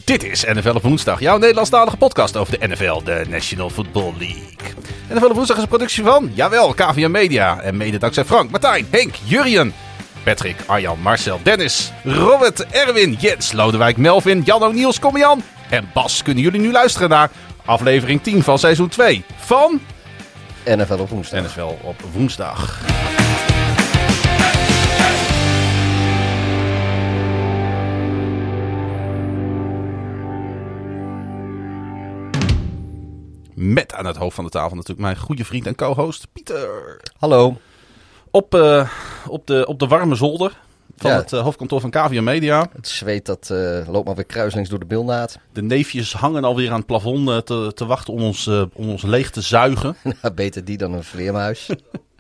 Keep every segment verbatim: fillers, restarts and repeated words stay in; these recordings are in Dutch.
Dit is N F L op woensdag, jouw Nederlandstalige podcast over de N F L, de National Football League. N F L op woensdag is een productie van, jawel, K V M Media. En mede dankzij Frank, Martijn, Henk, Jurjen, Patrick, Arjan, Marcel, Dennis, Robert, Erwin, Jens, Lodewijk, Melvin, Janno, Niels, Komjan en Bas kunnen jullie nu luisteren naar aflevering tien van seizoen twee van N F L op woensdag. N F L op woensdag. Met aan het hoofd van de tafel natuurlijk mijn goede vriend en co-host Pieter. Hallo. Op, uh, op, de, op de warme zolder van Ja. het uh, hoofdkantoor van K V M Media. Het zweet dat uh, loopt maar weer kruiselings door de bilnaad. De neefjes hangen alweer aan het plafond uh, te, te wachten om ons, uh, om ons leeg te zuigen. Nou, beter die dan een vleermuis.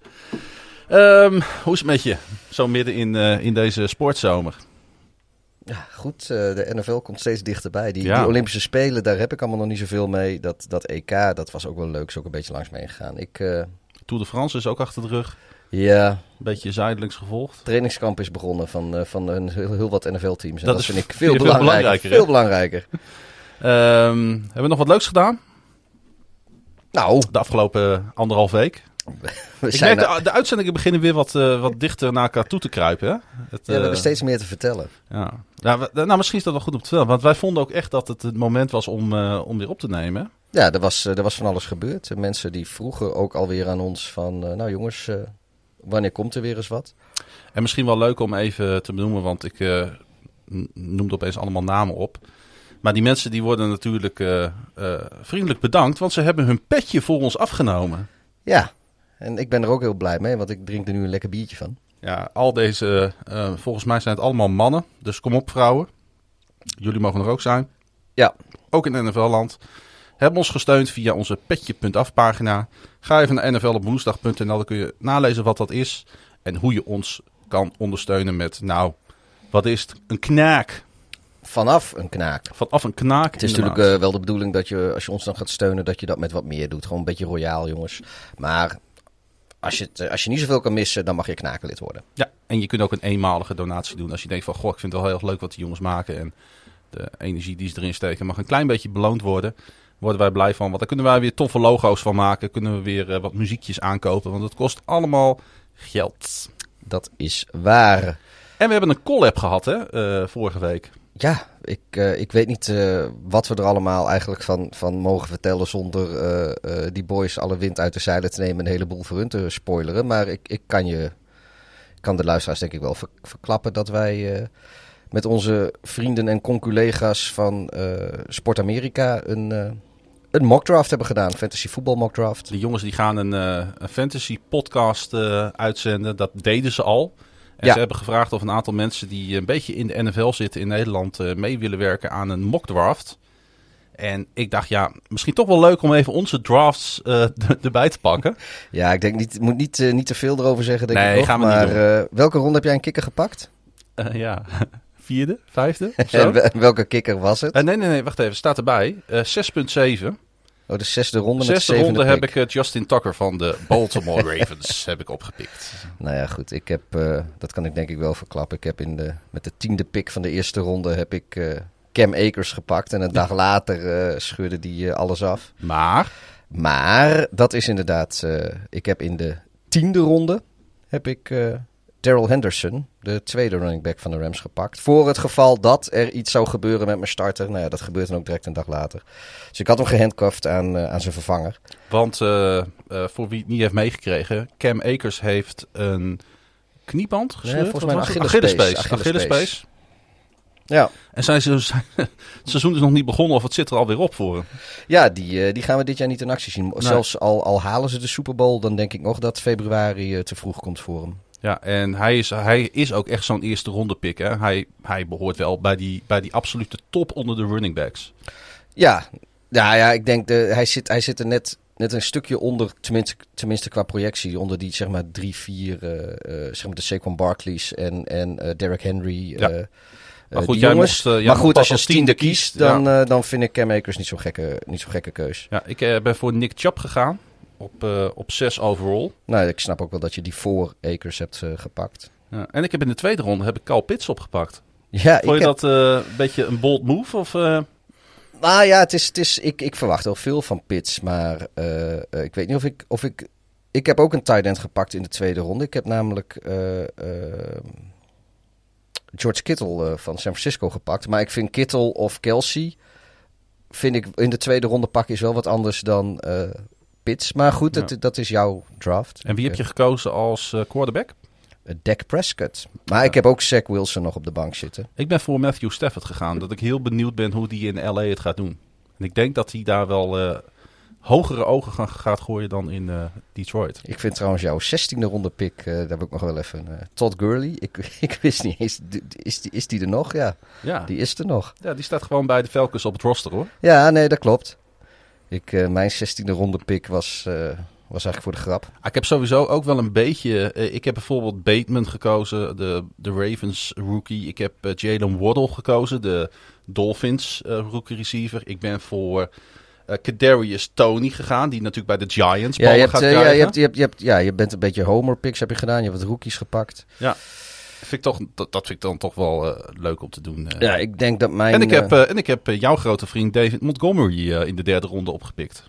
um, hoe is het met je? Zo midden in, uh, in deze sportzomer. Ja, goed. Uh, de N F L komt steeds dichterbij. Die, Ja. die Olympische Spelen, daar heb ik allemaal nog niet zoveel mee. Dat, dat E K, dat was ook wel leuk. Is ook een beetje langs mee gegaan. Ik, uh, Tour de France is ook achter de rug. ja, Een beetje zuidelijks gevolgd. trainingskamp is begonnen van, uh, van een heel, heel wat N F L-teams. En Dat dat, is vind ik veel veel belangrijker. belangrijker, hè? Veel belangrijker. Um, hebben we nog wat leuks gedaan Nou, de afgelopen anderhalf week? we Ik zijn merk, er- de, de uitzendingen beginnen weer wat, uh, wat dichter naar elkaar toe te kruipen. Hè? Het, ja, we uh, hebben steeds meer te vertellen. Ja. Nou, we- nou, misschien is dat wel goed om te vertellen. Want wij vonden ook echt dat het het moment was om, uh, om weer op te nemen. Ja, er was, uh, er was van alles gebeurd. Uh, Mensen die vroegen ook alweer aan ons van... Uh, nou jongens, uh, wanneer komt er weer eens wat? En misschien wel leuk om even te benoemen, want ik uh, noemde opeens allemaal namen op. Maar die mensen die worden natuurlijk uh, uh, vriendelijk bedankt, want ze hebben hun petje voor ons afgenomen. Ja, en ik ben er ook heel blij mee, want ik drink er nu een lekker biertje van. Ja, al deze, uh, volgens mij zijn het allemaal mannen. Dus kom op vrouwen. Jullie mogen er ook zijn. Ja. Ook in N F L-land. Hebben ons gesteund via onze petje punt af pagina. Ga even naar n f l op woensdag punt n l. Dan kun je nalezen wat dat is. En hoe je ons kan ondersteunen met, nou, wat is het? Een knaak. Vanaf een knaak. Vanaf een knaak. Het is in de natuurlijk maand. uh, wel de bedoeling dat je, als je ons dan gaat steunen, dat je dat met wat meer doet. Gewoon een beetje royaal, jongens. Maar als je, het, uh, als je niet zoveel kan missen, dan mag je knakenlid worden. Ja, en je kunt ook een eenmalige donatie doen. Als je denkt van, goh, ik vind het wel heel erg leuk wat die jongens maken. En de energie die ze erin steken mag een klein beetje beloond worden. Worden wij blij van. Want daar kunnen wij weer toffe logo's van maken. Kunnen we weer uh, wat muziekjes aankopen. Want het kost allemaal geld. Dat is waar. En we hebben een collab gehad, hè, uh, vorige week. Ja, ik, uh, ik weet niet uh, wat we er allemaal eigenlijk van, van mogen vertellen zonder uh, uh, die boys alle wind uit de zeilen te nemen en een heleboel voor hun te spoileren. Maar ik, ik kan je, kan de luisteraars denk ik wel ver, verklappen dat wij uh, met onze vrienden en conculega's van uh, Sport Amerika een, uh, een mockdraft hebben gedaan. Fantasy voetbal mockdraft. Die jongens die gaan een, uh, een fantasy podcast uh, uitzenden. Dat deden ze al. En Ja. ze hebben gevraagd of een aantal mensen die een beetje in de N F L zitten in Nederland uh, mee willen werken aan een mockdraft. En ik dacht, ja, misschien toch wel leuk om even onze drafts uh, d- erbij te pakken. Ja, ik denk niet, ik moet niet, uh, niet te veel erover zeggen. Denk Nee, ik nog, gaan we niet maar doen. uh, welke ronde heb jij een kikker gepakt? Uh, ja, vierde, vijfde of zo? En wel- welke kikker was het? Uh, nee, nee, nee, wacht even, staat erbij. Uh, zes punt zeven. Oh, de zesde ronde met de Zesde zevende ronde heb pick. ik uh, Justin Tucker van de Baltimore Ravens heb ik opgepikt. Nou ja, goed. Ik heb, uh, dat kan ik denk ik wel verklappen. Ik heb in de, met de tiende pick van de eerste ronde heb ik uh, Cam Akers gepakt. En een dag later uh, scheurde die uh, alles af. Maar, Maar dat is inderdaad... Uh, ik heb in de tiende ronde heb ik uh, Darrell Henderson, de tweede running back van de Rams, gepakt. Voor het geval dat er iets zou gebeuren met mijn starter. Nou ja, dat gebeurt dan ook direct een dag later. Dus ik had hem gehandcuffed aan, uh, aan zijn vervanger. want uh, uh, voor wie het niet heeft meegekregen, Cam Akers heeft een knieband gescheurd. volgens Wat mij was een het? Achillespees. Achillespees. Achillespees. Achillespees. Ja. En zijn ze, zijn, het seizoen is nog niet begonnen of het zit er alweer op voor hem. Ja, die, uh, die gaan we dit jaar niet in actie zien. Nee. Zelfs al, al halen ze de Super Bowl, dan denk ik nog dat februari uh, te vroeg komt voor hem. Ja, en hij is, hij is ook echt zo'n eerste ronde pick. Hè? Hij, hij behoort wel bij die, bij die absolute top onder de running backs. Ja, ja, ja ik denk, de, hij, zit, hij zit er net, net een stukje onder, tenminste, tenminste qua projectie, onder die zeg maar drie, vier, uh, uh, zeg maar de Saquon Barkley's en, en uh, Derrick Henry. Ja. Uh, Maar uh, goed, die jij jongens. mocht, uh, jij maar mocht goed, pas als je als tiende kiest, dan, ja. uh, dan vind ik Cam Akers niet zo'n gekke, niet zo'n gekke keus. Ja, ik uh, ben voor Nick Chubb gegaan op, uh, op zes overall. Nou, ik snap ook wel dat je die voor Akers hebt uh, gepakt. Ja, en ik heb in de tweede ronde heb ik Kyle Pitts opgepakt. Ja, Vond ik je heb, dat uh, een beetje een bold move? Of, uh... Nou ja, het is, het is, ik, ik verwacht wel veel van Pitts. Maar uh, uh, ik weet niet of ik, of ik... Ik heb ook een tight end gepakt in de tweede ronde. Ik heb namelijk uh, uh, George Kittle uh, van San Francisco gepakt. Maar ik vind Kittle of Kelsey... vind ik in de tweede ronde pakken is wel wat anders dan uh, Pitts. Maar goed, ja. dat, dat is jouw draft. En wie heb je gekozen als uh, quarterback? Uh, Dak Prescott. Maar ja. ik heb ook Zach Wilson nog op de bank zitten. Ik ben voor Matthew Stafford gegaan. Dat ik heel benieuwd ben hoe die in L A het gaat doen. En ik denk dat hij daar wel uh, hogere ogen gaan, gaat gooien dan in uh, Detroit. Ik vind trouwens jouw zestiende ronde pick, uh, daar heb ik nog wel even... Uh, Todd Gurley, ik, ik wist niet eens, is die, is die er nog? Ja, ja, die is er nog. Ja, die staat gewoon bij de Falcons op het roster, hoor. Ja, nee, dat klopt. Ik, uh, mijn zestiende ronde pick was, uh, was eigenlijk voor de grap. Ah, ik heb sowieso ook wel een beetje... Uh, ik heb bijvoorbeeld Bateman gekozen, de, de Ravens rookie. Ik heb uh, Jalen Waddle gekozen, de Dolphins uh, rookie receiver. Ik ben voor... Uh, Kadarius Toney gegaan, die natuurlijk bij de Giants ja, je hebt, gaat uh, krijgen. Ja, je, hebt, je, hebt, je, hebt, ja, je bent een beetje homer picks heb je gedaan. Je hebt wat rookies gepakt. Ja, vind ik toch, dat, dat vind ik dan toch wel uh, leuk om te doen. Uh. Ja, ik denk dat mijn... En ik heb, uh, en ik heb uh, jouw grote vriend David Montgomery uh, in de derde ronde opgepikt.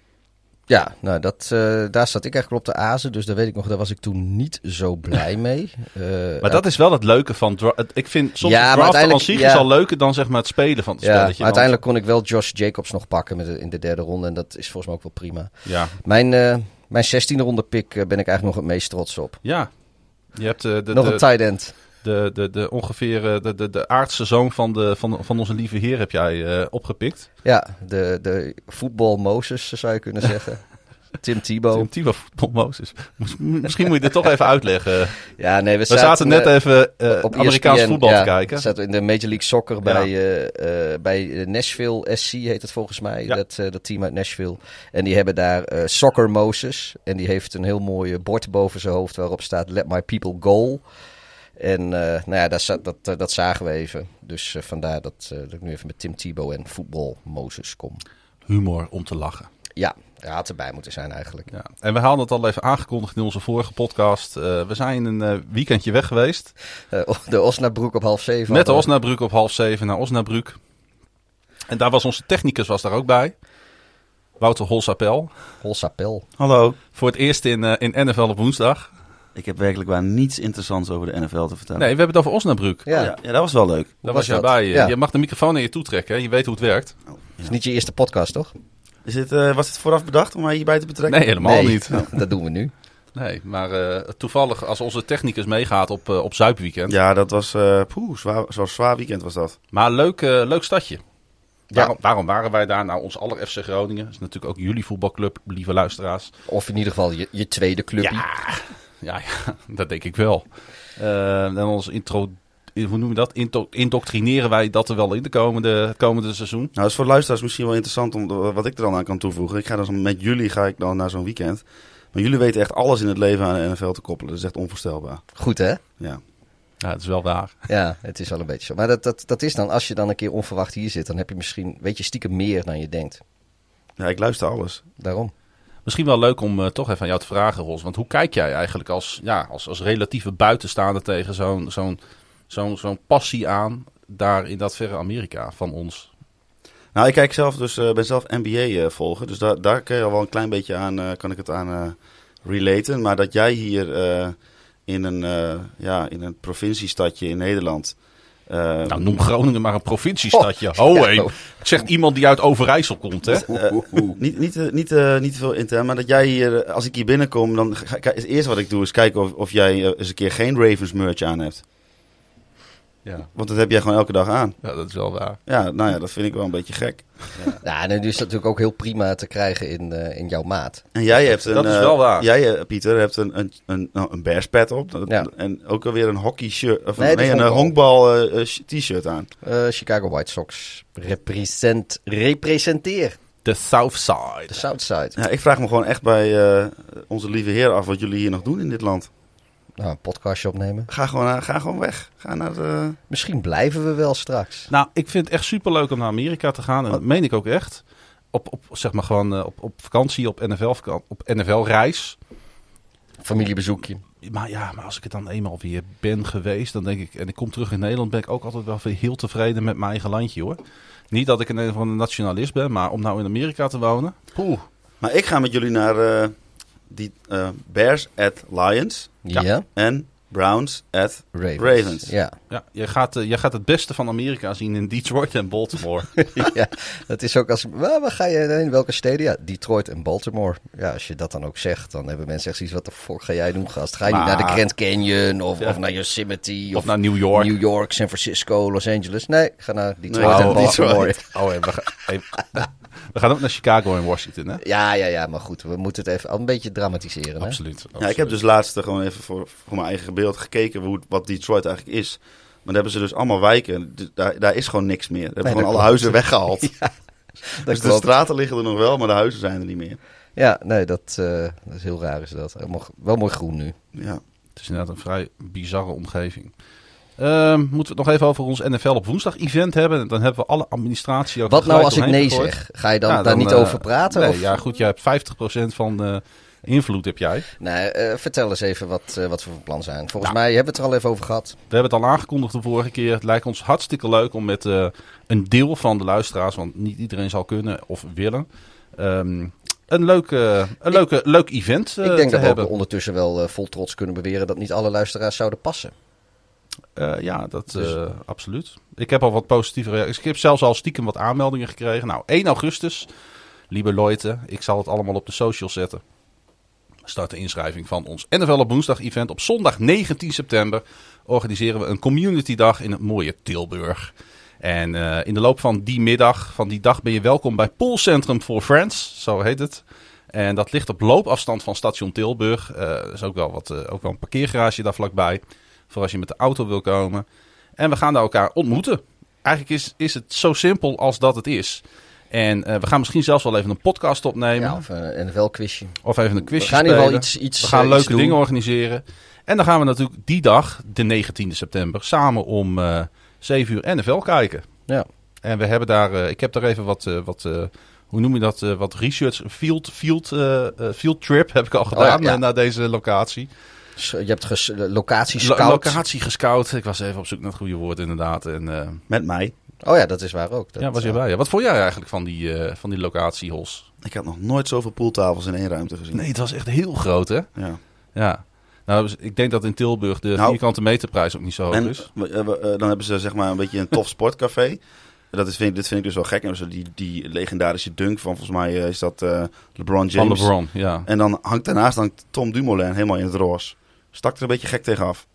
Ja, nou, dat, uh, daar zat ik eigenlijk op de azen. Dus daar weet ik nog, daar was ik toen niet zo blij mee. Uh, maar dat is wel het leuke van... Dra- ik vind soms ja, het draften als zich ja. is al leuker dan zeg maar het spelen van het ja, spelletje. Maar uiteindelijk kon ik wel Josh Jacobs nog pakken met de, in de derde ronde. En dat is volgens mij ook wel prima. Ja. Mijn, uh, mijn zestiende ronde pick uh, ben ik eigenlijk nog het meest trots op. Ja. Je hebt uh, de, nog de, een tight end. De, de, de ongeveer de, de, de aardse zoon van, de, van, van onze lieve heer heb jij uh, opgepikt. Ja, de, de voetbal Moses zou je kunnen zeggen. Tim Tebow. Tim Tebow, voetbal Moses. Misschien moet je dit toch even uitleggen. Ja, nee, we, we zaten, zaten net uh, even uh, op Amerikaans E S P N, voetbal ja, te kijken. We zaten in de Major League Soccer bij, ja. uh, uh, bij Nashville S C heet het volgens mij. Ja. Dat, uh, dat team uit Nashville. En die hebben daar uh, Soccer Moses. En die heeft een heel mooi bord boven zijn hoofd waarop staat Let My People Goal. En uh, nou ja, dat, dat, dat, dat zagen we even. Dus uh, vandaar dat, uh, dat ik nu even met Tim Tebow en voetbal Moses kom. Humor om te lachen. Ja, hij had erbij moeten zijn eigenlijk. Ja. En we hadden het al even aangekondigd in onze vorige podcast. Uh, we zijn een uh, weekendje weg geweest. Uh, de Osnabrück op half zeven. Met de Osnabrück op half zeven naar Osnabrück. En daar was onze technicus was daar ook bij. Wouter Holsapel. Holsapel. Hallo. Voor het eerst in, uh, in N F L op woensdag. Ik heb werkelijk waar niets interessants over de N F L te vertellen. Nee, we hebben het over Osnabrück. Ja, ja, ja dat was wel leuk. Daar was jij bij. Ja. Je mag de microfoon naar je toe trekken. Hè? Je weet hoe het werkt. Oh, ja. Het is niet je eerste podcast, toch? Is dit, uh, was het vooraf bedacht om mij hierbij te betrekken? Nee, helemaal nee, niet. Nou, dat doen we nu. Nee, maar uh, toevallig als onze technicus meegaat op, uh, op Zuipweekend. Ja, dat was uh, poeh, zwaar, zo'n zwaar weekend was dat. Maar leuk, uh, leuk stadje. Ja. Waarom, waarom waren wij daar? Nou, ons aller F C Groningen. Dat is natuurlijk ook jullie voetbalclub, lieve luisteraars. Of in ieder geval je, je tweede clubje. Ja, ja, ja, dat denk ik wel. Uh, en ons intro... Hoe noem je dat? Indo- indoctrineren wij dat er wel in de komende, komende seizoen? Nou, dat is voor luisteraars misschien wel interessant om wat ik er dan aan kan toevoegen. Ik ga dan met jullie ga ik dan naar zo'n weekend. Maar jullie weten echt alles in het leven aan de N F L te koppelen. Dat is echt onvoorstelbaar. Goed, hè? Ja. Ja, het is wel waar. Ja, het is wel een beetje zo. Maar dat, dat, dat is dan, als je dan een keer onverwacht hier zit, dan heb je misschien, weet je stiekem meer dan je denkt. Ja, ik luister alles. Daarom. Misschien wel leuk om uh, toch even aan jou te vragen, Ros. Want hoe kijk jij eigenlijk als, ja, als, als relatieve buitenstaander tegen zo'n, zo'n, zo'n, zo'n passie aan daar in dat verre Amerika van ons? Nou, ik kijk zelf dus, uh, ben zelf N B A uh, volgen. Dus daar, daar kan je al wel een klein beetje aan, uh, kan ik het aan uh, relaten. Maar dat jij hier uh, in, een, uh, ja, in een provinciestadje in Nederland... Uh, nou, noem Groningen maar een provinciestadje. Oh, Ho, ja, oh. Zegt iemand die uit Overijssel komt, hè? Uh, niet, niet, uh, niet, uh, niet te veel intern, maar dat jij hier, als ik hier binnenkom, dan ga, ga, het eerste wat ik doe is kijken of, of jij uh, eens een keer geen Ravens merch aan hebt. Ja. Want dat heb jij gewoon elke dag aan. Ja, dat is wel waar. Ja, nou ja, dat vind ik wel een beetje gek. Ja, ja en nu is dat natuurlijk ook heel prima te krijgen in, uh, in jouw maat. En jij hebt een... Dat is wel waar. Uh, jij, uh, Pieter, hebt een, een, een, een bears pet op. Ja. En ook alweer een hockey shirt. Of nee, nee, een honkbal uh, t-shirt aan. Uh, Chicago White Sox. Represent, representeer. De South Side. De South Side. Ja, ik vraag me gewoon echt bij uh, onze lieve heer af wat jullie hier nog doen in dit land. Nou, een podcastje opnemen. Ga gewoon, uh, ga gewoon weg. Ga naar de... Misschien blijven we wel straks. Nou, ik vind het echt superleuk om naar Amerika te gaan. En dat meen ik ook echt. Op, op, zeg maar gewoon uh, op, op vakantie, op N F L, op N F L-reis. familiebezoekje. Maar ja, maar als ik het dan eenmaal weer ben geweest, dan denk ik, en ik kom terug in Nederland, ben ik ook altijd wel weer heel tevreden met mijn eigen landje, hoor. Niet dat ik een, een nationalist ben, maar om nou in Amerika te wonen. Poeh. Maar ik ga met jullie naar uh, die uh, Bears at Lions. Ja. ja. En Browns at Ravens. Ravens. Ja. Ja, je gaat, uh, je gaat het beste van Amerika zien in Detroit en Baltimore. Ja, dat is ook als... Waar, waar ga je heen? Welke steden? Ja, Detroit en Baltimore. Ja, als je dat dan ook zegt, dan hebben mensen echt zoiets... Wat de fuck ga jij doen, gast? Ga je maar, niet naar de Grand Canyon of, ja. of naar Yosemite? Of, of naar New York. New York, San Francisco, Los Angeles. Nee, ga naar Detroit Nee, en oh, Baltimore. Detroit. Oh, en we, ga, hey, we gaan ook naar Chicago en Washington, hè? Ja, ja, ja, maar goed. We moeten het even al een beetje dramatiseren. Hè? Absoluut, absoluut. Ja, ik heb dus laatst gewoon even voor, voor mijn eigen beeld gekeken hoe, wat Detroit eigenlijk is. Maar dan hebben ze dus allemaal wijken. Daar, daar is gewoon niks meer. Daar hebben Nee, gewoon alle klopt. huizen weggehaald. Ja, dus de klopt. straten liggen er nog wel, maar de huizen zijn er niet meer. Ja, nee, dat, uh, dat is heel raar is dat. Helemaal, wel mooi groen nu. Ja. Het is inderdaad een vrij bizarre omgeving. Uh, moeten we het nog even over ons N F L op woensdag event hebben? Dan hebben we alle administratie ook. Wat nou als ik nee gegooid. zeg? Ga je dan, Ja, daar dan, niet uh, over praten? Nee, of? ja goed, jij hebt vijftig procent van uh, invloed heb jij. Nee, uh, vertel eens even wat, uh, wat we van plan zijn. Volgens Nou, mij hebben we het er al even over gehad. We hebben het al aangekondigd de vorige keer. Het lijkt ons hartstikke leuk om met uh, een deel van de luisteraars, want niet iedereen zal kunnen of willen, um, een leuke, een leuke, ik, leuk event uh, Ik denk te dat hebben. we ondertussen wel uh, vol trots kunnen beweren dat niet alle luisteraars zouden passen. Uh, ja, dat Dus- uh, absoluut. Ik heb al wat positieve reacties. Ik heb zelfs al stiekem wat aanmeldingen gekregen. Nou, één augustus, lieve Leute, ik zal het allemaal op de socials zetten. Start de inschrijving van ons N F L op woensdag event. Op zondag negentien september organiseren we een community dag in het mooie Tilburg. En uh, in de loop van die middag, van die dag, ben je welkom bij Poolcentrum for Friends, zo heet het. En dat ligt op loopafstand van station Tilburg. Uh, er is ook wel, wat, uh, ook wel een parkeergarage daar vlakbij, voor als je met de auto wil komen. En we gaan daar elkaar ontmoeten. Eigenlijk is, is het zo simpel als dat het is. En uh, we gaan misschien zelfs wel even een podcast opnemen. Ja, of een N F L-quizje. Of even een quizje We gaan in ieder spelen. geval iets, iets We gaan uh, leuke iets doen. dingen organiseren. En dan gaan we natuurlijk die dag, de negentiende september, samen om uh, zeven uur N F L kijken. Ja. En we hebben daar, uh, ik heb daar even wat, uh, wat uh, hoe noem je dat, uh, wat research, field, field, uh, uh, field trip heb ik al gedaan ja, ja. uh, naar deze locatie. Je hebt ges- locatie Lo- scout. locatie gescout. Ik was even op zoek naar het goede woord inderdaad. En, uh, Met mij. Oh ja, dat is waar ook. Dat, ja, was je uh, bij. Ja. Wat vond jij eigenlijk van die, uh, van die locatie, Hols? Ik had nog nooit zoveel pooltafels in één ruimte gezien. Nee, het was echt heel groot, hè? Ja. Ja. Nou, dus ik denk dat in Tilburg de Nou, vierkante meterprijs ook niet zo hoog En is. we- we- uh, dan hebben ze zeg maar een beetje een tof sportcafé. Dat is, vind, dit vind ik dus wel gek. En zo die, die legendarische dunk van volgens mij uh, is dat uh, LeBron Van James. LeBron, ja. En dan hangt daarnaast hangt Tom Dumoulin helemaal in het roze. Stak er een beetje gek tegenaf.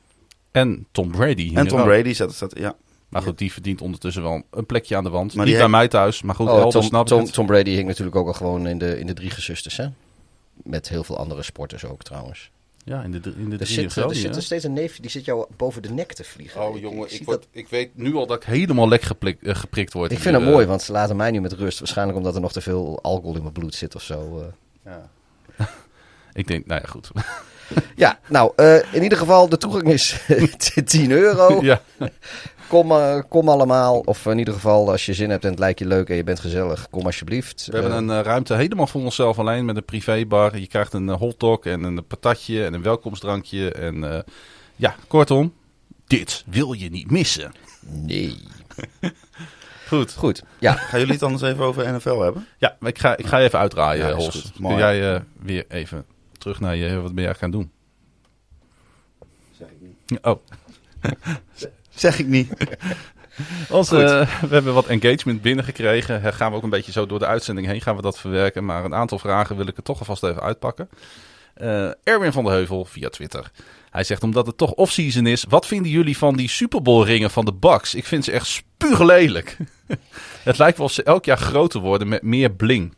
En Tom Brady. hing En er Tom ook. Brady zat, zat ja. Maar goed, die verdient ondertussen wel een plekje aan de wand. Maar Niet die bij heeft- mij thuis, maar goed, Oh, elders Tom, snap ik Tom, het. Tom Brady hing natuurlijk ook al gewoon in de, in de drie gezusters, hè? Met heel veel andere sporters ook trouwens. Ja, in de, in de Er drie zit, in er Groningen, zit hè? er steeds een neef, die zit jou boven de nek te vliegen. Oh jongen, zie ik, dat- word, ik weet nu al dat ik helemaal lek geplik, uh, geprikt word. Ik hier, vind het uh, mooi, want ze laten mij nu met rust. Waarschijnlijk omdat er nog te veel alcohol in mijn bloed zit of zo. uh. Ja. Ik denk, nou ja, goed. Ja, nou, uh, in ieder geval, de toegang is tien euro. ja. Kom, uh, kom allemaal. Of in ieder geval, als je zin hebt en het lijkt je leuk en je bent gezellig, kom alsjeblieft. We hebben een uh, ruimte helemaal voor onszelf alleen met een privébar. Je krijgt een uh, hotdog en een patatje en een welkomstdrankje. En uh, ja, kortom, dit wil je niet missen. Nee. Goed. Goed, ja. Gaan jullie het anders even over N F L hebben? Ja, maar ik ga, ik ga je even uitdraaien, Ja, dat is Hols. goed. Kun Mooi. jij uh, weer even terug naar je, wat ben jij gaan doen? Zeg ik niet. Oh. Zeg ik niet. Als, uh, we hebben wat engagement binnengekregen. Hè, gaan we ook een beetje zo door de uitzending heen gaan we dat verwerken. Maar een aantal vragen wil ik er toch alvast even uitpakken. Uh, Erwin van der Heuvel via Twitter. Hij zegt, omdat het toch off-season is, wat vinden jullie van die Super Bowl ringen van de Bucks? Ik vind ze echt spuuglelijk. Het lijkt wel of ze elk jaar groter worden met meer bling.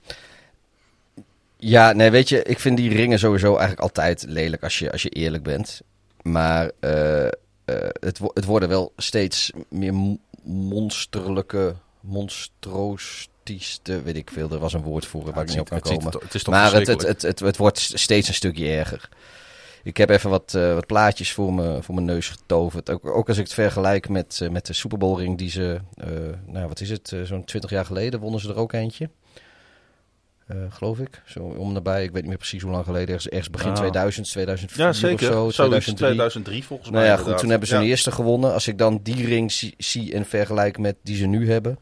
Ja, nee, weet je, ik vind die ringen sowieso eigenlijk altijd lelijk als je, als je eerlijk bent. Maar uh, uh, het, wo- het worden wel steeds meer mo- monsterlijke, monstroostieste, weet ik veel. Er was een woord voor waar ik niet op kan het, ziet, komen. het, het is toch Maar het, het, verschrikkelijk. het, het, het wordt steeds een stukje erger. Ik heb even wat, uh, wat plaatjes voor, me, voor mijn neus getoverd. Ook, ook als ik het vergelijk met, uh, met de Super Bowl ring die ze, uh, nou wat is het, uh, zo'n twintig jaar geleden wonnen ze er ook eentje. Uh, geloof ik. Zo om nabij. Ik weet niet meer precies hoe lang geleden. Ergens, ergens begin Ah. tweeduizend, tweeduizend vier Ja, zeker. of zo. tweeduizend drie. tweeduizend drie volgens mij. Nou ja, inderdaad. goed. Toen hebben ze ja. een eerste gewonnen. Als ik dan die ring zie, zie en vergelijk met die ze nu hebben.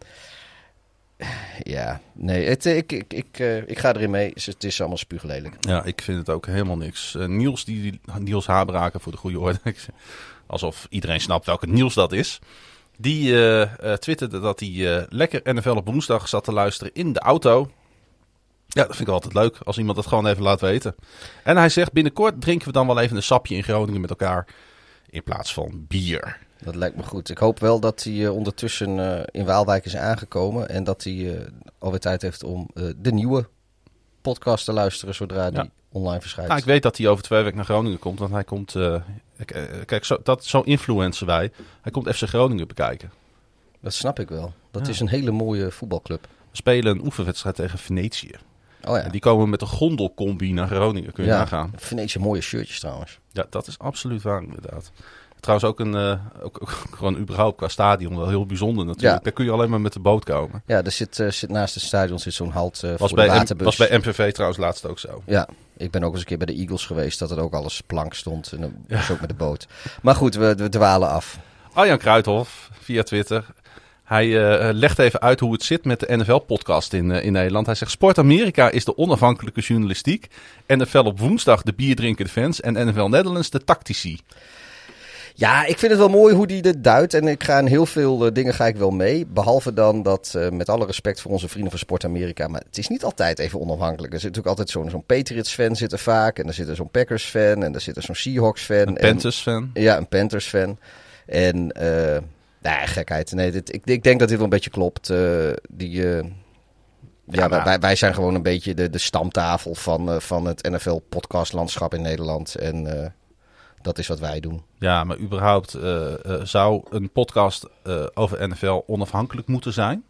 Ja, nee. Het, ik, ik, ik, uh, ik ga erin mee. Het is allemaal spuuglelijk. Ja, ik vind het ook helemaal niks. Uh, Niels, die, die, Niels Habraken voor de goede orde. Alsof iedereen snapt welke Niels dat is. Die uh, uh, twitterde dat hij uh, lekker N F L op woensdag zat te luisteren in de auto. Ja, dat vind ik altijd leuk als iemand dat gewoon even laat weten. En hij zegt, binnenkort drinken we dan wel even een sapje in Groningen met elkaar. In plaats van bier. Dat lijkt me goed. Ik hoop wel dat hij uh, ondertussen uh, in Waalwijk is aangekomen. En dat hij uh, alweer tijd heeft om uh, de nieuwe podcast te luisteren zodra die ja. online verschijnt. Nou, ik weet dat hij over twee weken naar Groningen komt. Want hij komt, uh, kijk, zo, dat, zo influencen wij. Hij komt F C Groningen bekijken. Dat snap ik wel. Dat Ja. is een hele mooie voetbalclub. We spelen een oefenwedstrijd tegen Venetië. Oh ja. En die komen met een gondelcombi naar Groningen. Kun je ja, nagaan. Venetië mooie shirtjes trouwens. Ja, dat is absoluut waar inderdaad. Trouwens ook, een, uh, ook, ook gewoon überhaupt qua stadion wel heel bijzonder natuurlijk. Ja. Daar kun je alleen maar met de boot komen. Ja, er zit, uh, zit naast het stadion zit zo'n halt uh, Was voor bij, de M- waterbus. was bij M V V trouwens laatst ook zo. Ja, ik ben ook eens een keer bij de Eagles geweest dat er ook alles plank stond. En dan was ook met de boot. Maar goed, we, we dwalen af. Arjan Kruithof via Twitter. Hij uh, legt even uit hoe het zit met de N F L-podcast in, uh, in Nederland. Hij zegt, Sport Amerika is de onafhankelijke journalistiek. N F L op woensdag de bierdrinkende fans. En N F L Netherlands de tactici. Ja, ik vind het wel mooi hoe die dit duidt. En ik ga in heel veel uh, dingen ga ik wel mee. Behalve dan dat, uh, met alle respect voor onze vrienden van Sport Amerika. Maar het is niet altijd even onafhankelijk. Er zit natuurlijk altijd zo'n, zo'n Patriots-fan zit er vaak. En er zit er zo'n Packers-fan. En er zit er zo'n Seahawks-fan. Een Panthers-fan. Ja, een Panthers-fan. En, uh, nou, gekheid. Nee, dit, ik, ik denk dat dit wel een beetje klopt. Uh, die... Uh, Ja, ja maar... wij, wij zijn gewoon een beetje de, de stamtafel van, uh, van het N F L-podcastlandschap in Nederland. En uh, dat is wat wij doen. Ja, maar überhaupt uh, uh, zou een podcast uh, over N F L onafhankelijk moeten zijn?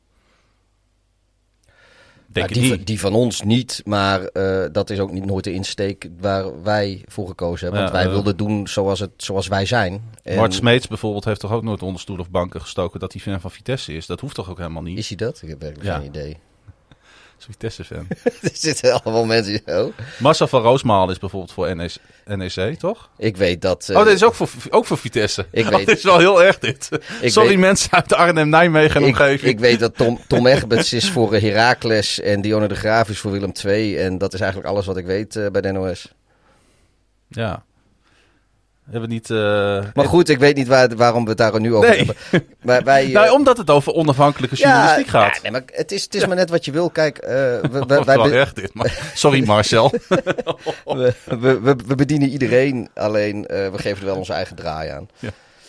Denk ja, ik die, niet. Van, die van ons niet, maar uh, dat is ook niet nooit de insteek waar wij voor gekozen hebben. Want ja, wij uh, wilden doen zoals, het, zoals wij zijn. En... Mart Smeets bijvoorbeeld heeft toch ook nooit onder stoel of banken gestoken dat hij fan van Vitesse is? Dat hoeft toch ook helemaal niet? Is hij dat? Ik heb eigenlijk ja. geen idee. Vitesse-fan. Er zitten allemaal mensen zo. Marcel van Roosmalen is bijvoorbeeld voor N E C, toch? Ik weet dat... Uh, oh, dit is ook voor, ook voor Vitesse. Ik oh, weet, dit is wel heel erg, dit. Sorry weet, mensen uit Arnhem, Nijmegen en ik, omgeving. Ik weet dat Tom, Tom Egberts is voor Heracles en Dionne de Graaf is voor Willem twee. En dat is eigenlijk alles wat ik weet uh, bij de N O S. Ja. Hebben we niet... Uh, maar goed, ik weet niet waar, waarom we het daar nu over nee. hebben. Maar wij, uh, nou, omdat het over onafhankelijke journalistiek ja, gaat. Ja, nee, maar het is, het is ja. maar net wat je wil. Kijk, uh, we, we, wij... wij wel be- echt dit, maar... Sorry Marcel. we, we, we, we bedienen iedereen, alleen uh, we geven er wel onze eigen draai aan. Ja.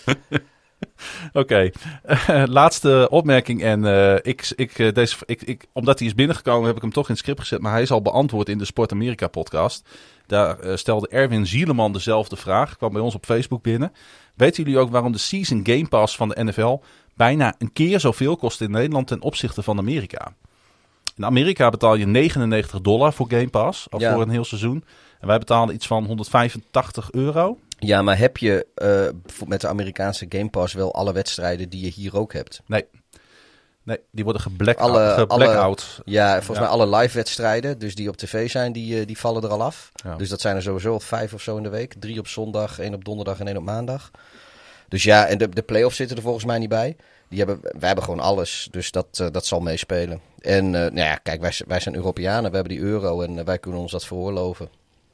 Oké, okay. uh, laatste opmerking. En uh, ik, ik, uh, deze, ik, ik, omdat hij is binnengekomen heb ik hem toch in het script gezet. Maar hij is al beantwoord in de Sport Amerika podcast. Daar uh, stelde Erwin Zieleman dezelfde vraag. Kwam bij ons op Facebook binnen. Weten jullie ook waarom de Season Game Pass van de N F L bijna een keer zoveel kost in Nederland ten opzichte van Amerika? In Amerika betaal je negenennegentig dollar voor Game Pass. Of ja. voor een heel seizoen. En wij betalen iets van honderdvijfentachtig euro. Ja, maar heb je uh, met de Amerikaanse Game Pass wel alle wedstrijden die je hier ook hebt? Nee. Nee, die worden geblackout. geblackout. Ja, volgens ja. mij alle live wedstrijden, dus die op tv zijn, die, die vallen er al af. Ja. Dus dat zijn er sowieso vijf of zo in de week. Drie op zondag, één op donderdag en één op maandag. Dus ja, en de, de play-offs zitten er volgens mij niet bij. Die hebben, wij hebben gewoon alles, dus dat, uh, dat zal meespelen. En uh, nou ja, kijk, wij, wij zijn Europeanen, we hebben die euro en uh, wij kunnen ons dat veroorloven.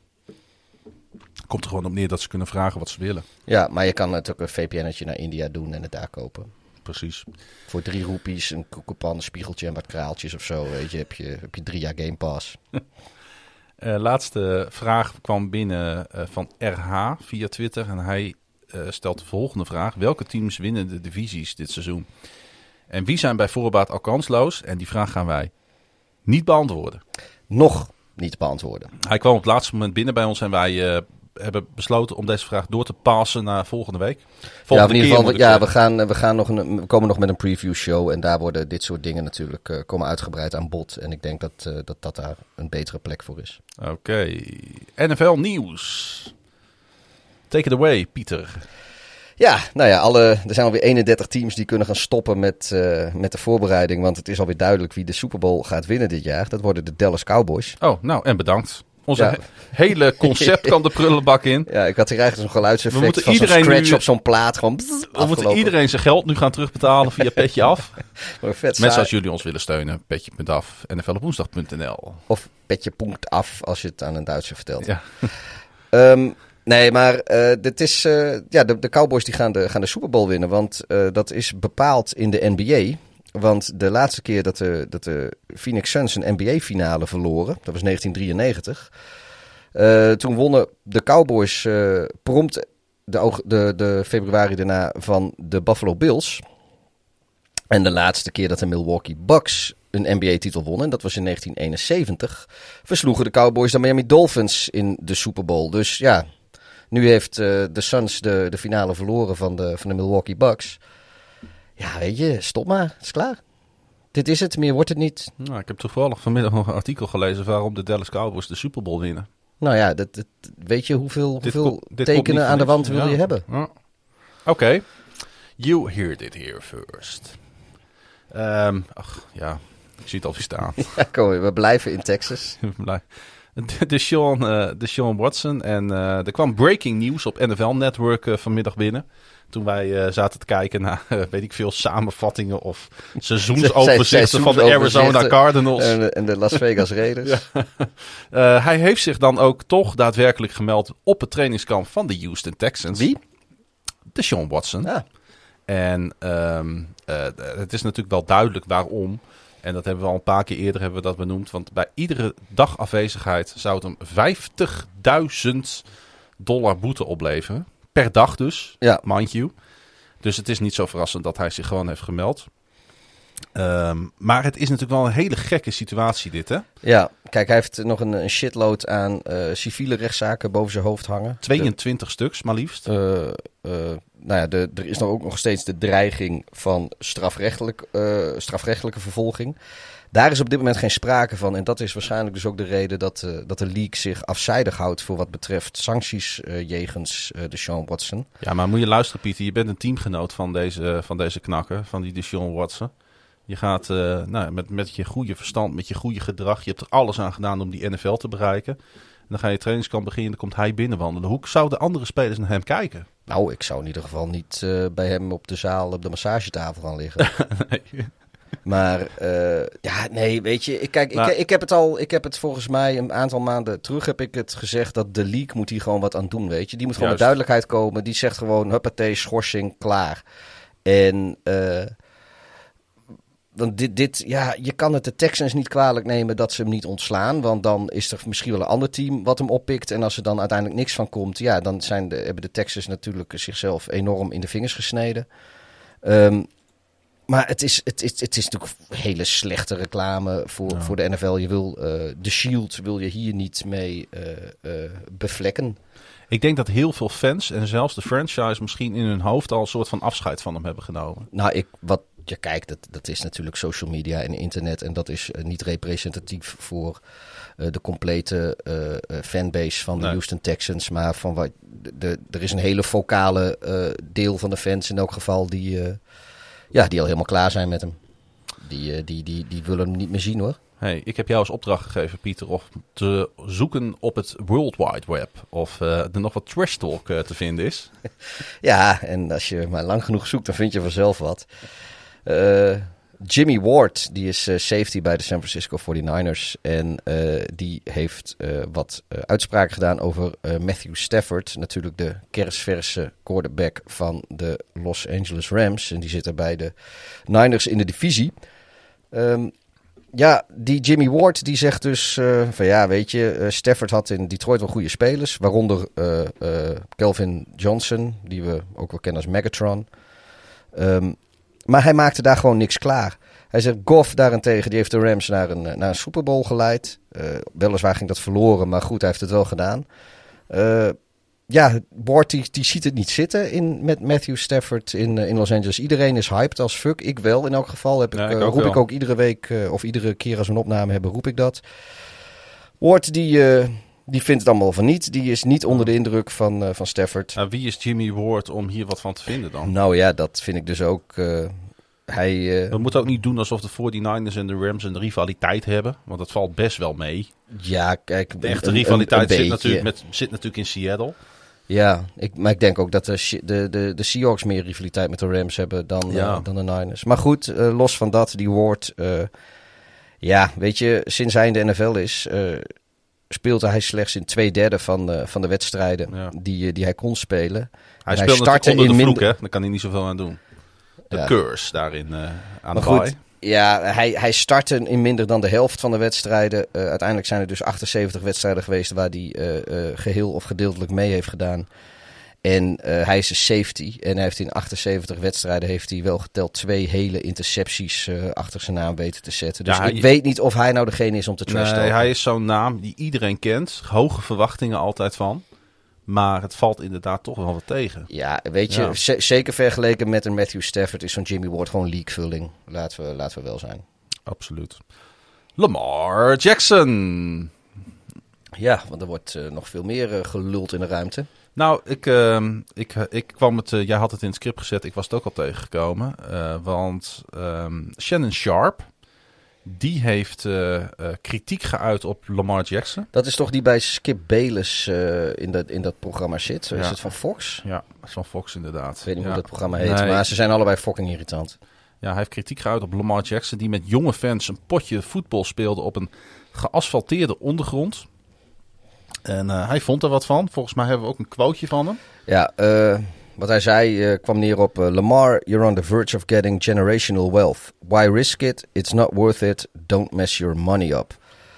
Komt er gewoon op neer dat ze kunnen vragen wat ze willen. Ja, maar je kan natuurlijk een V P N'tje naar India doen en het daar kopen. Precies. Voor drie roepies, een koekenpan, een spiegeltje en wat kraaltjes of zo, weet je, heb je, heb je drie jaar Game Pass. uh, laatste vraag kwam binnen uh, van R H via Twitter en hij uh, stelt de volgende vraag. Welke teams winnen de divisies dit seizoen? En wie zijn bij voorbaat al kansloos? En die vraag gaan wij niet beantwoorden. Nog niet beantwoorden. Hij kwam op het laatste moment binnen bij ons en wij... Uh, hebben besloten om deze vraag door te passen naar volgende week. Volgende ja, in ieder geval, keer, we, ja we, gaan, we, gaan nog een, we komen nog met een preview show en daar worden dit soort dingen natuurlijk uh, komen uitgebreid aan bod. En ik denk dat, uh, dat dat daar een betere plek voor is. Oké. Okay. N F L nieuws. Take it away, Pieter. Ja, nou ja, alle, er zijn alweer eenendertig teams die kunnen gaan stoppen met, uh, met de voorbereiding. Want het is alweer duidelijk wie de Super Bowl gaat winnen dit jaar. Dat worden de Dallas Cowboys. Oh, nou en bedankt. Onze Ja. he- hele concept kan de prullenbak in. Ja, ik had hier eigenlijk zo'n geluidseffect We moeten van zo'n iedereen scratch nu- op zo'n plaat. Gewoon bzz, We moeten afgelopen. iedereen zijn geld nu gaan terugbetalen via Petje Af. Gewoon vet Mensen, saai. als jullie ons willen steunen, petje punt af, n f l op woensdag punt n l. Of petje punkt af als je het aan een Duitser vertelt. Ja. Ehm, nee, maar eh, dit is, eh, ja, de, de Cowboys die gaan, de, gaan de Super Bowl winnen. Want eh, dat is bepaald in de N B A. Want de laatste keer dat de, dat de Phoenix Suns een N B A-finale verloren, dat was negentien drieënnegentig. Uh, toen wonnen de Cowboys uh, prompt de, oog, de, de februari daarna van de Buffalo Bills. En de laatste keer dat de Milwaukee Bucks een N B A-titel wonnen, en dat was in negentien eenenzeventig, versloegen de Cowboys de Miami Dolphins in de Super Bowl. Dus ja, nu heeft uh, de Suns de, de finale verloren van de, van de Milwaukee Bucks. Ja, weet je, stop maar, het is klaar. Dit is het, meer wordt het niet. Nou, ik heb toevallig vanmiddag nog een artikel gelezen waarom de Dallas Cowboys de Super Bowl winnen. Nou ja, dat, dat, weet je hoeveel, Dit hoeveel komt- dit komt tekenen niet aan de voor wand niks. wil je Ja. hebben? Ja. Oké. Okay. You heard it here first. Um, ach, ja. Ik zie het alweer staan. Ja, kom, we blijven in Texas. Blij. De, de, Sean, uh, de Sean Watson. En uh, er kwam breaking news op N F L Network uh, vanmiddag binnen. Toen wij uh, zaten te kijken naar, uh, weet ik veel, samenvattingen of seizoensoverzichten van de Arizona Cardinals. En de, en de Las Vegas Raiders. Ja. uh, hij heeft zich dan ook toch daadwerkelijk gemeld op het trainingskamp van de Houston Texans. Wie? De Sean Watson. Ah. En um, uh, het is natuurlijk wel duidelijk waarom. En dat hebben we al een paar keer eerder hebben we dat benoemd. Want bij iedere dag afwezigheid zou het hem vijftigduizend dollar boete opleveren. Per dag dus, Ja. mind you. Dus het is niet zo verrassend dat hij zich gewoon heeft gemeld. Um, maar het is natuurlijk wel een hele gekke situatie dit, hè? Ja, kijk, hij heeft nog een, een shitload aan uh, civiele rechtszaken boven zijn hoofd hangen. tweeëntwintig de, stuks, maar liefst. Uh, uh, nou ja, de, er is dan ook nog steeds de dreiging van strafrechtelijk, uh, strafrechtelijke vervolging. Daar is op dit moment geen sprake van. En dat is waarschijnlijk dus ook de reden dat, uh, dat de league zich afzijdig houdt voor wat betreft sancties uh, jegens uh, Deshaun Watson. Ja, maar moet je luisteren, Pieter. Je bent een teamgenoot van deze, van deze knakker, van die Deshaun Watson. Je gaat uh, nou, met, met je goede verstand, met je goede gedrag. Je hebt er alles aan gedaan om die N F L te bereiken. En dan ga je trainingskamp beginnen en dan komt hij binnenwandelen. Hoe zouden andere spelers naar hem kijken? Nou, ik zou in ieder geval niet uh, bij hem op de zaal op de massagetafel gaan liggen. Nee. Maar uh, ja, nee, weet je, ik, kijk, Maar, ik, ik heb het al, ik heb het volgens mij een aantal maanden terug heb ik het gezegd dat de league moet hier gewoon wat aan doen, weet je. Die moet gewoon Juist. met duidelijkheid komen. Die zegt gewoon, huppatee, schorsing, klaar. En uh, want dit, dit, ja, je kan het de Texans niet kwalijk nemen dat ze hem niet ontslaan. Want dan is er misschien wel een ander team wat hem oppikt. En als er dan uiteindelijk niks van komt, ja, dan zijn de, hebben de Texans natuurlijk zichzelf enorm in de vingers gesneden. Um, maar het is, het, is, het is natuurlijk hele slechte reclame voor, ja. voor de N F L. Je wil uh, de Shield wil je hier niet mee uh, uh, bevlekken. Ik denk dat heel veel fans en zelfs de franchise misschien in hun hoofd al een soort van afscheid van hem hebben genomen. Nou, ik, wat je kijkt, dat, dat is natuurlijk social media en internet. En dat is uh, niet representatief voor uh, de complete uh, uh, fanbase van de nee. Houston Texans. Maar van wat, de, de, er is een hele vocale uh, deel van de fans in elk geval die, uh, ja, die al helemaal klaar zijn met hem. Die, uh, die, die, die willen hem niet meer zien, hoor. Hey, ik heb jou als opdracht gegeven, Pieter, om te zoeken op het World Wide Web of uh, er nog wat trash talk uh, te vinden is. Ja, en als je maar lang genoeg zoekt, dan vind je vanzelf wat. Uh, Jimmy Ward, die is uh, safety bij de San Francisco forty-niners. En uh, die heeft uh, wat uh, uitspraken gedaan over uh, Matthew Stafford. Natuurlijk de kersverse quarterback van de Los Angeles Rams. En die zit er bij de Niners in de divisie. Um, Ja, die Jimmy Ward die zegt dus uh, van ja, weet je, uh, Stafford had in Detroit wel goede spelers. Waaronder uh, uh, Calvin Johnson, die we ook wel kennen als Megatron. Um, maar hij maakte daar gewoon niks klaar. Hij zegt, Goff daarentegen, die heeft de Rams naar een, naar een Super Bowl geleid. Uh, weliswaar ging dat verloren, maar goed, hij heeft het wel gedaan. Uh, Ja, Ward die, die ziet het niet zitten in, met Matthew Stafford in, uh, in Los Angeles. Iedereen is hyped als fuck. Ik wel in elk geval. Heb ik, ja, ik uh, roep wel. ik ook iedere week uh, of iedere keer als we een opname hebben, roep ik dat. Ward die, uh, Die vindt het allemaal van niet. Die is niet onder de indruk van, uh, van Stafford. Nou, wie is Jimmy Ward om hier wat van te vinden dan? Nou ja, dat vind ik dus ook... Uh, hij, uh, We moeten ook niet doen alsof de forty-niners en de Rams een rivaliteit hebben. Want dat valt best wel mee. Ja, kijk... De echte een, rivaliteit een, een zit, natuurlijk met, zit natuurlijk in Seattle. Ja, ik, maar ik denk ook dat de, de, de, de Seahawks meer rivaliteit met de Rams hebben dan, ja. uh, dan de Niners. Maar goed, uh, los van dat, die Ward... Uh, ja, weet je, sinds hij in de N F L is... Uh, speelde hij slechts in twee derde van, uh, van de wedstrijden ja. die, die hij kon spelen. Hij speelde hij startte onder de vloek, minder... hè? Daar kan hij niet zoveel aan doen. De ja. curse daarin uh, aan de baai. Ja, hij, hij startte in minder dan de helft van de wedstrijden. Uh, uiteindelijk zijn er dus achtenzeventig wedstrijden geweest waar hij uh, uh, geheel of gedeeltelijk mee heeft gedaan. En uh, hij is een safety. En hij heeft in achtenzeventig wedstrijden heeft hij wel geteld twee hele intercepties uh, achter zijn naam weten te zetten. Dus ja, hij... ik weet niet of hij nou degene is om te trash talken. Nee, hij is zo'n naam die iedereen kent. Hoge verwachtingen altijd van. Maar het valt inderdaad toch wel wat tegen. Ja, weet je, ja. z- zeker vergeleken met een Matthew Stafford is zo'n Jimmy Ward gewoon leaguevulling. Laten we, laten we wel zijn. Absoluut. Lamar Jackson. Ja, want er wordt uh, nog veel meer uh, geluld in de ruimte. Nou, ik, uh, ik, ik kwam het... Uh, jij had het in het script gezet. Ik was het ook al tegengekomen. Uh, want um, Shannon Sharp... Die heeft uh, uh, kritiek geuit op Lamar Jackson. Dat is toch die bij Skip Bayless uh, in, dat, in dat programma zit? Ja. Is het van Fox? Ja, het is van Fox inderdaad. Ik weet niet ja. hoe dat programma heet, nee. maar ze zijn allebei fucking irritant. Ja, hij heeft kritiek geuit op Lamar Jackson... die met jonge fans een potje voetbal speelde op een geasfalteerde ondergrond. En uh, hij vond er wat van. Volgens mij hebben we ook een quoteje van hem. Ja, uh, wat hij zei uh, kwam neer op... Uh, Lamar, you're on the verge of getting generational wealth. Why risk it? It's not worth it. Don't mess your money up.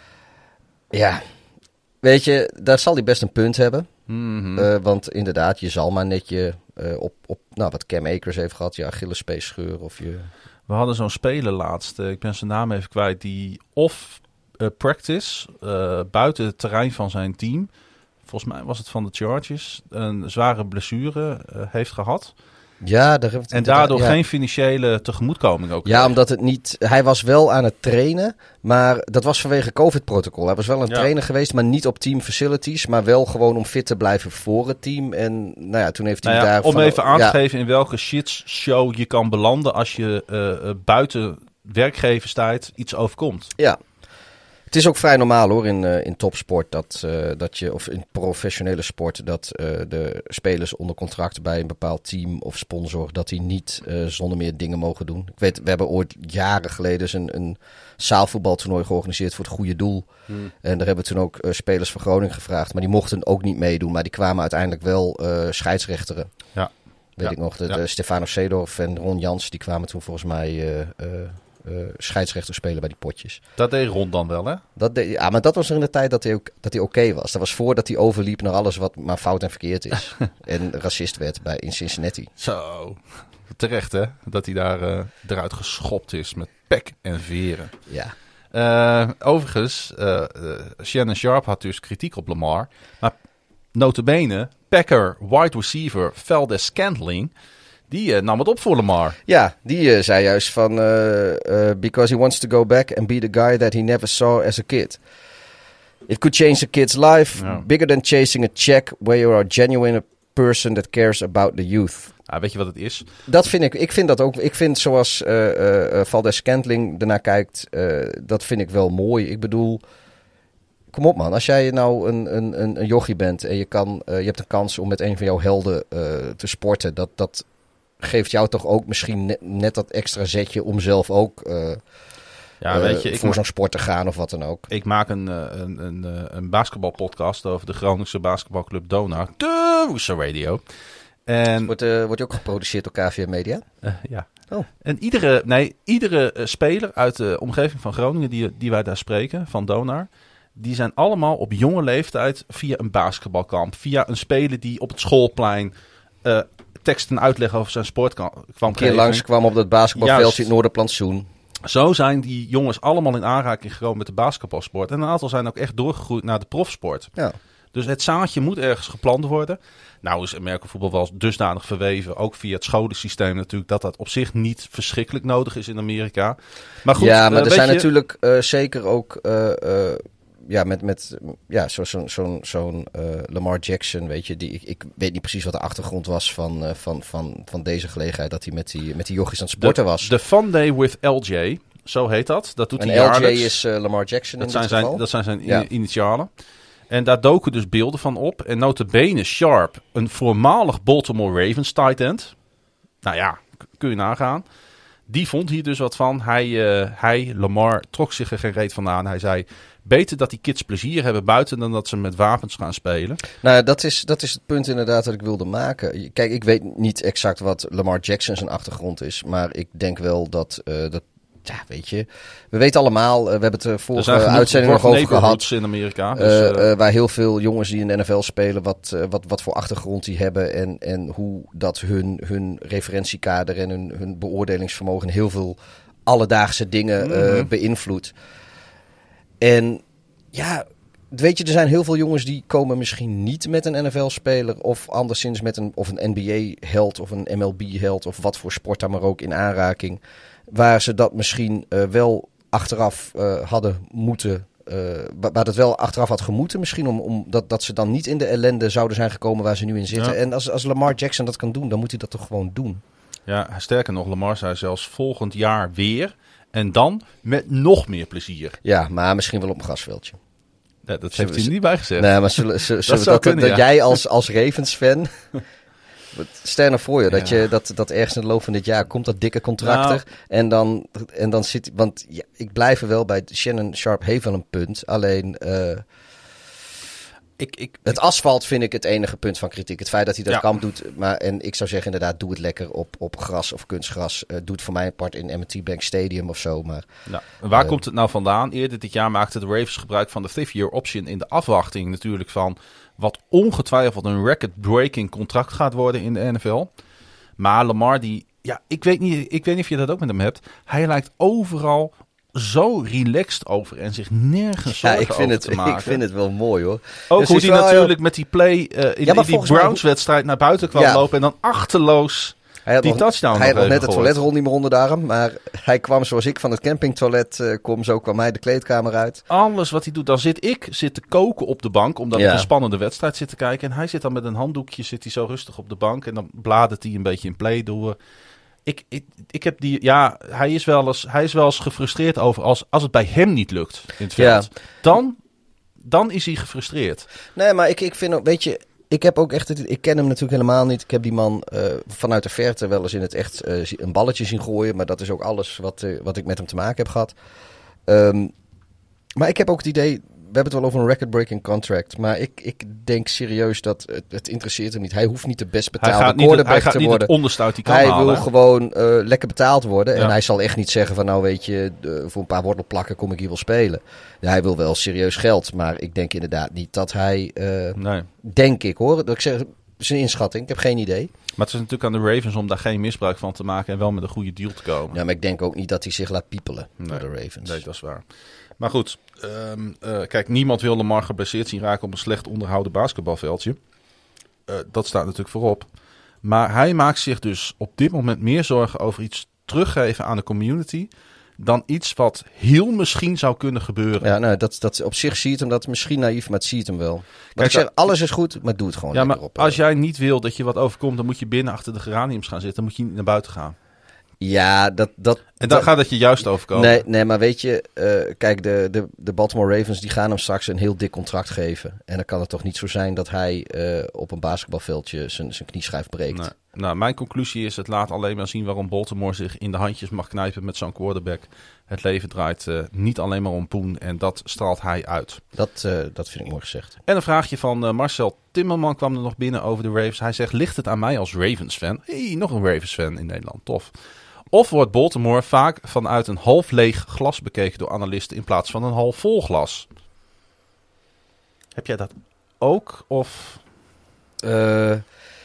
Ja, weet je, daar zal hij best een punt hebben. Mm-hmm. Uh, want inderdaad, je zal maar net je uh, op, op... Nou, wat Cam Akers heeft gehad. Je Achillespees scheur of je... We hadden zo'n speler laatst. Uh, ik ben zijn naam even kwijt. Die off uh, practice, uh, buiten het terrein van zijn team... Volgens mij was het van de Chargers, een zware blessure uh, heeft gehad. Ja, daar heeft en daardoor ja. geen financiële tegemoetkoming ook. Ja, kreeg. Omdat het niet... Hij was wel aan het trainen, maar dat was vanwege COVID-protocol. Hij was wel aan het ja. trainen geweest, maar niet op team facilities, maar wel gewoon om fit te blijven voor het team. En nou ja, toen heeft hij nou ja, daar... Om van, even aan te ja. geven in welke shitshow je kan belanden als je uh, uh, buiten werkgeverstijd iets overkomt. Ja. Het is ook vrij normaal hoor in, uh, in topsport dat, uh, dat je, of in professionele sport, dat uh, de spelers onder contract bij een bepaald team of sponsor, dat die niet uh, zonder meer dingen mogen doen. Ik weet, we hebben ooit jaren geleden een, een zaalvoetbaltoernooi georganiseerd voor het goede doel. Hmm. En daar hebben we toen ook uh, spelers van Groningen gevraagd, maar die mochten ook niet meedoen, maar die kwamen uiteindelijk wel uh, scheidsrechteren. Ja. Weet ja. ik nog, de, ja. de Stefano Seedorf en Ron Jans, die kwamen toen volgens mij... Uh, uh, Uh, scheidsrechter spelen bij die potjes. Dat deed Ron dan wel, hè? Dat de, ja, maar dat was er in de tijd dat hij, ook, dat hij oké okay was. Dat was voordat hij overliep naar alles wat maar fout en verkeerd is. En racist werd bij, in Cincinnati. Zo, terecht hè? Dat hij daar uh, eruit geschopt is met pek en veren. Ja. Uh, overigens, uh, uh, Shannon Sharp had dus kritiek op Lamar. Maar notabene, Packer wide receiver Valdez-Scantling... Die uh, nam het op voor Lamar. Ja, die uh, zei juist van... Uh, uh, because he wants to go back and be the guy that he never saw as a kid. It could change a kid's life. Ja. Bigger than chasing a check where you are a genuine person that cares about the youth. Ja, weet je wat het is? Dat vind ik. Ik vind dat ook. Ik vind zoals uh, uh, Valdez-Scantling ernaar kijkt... Uh, dat vind ik wel mooi. Ik bedoel... Kom op man, als jij nou een, een, een, een jochie bent... en je, kan, uh, je hebt een kans om met een van jouw helden uh, te sporten... dat... dat geeft jou toch ook misschien net, net dat extra zetje om zelf ook uh, ja, uh, weet je, voor zo'n sport te gaan of wat dan ook. Ik maak een, een, een, een basketbalpodcast over de Groningse basketbalclub Donar. De Woester Radio. En, wordt, uh, wordt je ook geproduceerd door K V M Media? Uh, ja. Oh. En iedere, nee, iedere uh, speler uit de omgeving van Groningen die, die wij daar spreken, van Donar... die zijn allemaal op jonge leeftijd via een basketbalkamp... via een speler die op het schoolplein... Uh, tekst en uitleg over zijn sport kwam Een keer langs kwam op dat basketbalveldje in het Noorderplantsoen. Zo zijn die jongens allemaal in aanraking gekomen met de basketbalsport. En een aantal zijn ook echt doorgegroeid naar de profsport. Ja. Dus het zaadje moet ergens geplant worden. Nou is Amerika-voetbal wel dusdanig verweven, ook via het scholensysteem natuurlijk, dat dat op zich niet verschrikkelijk nodig is in Amerika. Maar goed, ja, maar uh, er zijn je... natuurlijk uh, zeker ook... Uh, uh, ja, met, met ja, zo, zo, zo'n, zo'n uh, Lamar Jackson, weet je. Die, ik, ik weet niet precies wat de achtergrond was van, uh, van, van, van deze gelegenheid. Dat hij met die, met die jochies aan het sporten was. De Fun Day with L J, zo heet dat. Dat doet en hij jaarlijks. L J is uh, Lamar Jackson dat in zijn dit zijn, geval. Dat zijn zijn ja. initialen. En daar doken dus beelden van op. En nota bene Sharp, een voormalig Baltimore Ravens tight end. Nou ja, k- kun je nagaan. Die vond hier dus wat van. Hij, uh, hij, Lamar, trok zich er geen reet van aan. Hij zei, beter dat die kids plezier hebben buiten dan dat ze met wapens gaan spelen. Nou, dat is, dat is het punt inderdaad dat ik wilde maken. Kijk, ik weet niet exact wat Lamar Jackson zijn achtergrond is. Maar ik denk wel dat... Uh, dat ja, weet je. We weten allemaal, uh, we hebben het uh, vorige uitzending nog over gehad. In Amerika. Dus, uh, uh, uh, waar heel veel jongens die in de N F L spelen, wat, uh, wat, wat voor achtergrond die hebben. En, en hoe dat hun, hun referentiekader en hun, hun beoordelingsvermogen heel veel alledaagse dingen uh, mm-hmm. beïnvloedt. En ja, weet je, er zijn heel veel jongens die komen misschien niet met een N F L-speler. Of anderszins met een, of een N B A-held of een M L B-held. Of wat voor sport dan maar ook in aanraking. Waar ze dat misschien uh, wel achteraf uh, hadden moeten... Uh, waar dat wel achteraf had gemoeten misschien... Om, om dat, dat ze dan niet in de ellende zouden zijn gekomen waar ze nu in zitten. Ja. En als, als Lamar Jackson dat kan doen, dan moet hij dat toch gewoon doen. Ja, sterker nog, Lamar zei zelfs volgend jaar weer... En dan met nog meer plezier. Ja, maar misschien wel op een grasveldje. Ja, dat heeft hij er niet bij gezegd. Nee, maar zullen, zullen, dat, dat, dat, kunnen, dat ja. jij als, als Ravens-fan... Stel nou voor je dat, ja. je dat, dat ergens in de loop van dit jaar komt dat dikke contract er. Nou. En, dan, en dan zit... Want ja, ik blijf er wel bij. Shannon Sharp heeft wel een punt. Alleen... Uh, ik, ik, het asfalt vind ik het enige punt van kritiek. Het feit dat hij dat ja. kamp doet. Maar, en ik zou zeggen inderdaad, doe het lekker op, op gras of kunstgras. Uh, doe het voor mijn part in M en T Bank Stadium of zo. Maar, nou, waar uh, komt het nou vandaan? Eerder dit jaar maakte de Ravens gebruik van de fifth-year option in de afwachting natuurlijk van wat ongetwijfeld een record-breaking contract gaat worden in de N F L. Maar Lamar, die, ja, ik weet niet, ik weet niet of je dat ook met hem hebt. Hij lijkt overal zo relaxed over en zich nergens zorgen ja, ik vind over het, te maken. Ik vind het wel mooi hoor. Ook dus hoe hij wel, natuurlijk met die play uh, in, ja, in die Browns-wedstrijd naar buiten kwam ja. lopen en dan achterloos hij had die nog, touchdown Hij had nog net gehoord. het toiletrol niet meer onder de arm, maar hij kwam zoals ik van het campingtoilet uh, kom, zo kwam hij de kleedkamer uit. Alles wat hij doet, dan zit ik zit te koken op de bank, omdat ja. ik een spannende wedstrijd zit te kijken. En hij zit dan met een handdoekje, zit hij zo rustig op de bank en dan bladert hij een beetje in play door. Ik, ik, ik heb die, ja, hij is wel eens, hij is wel eens gefrustreerd over als, als het bij hem niet lukt in het veld. Ja. Dan, dan is hij gefrustreerd. Nee, maar ik, ik vind ook, weet je, ik heb ook echt, het, ik ken hem natuurlijk helemaal niet. Ik heb die man uh, vanuit de verte wel eens in het echt uh, een balletje zien gooien, maar dat is ook alles wat, uh, wat ik met hem te maken heb gehad. Um, maar ik heb ook het idee, we hebben het wel over een record-breaking contract. Maar ik, ik denk serieus dat het, het interesseert hem niet. Hij hoeft niet de best betaalde quarterback het, te worden. Het onderste uit die kan hij halen, wil hè? gewoon uh, lekker betaald worden. Ja. En hij zal echt niet zeggen van nou weet je, uh, voor een paar wortelplakken kom ik hier wel spelen. Ja, hij wil wel serieus geld. Maar ik denk inderdaad niet dat hij, uh, nee. denk ik hoor. Dat ik zeg, zijn inschatting. Ik heb geen idee. Maar het is natuurlijk aan de Ravens om daar geen misbruik van te maken en wel met een goede deal te komen. Ja, maar ik denk ook niet dat hij zich laat piepelen nee, door de Ravens. Nee, dat is waar. Maar goed, um, uh, kijk, niemand wil Lamar geblesseerd zien raken op een slecht onderhouden basketbalveldje. Uh, dat staat natuurlijk voorop. Maar hij maakt zich dus op dit moment meer zorgen over iets teruggeven aan de community dan iets wat heel misschien zou kunnen gebeuren. Ja, nou, dat, dat, op zich ziet hem dat misschien naïef, maar het ziet hem wel. Kijk, ik zeg, alles is goed, maar doe het gewoon ja, lekker maar op. Als jij niet wil dat je wat overkomt, dan moet je binnen achter de geraniums gaan zitten. Dan moet je niet naar buiten gaan. Ja, dat... dat en dan dat, gaat het je juist overkomen. Nee, nee maar weet je, uh, kijk, de, de, de Baltimore Ravens die gaan hem straks een heel dik contract geven. En dan kan het toch niet zo zijn dat hij uh, op een basketbalveldje zijn, zijn knieschijf breekt. Nee. Nou, mijn conclusie is, het laat alleen maar zien waarom Baltimore zich in de handjes mag knijpen met zo'n quarterback. Het leven draait uh, niet alleen maar om poen en dat straalt hij uit. Dat, uh, dat vind ik mooi gezegd. En een vraagje van uh, Marcel Timmerman kwam er nog binnen over de Ravens. Hij zegt, ligt het aan mij als Ravens-fan? Hey, nog een Ravens-fan in Nederland, tof. Of wordt Baltimore vaak vanuit een half leeg glas bekeken door analisten in plaats van een half vol glas? Heb jij dat ook? Of... Uh,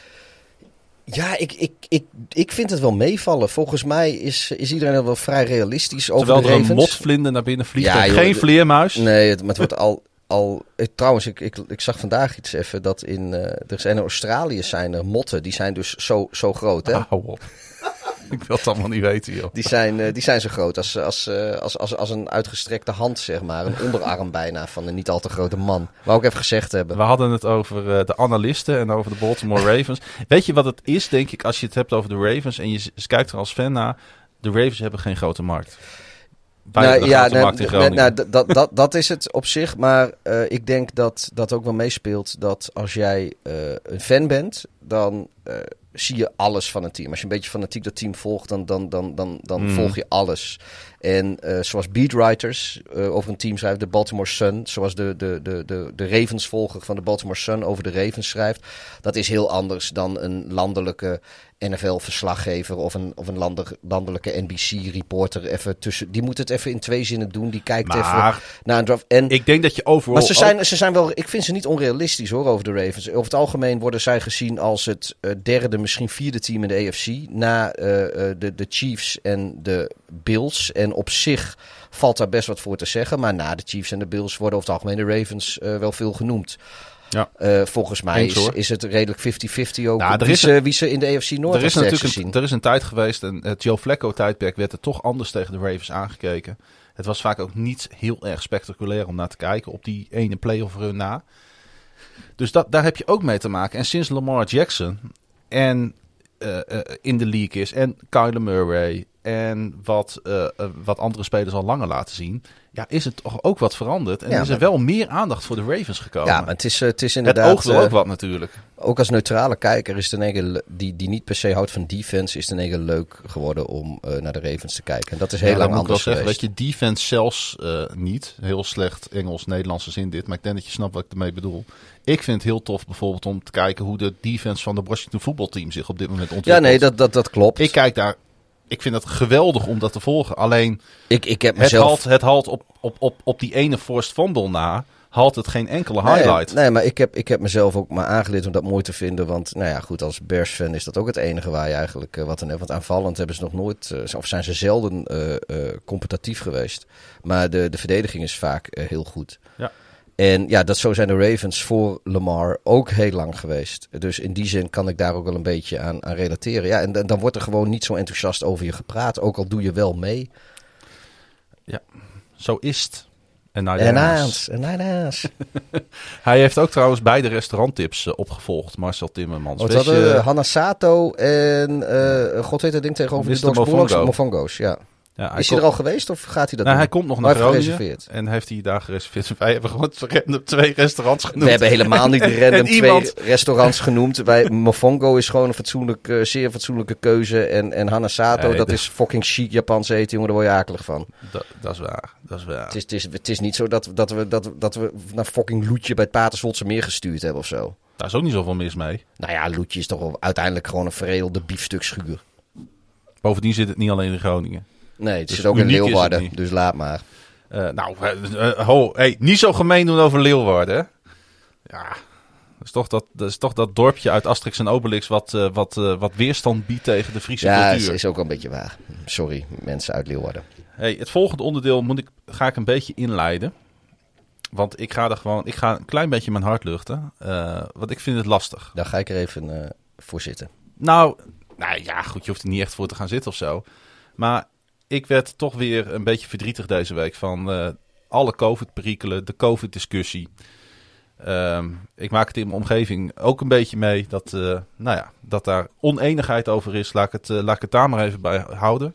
ja, ik, ik, ik, ik vind het wel meevallen. Volgens mij is, is iedereen wel vrij realistisch over Terwijl de Ravens. Terwijl er een motvlinder naar binnen vliegt ja, en joh, geen vleermuis. Nee, het, maar het wordt al... al ik, trouwens, ik, ik, ik zag vandaag iets even dat in... Uh, er zijn in Australië zijn er motten, die zijn dus zo, zo groot. Hè? Hou op. Ik wil het allemaal niet weten, joh. Die zijn, uh, die zijn zo groot als, als, uh, als, als, als een uitgestrekte hand, zeg maar. Een onderarm bijna van een niet al te grote man. Wou ik even gezegd hebben. We hadden het over uh, de analisten en over de Baltimore Ravens. Weet je wat het is, denk ik, als je het hebt over de Ravens en je z- kijkt er als fan naar. De Ravens hebben geen grote markt. Nou, de ja, nou, nou, nou, dat, dat, dat is het op zich. Maar uh, ik denk dat dat ook wel meespeelt dat als jij uh, een fan bent, dan uh, zie je alles van een team. Als je een beetje fanatiek dat team volgt, dan, dan, dan, dan, dan mm. volg je alles. En uh, zoals beatwriters uh, over een team schrijven, de Baltimore Sun, zoals de, de, de, de, de Ravens-volger van de Baltimore Sun over de Ravens schrijft, dat is heel anders dan een landelijke N F L-verslaggever of een, of een lander, landelijke N B C-reporter. Even tussen, die moet het even in twee zinnen doen. Die kijkt maar, even naar een draft. En, ik denk dat je overal... Maar ze zijn, ze zijn wel... Ik vind ze niet onrealistisch hoor, over de Ravens. Over het algemeen worden zij gezien als het uh, derde, misschien vierde team in de A F C. Na uh, uh, de, de Chiefs en de Bills. En op zich valt daar best wat voor te zeggen. Maar na de Chiefs en de Bills worden over het algemeen de Ravens uh, wel veel genoemd. Ja. Uh, volgens mij Eens, is, is het redelijk vijftig vijftig ook nou, wie, ze, wie ze in de A F C Noord er is natuurlijk gezien. een, er is een tijd geweest, en het Joe Flacco-tijdperk werd er toch anders tegen de Ravens aangekeken. Het was vaak ook niet heel erg spectaculair om naar te kijken op die ene playoff run na. Dus dat, daar heb je ook mee te maken. En sinds Lamar Jackson en uh, uh, in de league is en Kyler Murray en wat, uh, uh, wat andere spelers al langer laten zien, ja, is het toch ook wat veranderd. En ja, is er wel meer aandacht voor de Ravens gekomen. Ja, maar het is, uh, het is inderdaad... Het oog wil uh, ook wat natuurlijk. Ook als neutrale kijker is het in één keer, die, die niet per se houdt van defense, is het in één keer leuk geworden om uh, naar de Ravens te kijken. En dat is heel ja, lang anders geweest. Weet je, defense zelfs uh, niet. Heel slecht Engels-Nederlandse zin dit. Maar ik denk dat je snapt wat ik ermee bedoel. Ik vind het heel tof bijvoorbeeld om te kijken hoe de defense van de Washington voetbalteam zich op dit moment ontwikkelt. Ja, nee, dat, dat, dat klopt. Ik kijk daar... Ik vind het geweldig om dat te volgen. Alleen, ik, ik heb mezelf... het halt, het halt op, op, op, op die ene forced fumble na, halt het geen enkele highlight. Nee, nee maar ik heb, ik heb mezelf ook maar aangeleerd om dat mooi te vinden. Want, nou ja, goed, als Bears-fan is dat ook het enige waar je eigenlijk uh, wat aan hebt. Want aanvallend hebben ze nog nooit, uh, of zijn ze zelden uh, uh, competitief geweest. Maar de, de verdediging is vaak uh, heel goed. Ja. En ja, dat zo zijn de Ravens voor Lamar ook heel lang geweest. Dus in die zin kan ik daar ook wel een beetje aan, aan relateren. Ja, en dan, dan wordt er gewoon niet zo enthousiast over je gepraat. Ook al doe je wel mee. Ja, zo is het. En naast. En naast. Hij heeft ook trouwens beide restauranttips uh, opgevolgd. Marcel Timmermans. Wat hadden we? Hanna Sato en uh, god weet dat ding tegenover de Dogs Bulldogs. Mofongo's, ja. Ja, is hij kom... er al geweest of gaat hij dat nou, doen? Hij komt nog naar Groningen en heeft hij daar gereserveerd. Wij hebben gewoon random twee restaurants genoemd. We hebben helemaal niet random twee iemand... restaurants genoemd. Wij, Mofongo is gewoon een fatsoenlijk, uh, zeer fatsoenlijke keuze. En, en Hanasato, nee, dat de... is fucking chic Japans eten, jongen. Daar word je akelig van. Dat, dat is waar, dat is waar. Het is, het is, het is niet zo dat, dat, we, dat, dat we naar fucking Loetje bij het Paterswoldse meer gestuurd hebben of zo. Daar is ook niet zoveel mis mee. Nou ja, Loetje is toch wel uiteindelijk gewoon een veredelde biefstukschuur. Bovendien zit het niet alleen in Groningen. Nee, het dus zit ook in Leeuwarden, dus laat maar. Uh, nou, uh, ho, hey, niet zo gemeen doen over Leeuwarden, hè? Ja, dat is toch dat, dat, is toch dat dorpje uit Asterix en Obelix wat, uh, wat, uh, wat weerstand biedt tegen de Friese ja, cultuur. Ja, is ook wel een beetje waar. Sorry, mensen uit Leeuwarden. Hey, het volgende onderdeel moet ik, ga ik een beetje inleiden. Want ik ga er gewoon, ik ga een klein beetje mijn hart luchten. Uh, want ik vind het lastig. Daar ga ik er even uh, voor zitten. Nou, nou ja, goed, je hoeft er niet echt voor te gaan zitten of zo. Maar ik werd toch weer een beetje verdrietig deze week van uh, alle COVID-perikelen, de COVID-discussie. Um, ik maak het in mijn omgeving ook een beetje mee dat, uh, nou ja, dat daar oneenigheid over is. Laat ik het, uh, laat ik het daar maar even bij houden.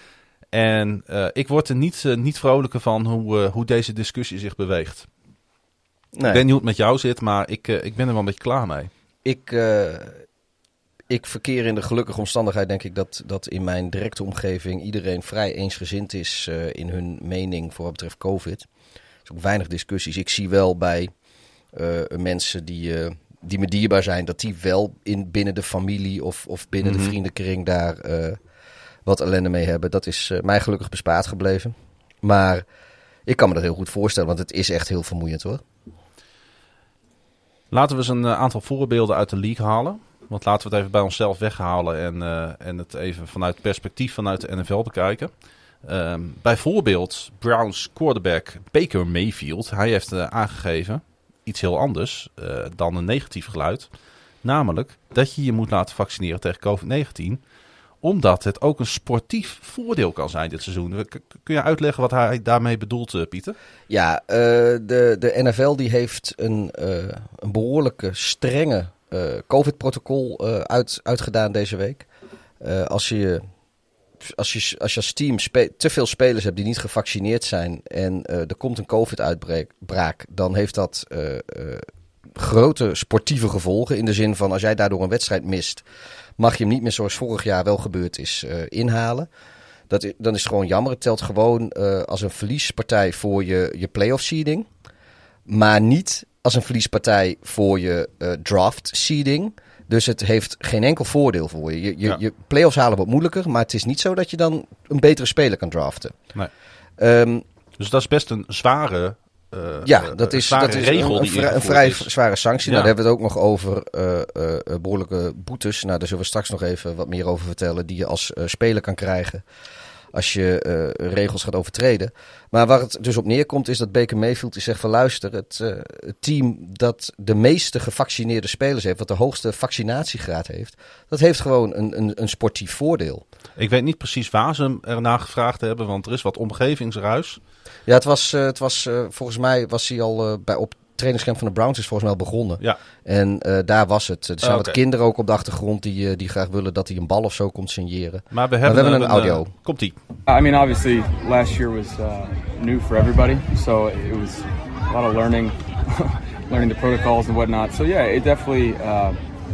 En uh, ik word er niet, uh, niet vrolijker van hoe, uh, hoe deze discussie zich beweegt. Nee. Ik weet niet hoe het met jou zit, maar ik, uh, ik ben er wel een beetje klaar mee. Ik... Uh... Ik verkeer in de gelukkige omstandigheid, denk ik, dat, dat in mijn directe omgeving iedereen vrij eensgezind is uh, in hun mening voor wat betreft COVID. Er is ook weinig discussies. Ik zie wel bij uh, mensen die, uh, die me dierbaar zijn, dat die wel in, binnen de familie of, of binnen mm-hmm. de vriendenkring daar uh, wat ellende mee hebben. Dat is uh, mij gelukkig bespaard gebleven. Maar ik kan me dat heel goed voorstellen, want het is echt heel vermoeiend hoor. Laten we eens een aantal voorbeelden uit de league halen. Want laten we het even bij onszelf weghalen en, uh, en het even vanuit het perspectief vanuit de N F L bekijken. Um, bijvoorbeeld Browns quarterback Baker Mayfield. Hij heeft uh, aangegeven iets heel anders uh, dan een negatief geluid. Namelijk dat je je moet laten vaccineren tegen COVID negentien. omdat het ook een sportief voordeel kan zijn dit seizoen. K- kun je uitleggen wat hij daarmee bedoelt, uh, Pieter? Ja, uh, de, de N F L die heeft een, uh, een behoorlijke strenge uh, COVID-protocol uh, uit, uitgedaan deze week. Uh, als je... Als je, als je als team spe- te veel spelers hebt die niet gevaccineerd zijn en uh, er komt een COVID-uitbraak, dan heeft dat uh, uh, grote sportieve gevolgen. In de zin van als jij daardoor een wedstrijd mist, mag je hem niet meer zoals vorig jaar wel gebeurd is uh, inhalen. Dat is, dan is het gewoon jammer. Het telt gewoon uh, als een verliespartij voor je, je playoff seeding, maar niet als een verliespartij voor je uh, draft seeding. Dus het heeft geen enkel voordeel voor je. Je, je, ja. je play-offs halen wat moeilijker, maar het is niet zo dat je dan een betere speler kan draften. Nee. Um, dus dat is best een zware, uh, ja, dat is, zware dat is regel een, die een, een vrij is. zware sanctie. Ja. Nou, daar hebben we het ook nog over uh, uh, behoorlijke boetes. Nou, daar zullen we straks nog even wat meer over vertellen, die je als uh, speler kan krijgen als je uh, regels gaat overtreden. Maar waar het dus op neerkomt is dat Baker Mayfield die zegt van luister, het, uh, het team dat de meeste gevaccineerde spelers heeft, wat de hoogste vaccinatiegraad heeft, dat heeft gewoon een, een, een sportief voordeel. Ik weet niet precies waar ze hem ernaar gevraagd hebben, want er is wat omgevingsruis. Ja, het was, uh, het was uh, volgens mij was hij al uh, bij op trainingscamp van de Browns is volgens mij al begonnen. Ja. En uh, daar was het. Er zijn oh, wat okay. kinderen ook op de achtergrond die, uh, die graag willen dat hij een bal of zo komt signeren. Maar we hebben, maar we hebben een, een audio. Uh, Komt-ie. I mean, obviously, last year was uh, new for everybody, so it was a lot of learning, learning the protocols and whatnot. So yeah, it definitely uh,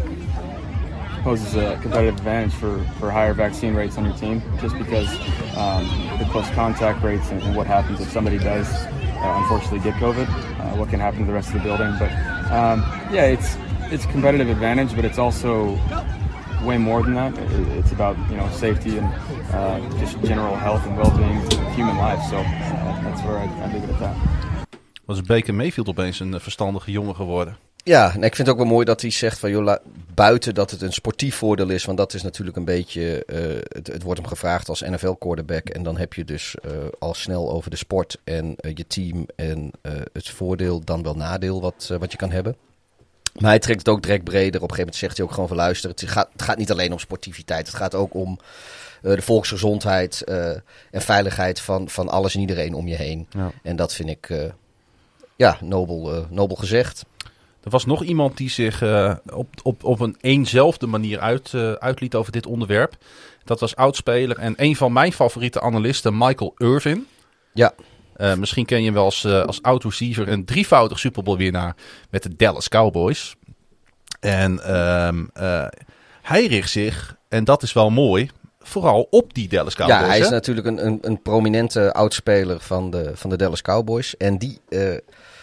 poses a competitive advantage for, for higher vaccine rates on your team, just because um, the close contact rates and, and what happens if somebody does uh, unfortunately get COVID, uh, what can happen to the rest of the building. But um, yeah, it's it's a competitive advantage, but it's also way more than that. It's about, you know, safety and uh, just general health and well-being of human life. So uh, that's where I, I leave it at that. Was Baker Mayfield opeens een verstandige jongen geworden? Ja, en ik vind het ook wel mooi dat hij zegt van joh, la, buiten dat het een sportief voordeel is, want dat is natuurlijk een beetje, uh, het, het wordt hem gevraagd als N F L-quarterback en dan heb je dus uh, al snel over de sport en uh, je team en uh, het voordeel dan wel nadeel wat, uh, wat je kan hebben. Maar hij trekt het ook direct breder. Op een gegeven moment zegt hij ook gewoon van luister, het gaat, het gaat niet alleen om sportiviteit, het gaat ook om uh, de volksgezondheid uh, en veiligheid van, van alles en iedereen om je heen. Ja. En dat vind ik, uh, ja, nobel, uh, nobel gezegd. Er was nog iemand die zich uh, op, op, op een eenzelfde manier uit, uh, uitliet over dit onderwerp. Dat was oudspeler en een van mijn favoriete analisten, Michael Irvin. Ja. Uh, misschien ken je hem wel als, uh, als oud-receiver, een drievoudig Super Bowl winnaar met de Dallas Cowboys. En um, uh, hij richt zich, en dat is wel mooi, vooral op die Dallas Cowboys. Ja, hij is hè? natuurlijk een, een, een prominente oudspeler van de, van de Dallas Cowboys. En die... Uh,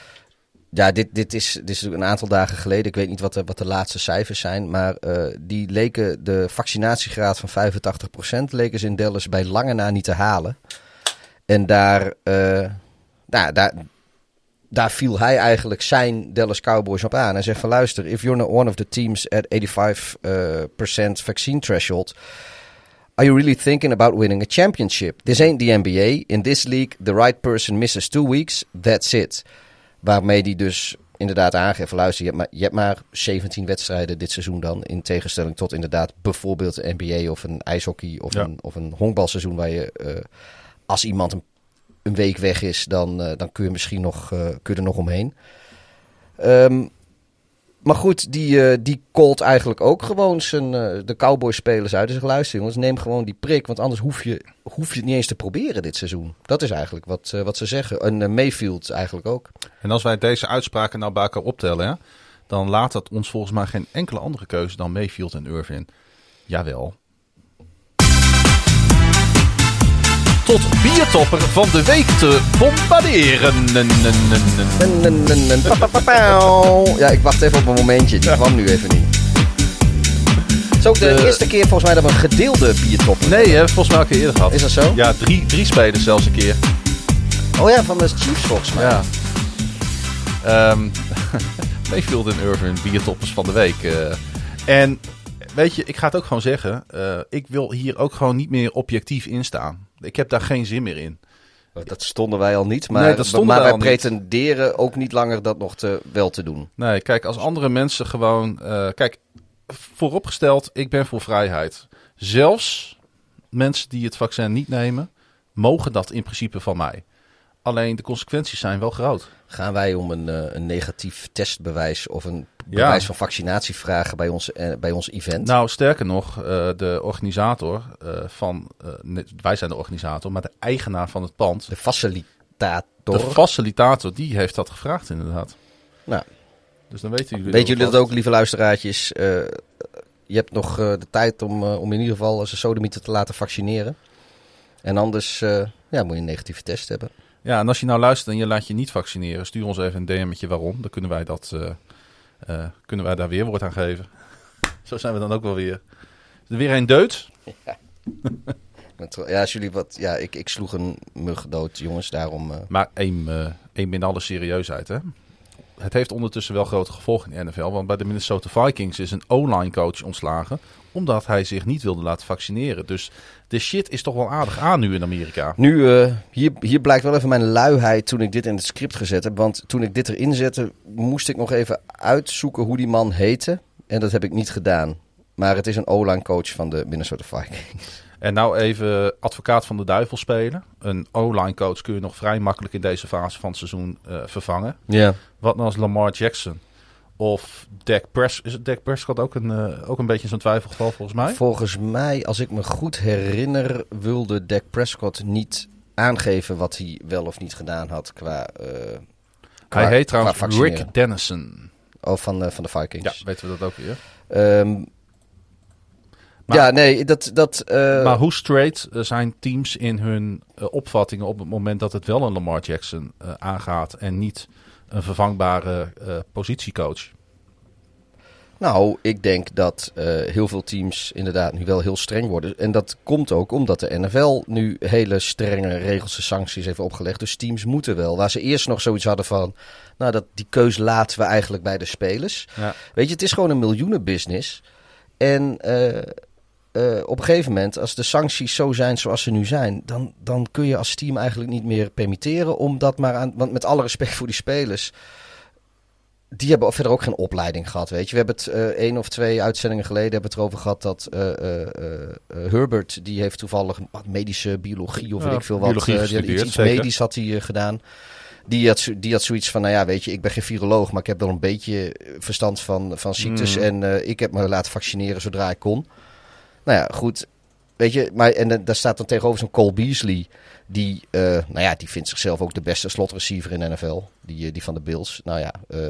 Ja, dit, dit, is, dit is natuurlijk een aantal dagen geleden. Ik weet niet wat de, wat de laatste cijfers zijn. Maar uh, die leken de vaccinatiegraad van vijfentachtig procent leken ze in Dallas bij lange na niet te halen. En daar, uh, nou, daar, daar viel hij eigenlijk zijn Dallas Cowboys op aan. Hij zegt van luister, if you're not one of the teams at eighty-five percent vaccine threshold, are you really thinking about winning a championship? This ain't the N B A. In this league, the right person misses two weeks. That's it. Waarmee die dus inderdaad aangeeft, luister, je hebt, maar, je hebt maar zeventien wedstrijden dit seizoen dan. In tegenstelling tot inderdaad bijvoorbeeld de N B A of een ijshockey of, ja. een, of een honkbalseizoen. Waar je, uh, als iemand een, een week weg is, dan, uh, dan kun je misschien nog, uh, kun je er nog omheen. Um, maar goed, die, uh, die called eigenlijk ook gewoon zijn, uh, de Cowboys-spelers uit. Dus luister jongens, neem gewoon die prik, want anders hoef je, hoef je het niet eens te proberen dit seizoen. Dat is eigenlijk wat, uh, wat ze zeggen. En uh, Mayfield eigenlijk ook. En als wij deze uitspraken nou bij elkaar optellen, hè, dan laat dat ons volgens mij geen enkele andere keuze dan Mayfield en Irvin. Jawel. Tot biertopper van de week te bombarderen. Ja, ik wacht even op een momentje. Die kwam nu even niet. Het is ook de, de eerste keer volgens mij dat we een gedeelde biertopper. Nee, hè, volgens mij al een keer eerder gehad. Is dat zo? Ja, drie, drie spelers zelfs een keer. Oh ja, van de Chiefs volgens mij. Ja. Um, Mayfield en Irvin, biertoppers van de week. Uh, en weet je, ik ga het ook gewoon zeggen. Uh, ik wil hier ook gewoon niet meer objectief in staan. Ik heb daar geen zin meer in. Dat stonden wij al niet, maar, nee, dat stonden maar wij, wij pretenderen niet. Ook niet langer dat nog te, wel te doen. Nee, kijk, als andere mensen gewoon... Uh, kijk, vooropgesteld, ik ben voor vrijheid. Zelfs mensen die het vaccin niet nemen, mogen dat in principe van mij. Alleen de consequenties zijn wel groot. Gaan wij om een, uh, een negatief testbewijs of een bewijs ja. van vaccinatie vragen bij ons, uh, bij ons event? Nou, sterker nog, uh, de organisator uh, van... Uh, wij zijn de organisator, maar de eigenaar van het pand... De facilitator. De facilitator, die heeft dat gevraagd inderdaad. Nou, dus dan weten jullie... Weet jullie dat ook, lieve luisteraartjes? Uh, je hebt nog uh, de tijd om, uh, om in ieder geval zijn sodemieter te laten vaccineren. En anders uh, ja, moet je een negatieve test hebben. Ja, en als je nou luistert en je laat je niet vaccineren, stuur ons even een D M'tje waarom. Dan kunnen wij, dat, uh, uh, kunnen wij daar weerwoord aan geven. Zo zijn we dan ook wel weer. Is er weer een deut? Ja. Ja, als jullie wat, ja ik, ik sloeg een mug dood, jongens, daarom... Uh... Maar één, uh, één in alle serieusheid, hè. Het heeft ondertussen wel grote gevolgen in de N F L. Want bij de Minnesota Vikings is een O-line coach ontslagen, omdat hij zich niet wilde laten vaccineren. Dus de shit is toch wel aardig aan nu in Amerika. Nu, uh, hier, hier blijkt wel even mijn luiheid toen ik dit in het script gezet heb. Want toen ik dit erin zette, moest ik nog even uitzoeken hoe die man heette. En dat heb ik niet gedaan. Maar het is een O-line coach van de Minnesota Vikings. En nou even advocaat van de duivel spelen. Een O-line coach kun je nog vrij makkelijk in deze fase van het seizoen uh, vervangen. Ja. Wat nou als Lamar Jackson of Dak Prescott? Is het Dak Prescott ook een, uh, ook een beetje zo'n twijfelgeval volgens mij? Volgens mij, als ik me goed herinner, wilde Dak Prescott niet aangeven wat hij wel of niet gedaan had qua uh, qua, Hij heet trouwens Rick Dennison. Oh, van, uh, van de Vikings. Ja, weten we dat ook weer. Um, Maar, ja, nee, dat... dat uh... Maar hoe straight zijn teams in hun uh, opvattingen op het moment dat het wel een Lamar Jackson uh, aangaat en niet een vervangbare uh, positiecoach? Nou, ik denk dat uh, heel veel teams inderdaad nu wel heel streng worden. En dat komt ook omdat de N F L nu hele strenge regels en sancties heeft opgelegd. Dus teams moeten wel. Waar ze eerst nog zoiets hadden van, nou, dat, die keus laten we eigenlijk bij de spelers. Ja. Weet je, het is gewoon een miljoenenbusiness. En uh, uh, op een gegeven moment, als de sancties zo zijn zoals ze nu zijn, dan, dan kun je als team eigenlijk niet meer permitteren om dat maar aan... Want met alle respect voor die spelers, die hebben verder ook geen opleiding gehad, weet je. We hebben het uh, één of twee uitzendingen geleden hebben het erover gehad dat uh, uh, uh, Herbert, die heeft toevallig wat medische biologie of ja, weet ik veel wat. Uh, die had iets, iets medisch had hij uh, gedaan. Die had, die had zoiets van, nou ja, weet je, ik ben geen viroloog, maar ik heb wel een beetje verstand van, van ziektes. Mm. En uh, ik heb me laten vaccineren zodra ik kon. Nou ja, goed. Weet je, maar en uh, daar staat dan tegenover zo'n Cole Beasley. Die, uh, nou ja, die vindt zichzelf ook de beste slot receiver in de N F L. Die, uh, die van de Bills. Nou ja, uh,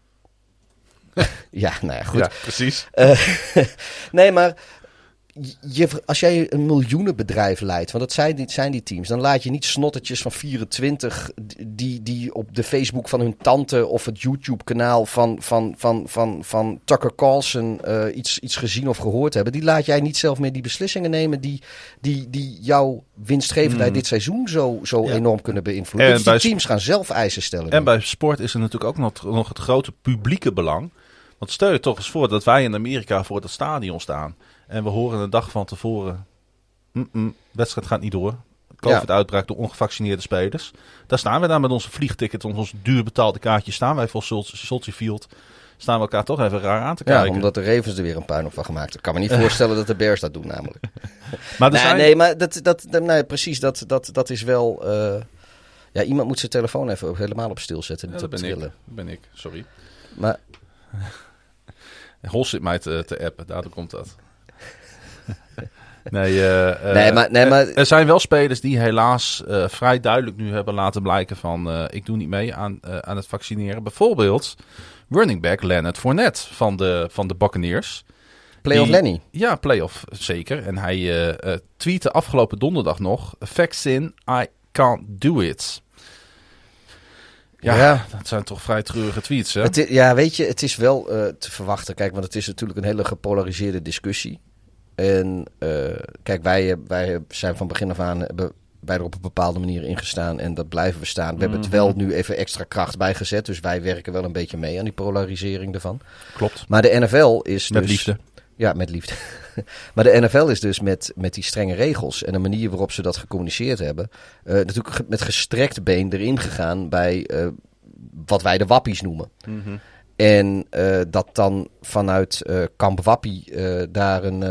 ja, nou ja, goed. Ja, precies. Uh, nee, maar je, als jij een miljoenenbedrijf leidt, want dat zijn die, zijn die teams, dan laat je niet snottertjes van vierentwintig die, die op de Facebook van hun tante of het YouTube-kanaal van, van, van, van, van Tucker Carlson uh, iets, iets gezien of gehoord hebben. Die laat jij niet zelf meer die beslissingen nemen die, die, die jouw winstgevendheid mm. dit seizoen zo, zo ja. enorm kunnen beïnvloeden. Dus die teams gaan zelf eisen stellen. En nu. Bij sport is er natuurlijk ook nog, nog het grote publieke belang. Want stel je toch eens voor dat wij in Amerika voor het stadion staan. En we horen een dag van tevoren, de wedstrijd gaat niet door. COVID-uitbraak door ongevaccineerde spelers. Daar staan we dan met onze vliegticket, onze duur betaalde kaartjes. Staan wij voor Soldier Field. Staan we elkaar toch even raar aan te kijken. Ja, omdat de Ravens er weer een puinhoop van gemaakt hebben. Ik kan me niet voorstellen dat de Bears dat doen namelijk. Maar nee, zijn... nee, maar dat, dat, dat, nee, precies, dat, dat, dat is wel... Uh... Ja, iemand moet zijn telefoon even helemaal op stil zetten. Ja, dat ben ik. Dat ben ik, sorry. Maar... Hol zit mij te, te appen, daardoor komt dat. Nee, uh, nee, maar, nee, maar... Er zijn wel spelers die helaas uh, vrij duidelijk nu hebben laten blijken van... Uh, ik doe niet mee aan, uh, aan het vaccineren. Bijvoorbeeld running back Leonard Fournette van de, van de Buccaneers. Playoff Lenny. Ja, playoff zeker. En hij uh, uh, tweette afgelopen donderdag nog... Vaccine, I can't do it. Ja, ja, dat zijn toch vrij treurige tweets, hè? Het is, ja, weet je, het is wel uh, te verwachten. Kijk, want het is natuurlijk een hele gepolariseerde discussie. En uh, kijk, wij, wij zijn van begin af aan hebben wij er op een bepaalde manier ingestaan. En dat blijven we staan. We mm-hmm. hebben het wel nu even extra kracht bijgezet. Dus wij werken wel een beetje mee aan die polarisering ervan. Klopt. Maar de N F L is met dus... liefde. Ja, met liefde. Maar de N F L is dus met, met die strenge regels en de manier waarop ze dat gecommuniceerd hebben... Uh, natuurlijk met gestrekt been erin gegaan bij uh, wat wij de wappies noemen. Mm-hmm. En uh, dat dan vanuit uh, kamp Wappie uh, daar een, uh,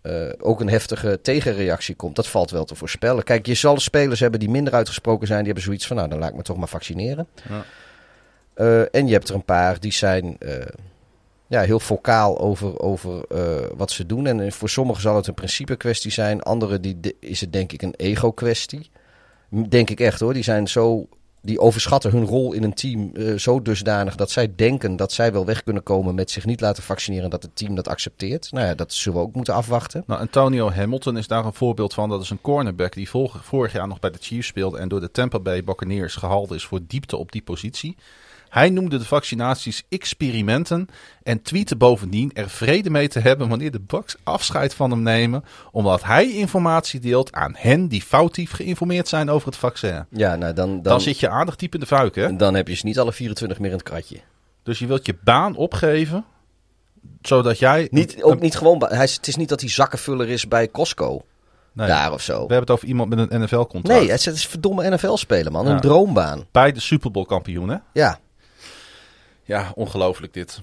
uh, ook een heftige tegenreactie komt. Dat valt wel te voorspellen. Kijk, je zal spelers hebben die minder uitgesproken zijn. Die hebben zoiets van, nou, dan laat ik me toch maar vaccineren. Ja. Uh, en je hebt er een paar die zijn uh, ja, heel vocaal over, over uh, wat ze doen. En voor sommigen zal het een principe kwestie zijn. Anderen die, de, is het denk ik een ego kwestie. Denk ik echt hoor. Die zijn zo... Die overschatten hun rol in een team uh, zo dusdanig dat zij denken dat zij wel weg kunnen komen met zich niet laten vaccineren en dat het team dat accepteert. Nou ja, dat zullen we ook moeten afwachten. Nou, Antonio Hamilton is daar een voorbeeld van. Dat is een cornerback die vorig, vorig jaar nog bij de Chiefs speelde en door de Tampa Bay Buccaneers gehaald is voor diepte op die positie. Hij noemde de vaccinaties experimenten en tweette bovendien er vrede mee te hebben wanneer de Bucs afscheid van hem nemen, omdat hij informatie deelt aan hen die foutief geïnformeerd zijn over het vaccin. Ja, nou dan, dan, dan zit je aardig diep in de fuik, hè? Dan heb je ze niet alle vierentwintig meer in het kratje. Dus je wilt je baan opgeven, zodat jij... Niet, ook niet gewoon... Hij, het is niet dat hij zakkenvuller is bij Costco. Nee, daar of zo. We hebben het over iemand met een N F L-contract. Nee, het is verdomme N F L-speler, man. Ja. Een droombaan. Bij de Super Bowl kampioen, hè? Ja. Ja, ongelooflijk dit.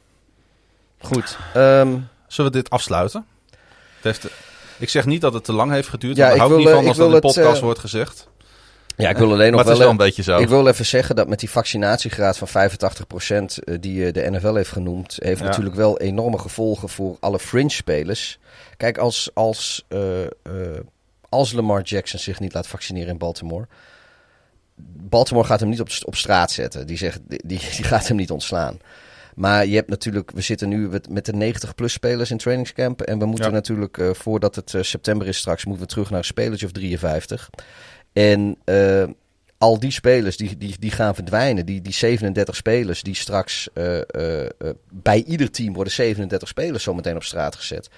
Goed. Um, Zullen we dit afsluiten? Het heeft, ik zeg niet dat het te lang heeft geduurd. Ja, ik hou wil, niet van ik als wil dat in de podcast uh, wordt gezegd. Ja, ik wil alleen nog maar het wel, is wel een beetje zo. Ik wil even zeggen dat met die vaccinatiegraad van vijfentachtig procent die de N F L heeft genoemd, heeft ja. natuurlijk wel enorme gevolgen voor alle fringe-spelers. Kijk, als, als, uh, uh, als Lamar Jackson zich niet laat vaccineren in Baltimore, Baltimore gaat hem niet op, op straat zetten. Die, zegt, die, die gaat hem niet ontslaan. Maar je hebt natuurlijk, we zitten nu met de negentig plus spelers in trainingscamp. En we moeten ja. natuurlijk, uh, voordat het uh, september is straks, moeten we terug naar een spelertje of drieënvijftig. En uh, al die spelers die, die, die gaan verdwijnen. Die, die zevenendertig spelers die straks uh, uh, uh, bij ieder team worden zevenendertig spelers zometeen op straat gezet.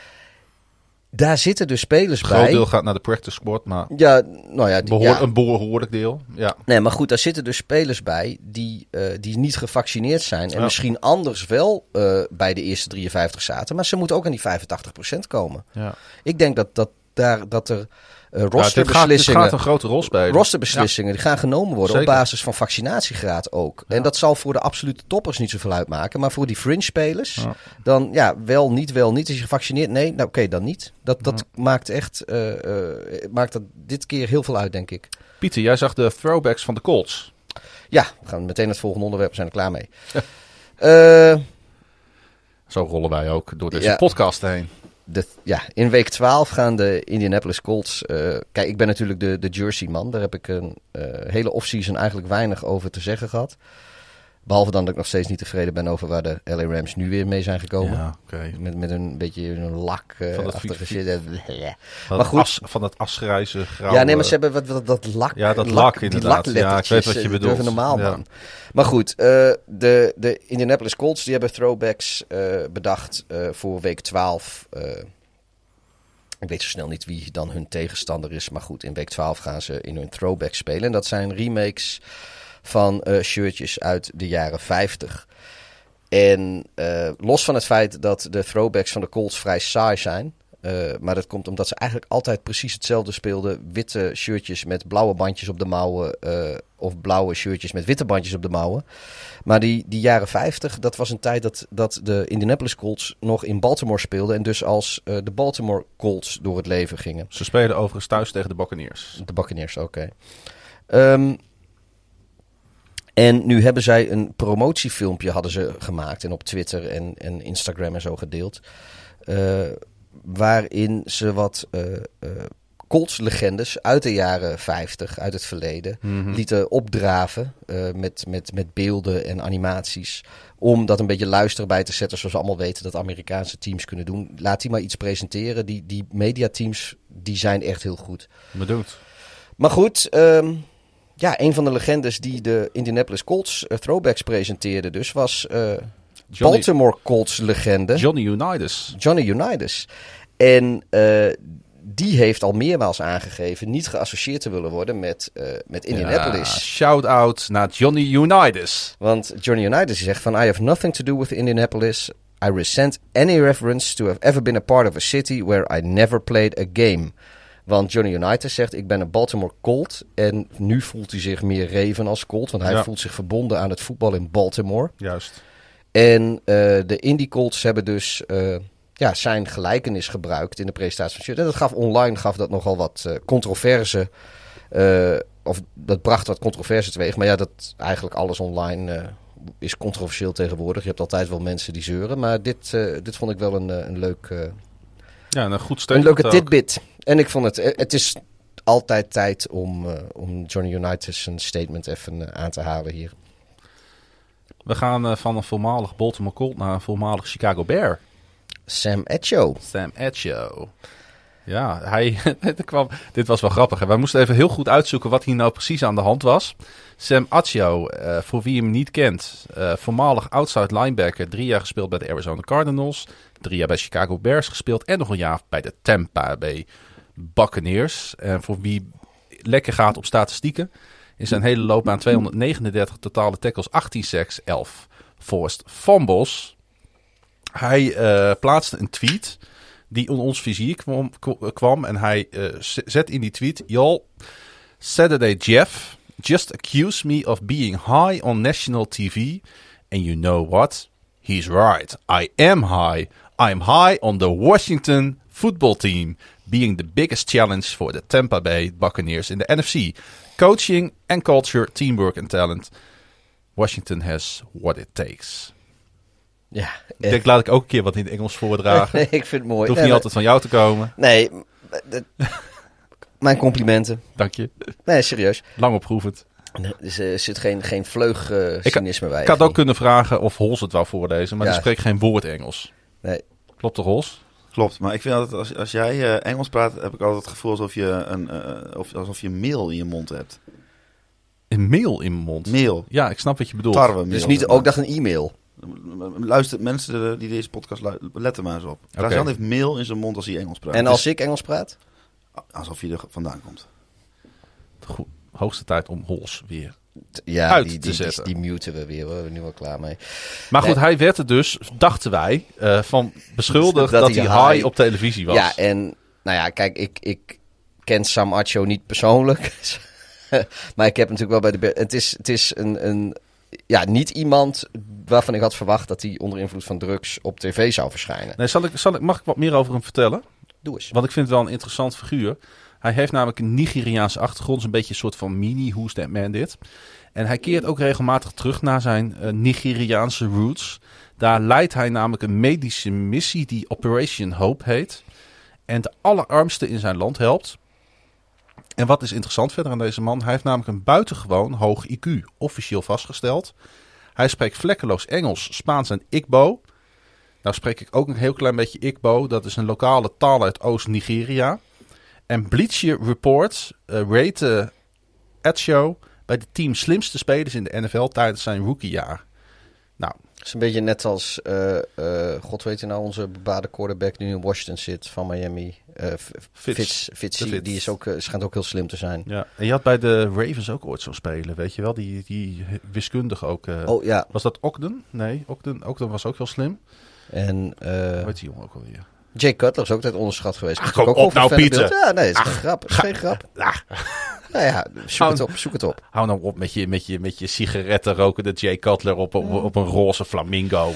Daar zitten dus spelers bij. Een groot deel gaat naar de practice squad, maar ja, nou ja, die, behoor, ja. een behoorlijk deel. Ja. Nee, maar goed, daar zitten dus spelers bij die, uh, die niet gevaccineerd zijn. En ja. misschien anders wel uh, bij de eerste drieënvijftig zaten. Maar ze moeten ook aan die vijfentachtig procent komen. Ja. Ik denk dat, dat, daar, dat er uh, rosterbeslissingen... Ja, dit, gaat, dit gaat een grote rol spelen. Rosterbeslissingen, ja. die gaan genomen worden Zeker. op basis van vaccinatiegraad ook. Ja. En dat zal voor de absolute toppers niet zoveel uitmaken. Maar voor die fringe-spelers, ja. dan ja, wel, niet, wel, niet. Is je gevaccineerd? Nee, nou oké, okay, dan niet. Dat, dat ja. maakt echt, uh, uh, maakt dat dit keer heel veel uit, denk ik. Pieter, jij zag de throwbacks van de Colts. Ja, we gaan meteen naar het volgende onderwerp, we zijn er klaar mee. Ja. Uh, Zo rollen wij ook door deze ja. podcast heen. De, ja, in week twaalf gaan de Indianapolis Colts... Uh, kijk, ik ben natuurlijk de, de Jersey-man. Daar heb ik een uh, hele offseason eigenlijk weinig over te zeggen gehad. Behalve dan dat ik nog steeds niet tevreden ben over waar de L A Rams nu weer mee zijn gekomen. Ja, okay. met, met een beetje een lak uh, van achtige shit. Van, maar goed, as, van dat asgrijze grauwe... Ja, nee, maar ze hebben wat, wat, dat lak. Ja, dat lak, lak inderdaad. Die ja, ik weet wat je bedoelt. Normaal, ja. man. Maar goed, uh, de, de Indianapolis Colts die hebben throwbacks uh, bedacht uh, voor week twaalf... Uh, Ik weet zo snel niet wie dan hun tegenstander is. Maar goed, in week twaalf gaan ze in hun throwback spelen. En dat zijn remakes van uh, shirtjes uit de jaren vijftig. En uh, los van het feit dat de throwbacks van de Colts vrij saai zijn. Uh, maar dat komt omdat ze eigenlijk altijd precies hetzelfde speelden. Witte shirtjes met blauwe bandjes op de mouwen. Uh, of blauwe shirtjes met witte bandjes op de mouwen. Maar die, die jaren vijftig, dat was een tijd dat, dat de Indianapolis Colts nog in Baltimore speelden. En dus als uh, de Baltimore Colts door het leven gingen. Ze spelen overigens thuis tegen de Buccaneers. De Buccaneers, oké. Okay. Um, en nu hebben zij een promotiefilmpje hadden ze gemaakt. En op Twitter en, en Instagram en zo gedeeld. Uh, waarin ze wat uh, uh, Colts-legendes uit de jaren vijftig, uit het verleden, mm-hmm. lieten opdraven uh, met, met, met beelden en animaties. Om dat een beetje luisteren bij te zetten, zoals we allemaal weten dat Amerikaanse teams kunnen doen. Laat die maar iets presenteren. Die, die mediateams, die zijn echt heel goed. Bedoeld. Maar goed, um, ja, een van de legendes die de Indianapolis Colts uh, throwbacks presenteerde dus was... Uh, Johnny, Baltimore Colts legende. Johnny Unitas. Johnny Unitas. En uh, die heeft al meermaals aangegeven niet geassocieerd te willen worden met, uh, met Indianapolis. Ja, shout-out naar Johnny Unitas. Want Johnny Unitas zegt van... I have nothing to do with Indianapolis. I resent any reference to have ever been a part of a city where I never played a game. Want Johnny Unitas zegt, ik ben een Baltimore Colt. En nu voelt hij zich meer Raven als Colt. Want hij ja. voelt zich verbonden aan het voetbal in Baltimore. Juist. En uh, de Indy Colts hebben dus uh, ja, zijn gelijkenis gebruikt in de presentatie van shirt. En dat gaf online gaf dat nogal wat uh, controverse. Uh, of dat bracht wat controverse teweeg. Maar ja, dat eigenlijk alles online uh, is controversieel tegenwoordig. Je hebt altijd wel mensen die zeuren. Maar dit, uh, dit vond ik wel een, een leuk... Uh, ja, een goed Een leuke tidbit. En ik vond het... Het is altijd tijd om, uh, om Johnny Unitas een statement even uh, aan te halen hier. We gaan uh, van een voormalig Baltimore Colt naar een voormalig Chicago Bear. Sam Acho. Sam Acho. Ja, hij, kwam, dit was wel grappig. Hè? Wij moesten even heel goed uitzoeken wat hier nou precies aan de hand was. Sam Acho, uh, voor wie hem niet kent, uh, voormalig outside linebacker, drie jaar gespeeld bij de Arizona Cardinals, drie jaar bij Chicago Bears gespeeld en nog een jaar bij de Tampa Bay Buccaneers. En voor wie lekker gaat op statistieken, in zijn hele loopbaan tweehonderdnegenendertig totale tackles, achttien sacks, elf forced fumbles. Hij uh, plaatste een tweet die on ons vizier kwam, kwam en hij uh, zet in die tweet: Y'all, Saturday Jeff just accused me of being high on national T V. And you know what? He's right. I am high. I'm high on the Washington football team, being the biggest challenge for the Tampa Bay Buccaneers in the N F C. Coaching and culture, teamwork and talent. Washington has what it takes. Ja, ik denk, laat ik ook een keer wat in het Engels voordragen. Nee, ik vind het mooi. Het hoeft nee, niet altijd van jou te komen. Nee, dat, mijn complimenten. Dank je. Nee, serieus. Lang opproevend. Er zit geen, geen vleug uh, cynisme bij. Ik had ook kunnen vragen of Hols het wou voorlezen, maar ja. Die spreekt geen woord Engels. Nee. Klopt toch, Hols? Klopt, maar ik vind altijd, als, als jij uh, Engels praat, heb ik altijd het gevoel alsof je een, uh, of, alsof je meel in je mond hebt. Een meel in mijn mond? Meel. Ja, ik snap wat je bedoelt. Tarwe. Dus niet ook dacht een e-mail. Luister, mensen die deze podcast luisteren, let er maar eens op. Okay. Razan heeft meel in zijn mond als hij Engels praat. En als dus, ik Engels praat? Alsof je er vandaan komt. Goed, hoogste tijd om Hols weer ja, uit die, te die, zetten. Die, die muten we weer, we zijn nu wel klaar mee. Maar goed, nee. Hij werd er dus, dachten wij, uh, van beschuldigd dat, dat hij high, high op televisie was. Ja, en nou ja, kijk, ik, ik ken Sam Acho niet persoonlijk. Maar ik heb natuurlijk wel bij de... Het is, het is een, een... Ja, niet iemand waarvan ik had verwacht dat hij onder invloed van drugs op tv zou verschijnen. Nee, zal ik, zal ik, mag ik wat meer over hem vertellen? Doe eens. Want ik vind het wel een interessant figuur. Hij heeft namelijk een Nigeriaanse achtergrond. Een beetje een soort van mini Who's That Man dit. En hij keert ook regelmatig terug naar zijn uh, Nigeriaanse roots. Daar leidt hij namelijk een medische missie die Operation Hope heet. En de allerarmsten in zijn land helpt. En wat is interessant verder aan deze man? Hij heeft namelijk een buitengewoon hoog I Q, officieel vastgesteld. Hij spreekt vlekkeloos Engels, Spaans en Igbo. Nou spreek ik ook een heel klein beetje Igbo. Dat is een lokale taal uit Oost-Nigeria. En Bleacher Report uh, rate Acho bij de team slimste spelers in de N F L tijdens zijn rookiejaar. Nou, het is een beetje net als, uh, uh, god weet je nou, onze bebaarde quarterback nu in Washington zit van Miami. Uh, Fitz, Fitzy, die is ook, uh, schijnt ook heel slim te zijn. Ja, en je had bij de Ravens ook ooit zo'n speler, weet je wel? Die, die wiskundige ook. Uh, oh ja. Was dat Ogden? Nee, Ogden, Ogden was ook heel slim. En, uh, hoe heet die jongen ook alweer? Jay Cutler is ook altijd onderschat geweest. Ach, kom op nou, Pieter. Ja, nee, het is Ach, geen grap. Het is geen grap. Ah. Nou ja, zoek hou, het op, zoek het op. Hou nou op met je, met je, met je sigaretten rokende Jay Cutler op, op, op een roze flamingo.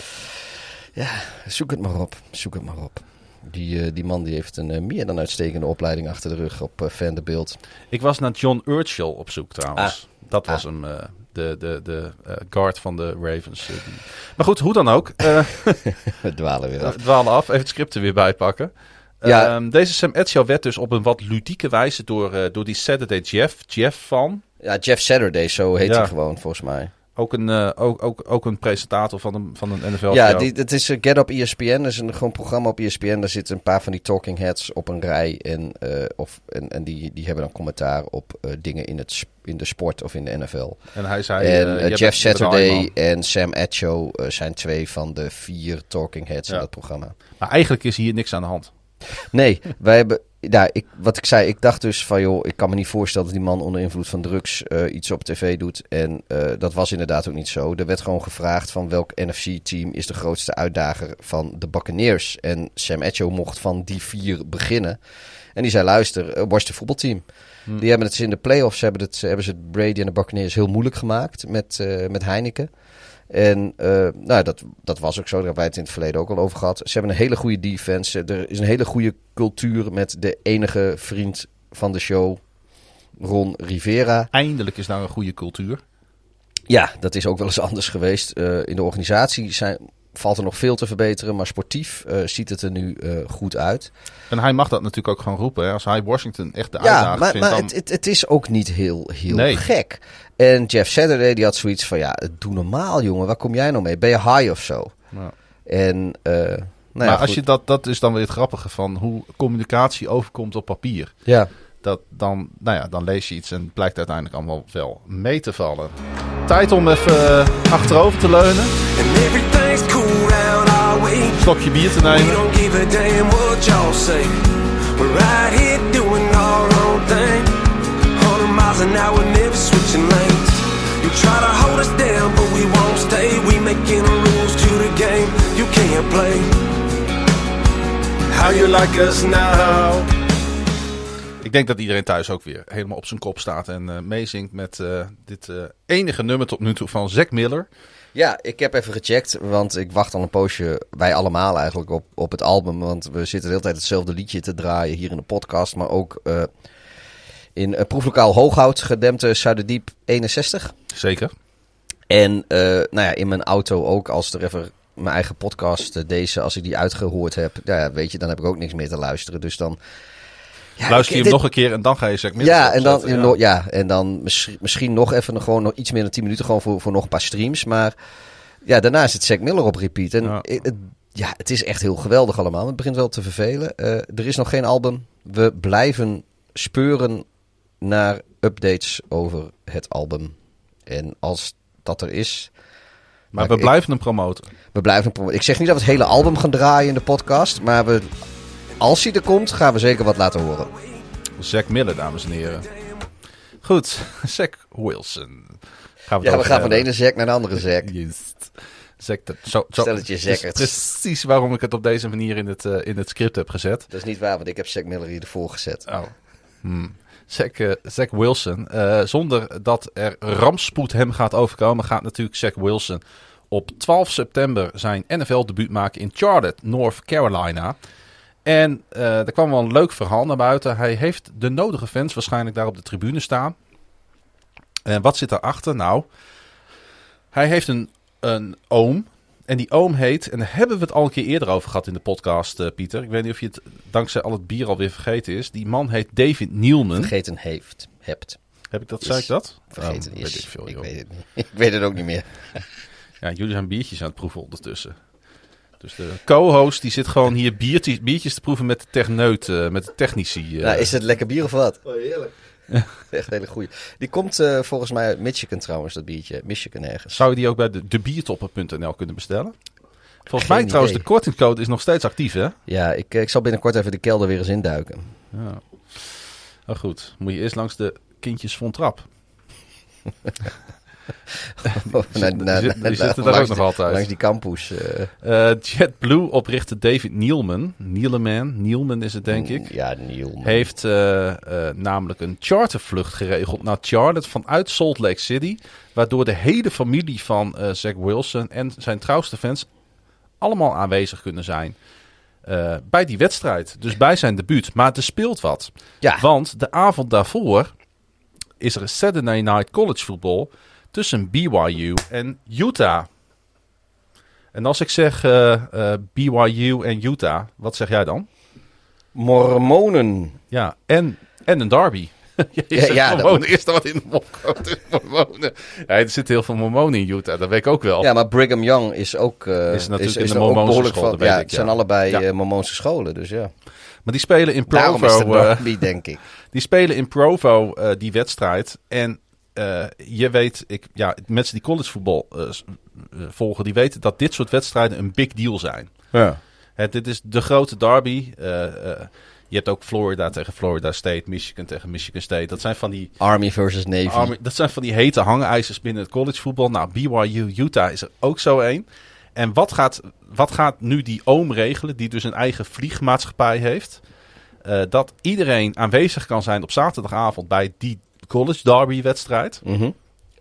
Ja, zoek het maar op. Zoek het maar op. Die, uh, die man die heeft een uh, meer dan uitstekende opleiding achter de rug op uh, Vanderbilt. Ik was naar John Urschel op zoek trouwens. Ah. Dat was ah. hem, uh, de, de, de uh, guard van de Ravens. Uh, die... Maar goed, hoe dan ook. Uh, We dwalen weer af. We dwalen af. Even het script er weer bij pakken. Ja. Uh, deze Sam Acho werd dus op een wat ludieke wijze door, uh, door die Saturday Jeff, Jeff van... Ja, Jeff Saturday, zo heet ja. hij gewoon volgens mij. Ook een, uh, ook, ook, ook een presentator van een, van een N F L-show. Ja, die, het is uh, Get Up E S P N. Dat is een gewoon programma op E S P N. Daar zitten een paar van die talking heads op een rij. En, uh, of, en, en die, die hebben dan commentaar op uh, dingen in, het, in de sport of in de N F L. En hij zei... En uh, uh, Jeff Saturday en Sam Acho uh, zijn twee van de vier talking heads ja. in dat programma. Maar eigenlijk is hier niks aan de hand. Nee, wij hebben... Nou, ik, wat ik zei, ik dacht dus van joh, ik kan me niet voorstellen dat die man onder invloed van drugs uh, iets op tv doet. En uh, dat was inderdaad ook niet zo. Er werd gewoon gevraagd van welk N F C-team is de grootste uitdager van de Buccaneers. En Sam Acho mocht van die vier beginnen. En die zei, luister, uh, Washington voetbalteam. Hmm. Die hebben het in de playoffs, hebben, het, hebben ze het Brady en de Buccaneers heel moeilijk gemaakt met, uh, met Heineken. En uh, nou, dat, dat was ook zo. Daar hebben wij het in het verleden ook al over gehad. Ze hebben een hele goede defense. Er is een hele goede cultuur met de enige vriend van de show, Ron Rivera. Eindelijk is daar een goede cultuur. Ja, dat is ook wel eens anders geweest. Uh, in de organisatie zijn, valt er nog veel te verbeteren. Maar sportief uh, ziet het er nu uh, goed uit. En hij mag dat natuurlijk ook gewoon roepen. Hè? Als hij Washington echt de ja, uitdaging maar, vindt. maar dan... het, het, het is ook niet heel, heel nee. gek. En Jeff Saturday die had zoiets van... Ja, doe normaal jongen. Waar kom jij nou mee? Ben je high of zo? Ja. En... Uh, nou maar ja, als goed. je dat, dat is dan weer het grappige van hoe communicatie overkomt op papier. Ja. Dat dan, nou ja, dan lees je iets en het blijkt uiteindelijk allemaal wel mee te vallen. Tijd om even uh, achterover te leunen. Een slokje bier te nemen. How you like us now? Ik denk dat iedereen thuis ook weer helemaal op zijn kop staat en uh, meezingt met uh, dit uh, enige nummer tot nu toe van Zack Miller. Ja, ik heb even gecheckt, want ik wacht al een poosje, wij allemaal eigenlijk, op, op het album. Want we zitten de hele tijd hetzelfde liedje te draaien hier in de podcast, maar ook uh, in uh, proeflokaal Hooghout, gedempte Zuiderdiep eenenzestig. Zeker. En uh, nou ja, in mijn auto ook, als er even mijn eigen podcast, uh, deze, als ik die uitgehoord heb, nou ja, weet je, dan heb ik ook niks meer te luisteren. Dus dan... Ja, Luister je hem dit... nog een keer en dan ga je Zack Miller ja, en dan, ja. No, ja, en dan misschien, misschien nog even gewoon nog iets meer dan tien minuten gewoon voor, voor nog een paar streams. Maar ja, daarna is het Zack Miller op repeat. En ja. Het, ja, het is echt heel geweldig allemaal. Het begint wel te vervelen. Uh, er is nog geen album. We blijven speuren naar updates over het album. En als dat er is... Maar we ik, blijven hem promoten. We blijven hem promoten. Ik zeg niet dat we het hele album gaan draaien in de podcast, maar we... Als hij er komt, gaan we zeker wat laten horen. Zack Miller, dames en heren. Goed, Zack Wilson. Gaan we ja, we gaan hebben. van de ene Zack naar de andere Zack. Juist. Zack, dat, zo, zo, Stelletje Zackers. Precies waarom ik het op deze manier in het, uh, in het script heb gezet. Dat is niet waar, want ik heb Zack Miller hier ervoor gezet. Oh. Hmm. Zack, uh, Zack Wilson. Uh, zonder dat er rampspoed hem gaat overkomen, gaat natuurlijk Zack Wilson op twaalf september zijn N F L-debuut maken in Charlotte, North Carolina. En uh, er kwam wel een leuk verhaal naar buiten. Hij heeft de nodige fans waarschijnlijk daar op de tribune staan. En wat zit daarachter? Nou, hij heeft een, een oom. En die oom heet, en daar hebben we het al een keer eerder over gehad in de podcast, uh, Pieter. Ik weet niet of je het dankzij al het bier alweer vergeten is. Die man heet David Nealman. Vergeten heeft, hebt. Heb ik dat, is. Zei ik dat? Vergeten oh, is. Weet ik veel, ik, joh. weet het niet. Ik weet het ook niet meer. Ja, jullie zijn biertjes aan het proeven ondertussen. Dus de co-host die zit gewoon hier biertjes, biertjes te proeven met de techneut, uh, met de technici. Uh. Nou, is het lekker bier of wat? Oh, heerlijk. Echt een hele goeie. Die komt uh, volgens mij uit Michigan trouwens, dat biertje. Michigan ergens. Zou je die ook bij de, de biertopper punt n l kunnen bestellen? Volgens Geen mij trouwens, idee. de kortingcode is nog steeds actief, hè? Ja, ik, ik zal binnenkort even de kelder weer eens induiken. Ja. Oh, goed. Moet je eerst langs de kindjes von Trap. Oh, die, na, zit, na, die, zit, na, die zitten na, daar ook langs nog die, altijd. Langs die campus. Uh. Uh, JetBlue oprichter David Nealman, Nealman, Nealman is het denk ik. Ja, Nealman. Heeft uh, uh, namelijk een chartervlucht geregeld naar Charlotte vanuit Salt Lake City. Waardoor de hele familie van uh, Zack Wilson en zijn trouwste fans allemaal aanwezig kunnen zijn. Uh, bij die wedstrijd. Dus bij zijn debuut. Maar er speelt wat. Ja. Want de avond daarvoor is er een Saturday Night College Football tussen B Y U en Utah. En als ik zeg uh, uh, B Y U en Utah, wat zeg jij dan? Mormonen. Ja, en, en een derby. Je Ja, zegt ja, mormonen, dat- eerste wat in de mop komt is mormonen. Ja, er zitten heel veel mormonen in Utah, dat weet ik ook wel. Ja, maar Brigham Young is ook... Uh, Is natuurlijk in de er ook Mormoonse behoorlijk school, van- dat weet ja, ik, het zijn ja. allebei Ja. uh, Mormoonse scholen, dus ja. Maar die spelen in Daarom is het Provo, uh, derby, denk ik. die spelen in Provo uh, die wedstrijd. En uh, je weet, ik, ja, mensen die collegevoetbal uh, s- uh, volgen, die weten dat dit soort wedstrijden een big deal zijn. Ja. Hè, dit is de grote derby. Uh, uh, je hebt ook Florida tegen Florida State, Michigan tegen Michigan State. Dat zijn van die, Army versus Navy. Army, dat zijn van die hete hangijzers binnen het collegevoetbal. Nou, B Y U Utah is er ook zo één. En wat gaat, wat gaat nu die oom regelen, die dus een eigen vliegmaatschappij heeft? Uh, dat iedereen aanwezig kan zijn op zaterdagavond bij die college derby wedstrijd. Mhm.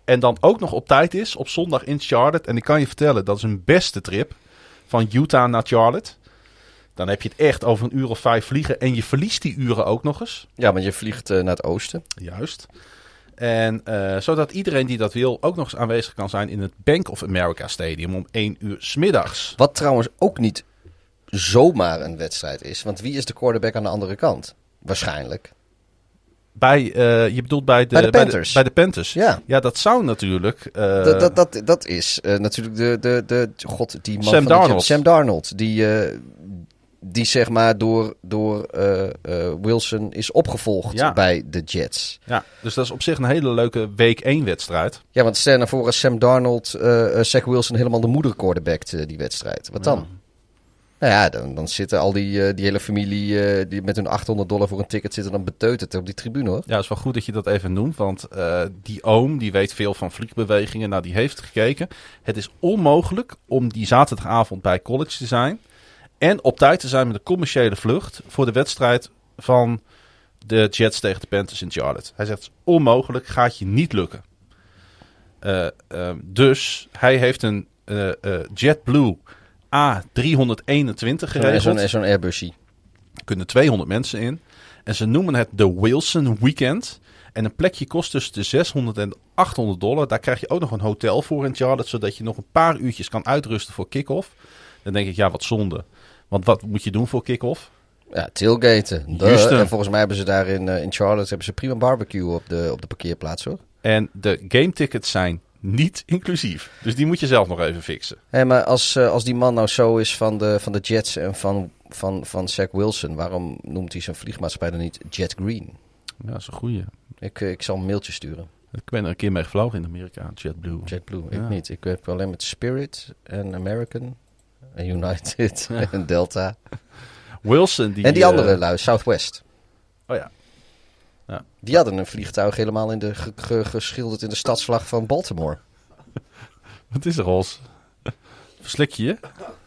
En dan ook nog op tijd is, op zondag in Charlotte. En ik kan je vertellen, dat is een beste trip. Van Utah naar Charlotte. Dan heb je het echt over een uur of vijf vliegen. En je verliest die uren ook nog eens. Ja, want je vliegt uh, naar het oosten. Juist. En uh, zodat iedereen die dat wil ook nog eens aanwezig kan zijn in het Bank of America Stadium om één uur 's middags. Wat trouwens ook niet zomaar een wedstrijd is. Want wie is de quarterback aan de andere kant? Waarschijnlijk. Bij, uh, je bedoelt bij de, bij de Panthers. Bij de, bij de Panthers. Ja. Ja, dat zou natuurlijk... Uh, dat, dat, dat, dat is uh, natuurlijk de, de, de... God, die man Sam van Darnold. De, Sam Darnold. Die, uh, die zeg maar door, door uh, uh, Wilson is opgevolgd ja. bij de Jets. Ja, dus dat is op zich een hele leuke week één wedstrijd. Ja, want stel nou voor als Sam Darnold, uh, uh, Zach Wilson helemaal de moeder quarterbackt uh, die wedstrijd. Wat dan? Ja. Nou ja, dan, dan zitten al die, uh, die hele familie uh, die met hun achthonderd dollar voor een ticket zitten dan beteuterd op die tribune, hoor. Ja, het is wel goed dat je dat even noemt, want uh, die oom, die weet veel van vliegbewegingen. Nou, die heeft gekeken. Het is onmogelijk om die zaterdagavond bij college te zijn en op tijd te zijn met de commerciële vlucht voor de wedstrijd van de Jets tegen de Panthers in Charlotte. Hij zegt, het is onmogelijk, gaat je niet lukken. Uh, uh, dus hij heeft een uh, uh, JetBlue A driehonderdeenentwintig geregeld. Zo'n, zo'n Airbusie. Er kunnen tweehonderd mensen in. En ze noemen het de Wilson Weekend. En een plekje kost tussen de zeshonderd en achthonderd dollar. Daar krijg je ook nog een hotel voor in Charlotte, zodat je nog een paar uurtjes kan uitrusten voor kick-off. Dan denk ik, ja, wat zonde. Want wat moet je doen voor kick-off? Ja, tailgaten. En volgens mij hebben ze daar in, uh, in Charlotte hebben ze prima barbecue op de, op de parkeerplaats, hoor. En de game tickets zijn niet inclusief. Dus die moet je zelf nog even fixen. Hé, maar als, uh, als die man nou zo is van de, van de Jets en van, van, van Zach Wilson, waarom noemt hij zijn vliegmaatschappij dan niet Jet Green? Ja, dat is een goeie. Ik, uh, ik zal een mailtje sturen. Ik ben er een keer mee gevlogen in Amerika, JetBlue. JetBlue, ja. ik niet. Ik heb alleen met Spirit en American en United en Delta. Wilson die... En die andere uh, lui, Southwest. Oh ja. Ja. Die hadden een vliegtuig helemaal in de ge- ge- geschilderd in de stadsvlag van Baltimore. Wat is er, Ros? Verslik je je?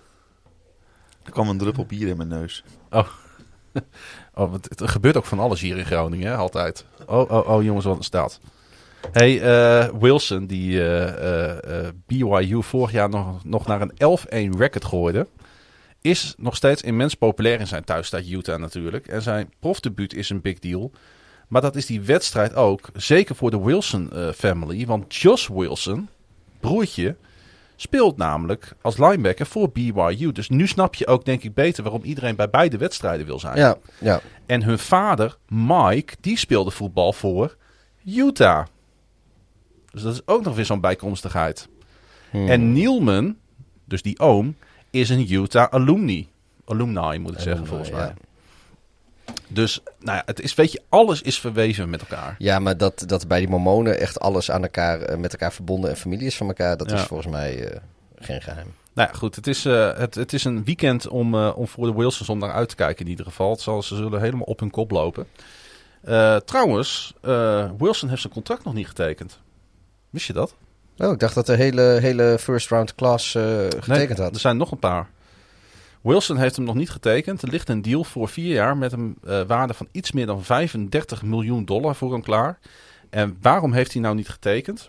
Er kwam een druppel bier in mijn neus. Oh. oh het, het gebeurt ook van alles hier in Groningen, hè? Altijd. Oh, oh, oh, jongens, wat een staat. Hey, uh, Wilson, die uh, uh, uh, B Y U vorig jaar nog, nog naar een elf één record gooide, is nog steeds immens populair in zijn thuisstaat Utah natuurlijk. En zijn profdebuut is een big deal. Maar dat is die wedstrijd ook, zeker voor de Wilson uh, family. Want Josh Wilson, broertje, speelt namelijk als linebacker voor B Y U. Dus nu snap je ook, denk ik, beter waarom iedereen bij beide wedstrijden wil zijn. Ja, ja. En hun vader, Mike, die speelde voetbal voor Utah. Dus dat is ook nog weer zo'n bijkomstigheid. Hmm. En Neilman, dus die oom, is een Utah alumni. Alumni moet ik zeggen, alumni, volgens mij. Ja. Dus, nou ja, het is, weet je, alles is verweven met elkaar. Ja, maar dat, dat bij die Mormonen echt alles aan elkaar, uh, met elkaar verbonden en familie is van elkaar, dat ja. is volgens mij uh, geen geheim. Nou ja, goed, het is, uh, het, het is een weekend om, uh, om voor de Wilsons om naar uit te kijken in ieder geval. Het zal, ze zullen helemaal op hun kop lopen. Uh, trouwens, uh, Wilson heeft zijn contract nog niet getekend. Wist je dat? Oh, ik dacht dat de hele, hele first round class uh, getekend nee, had. Er zijn nog een paar. Wilson heeft hem nog niet getekend. Er ligt een deal voor vier jaar met een uh, waarde van iets meer dan vijfendertig miljoen dollar voor hem klaar. En waarom heeft hij nou niet getekend?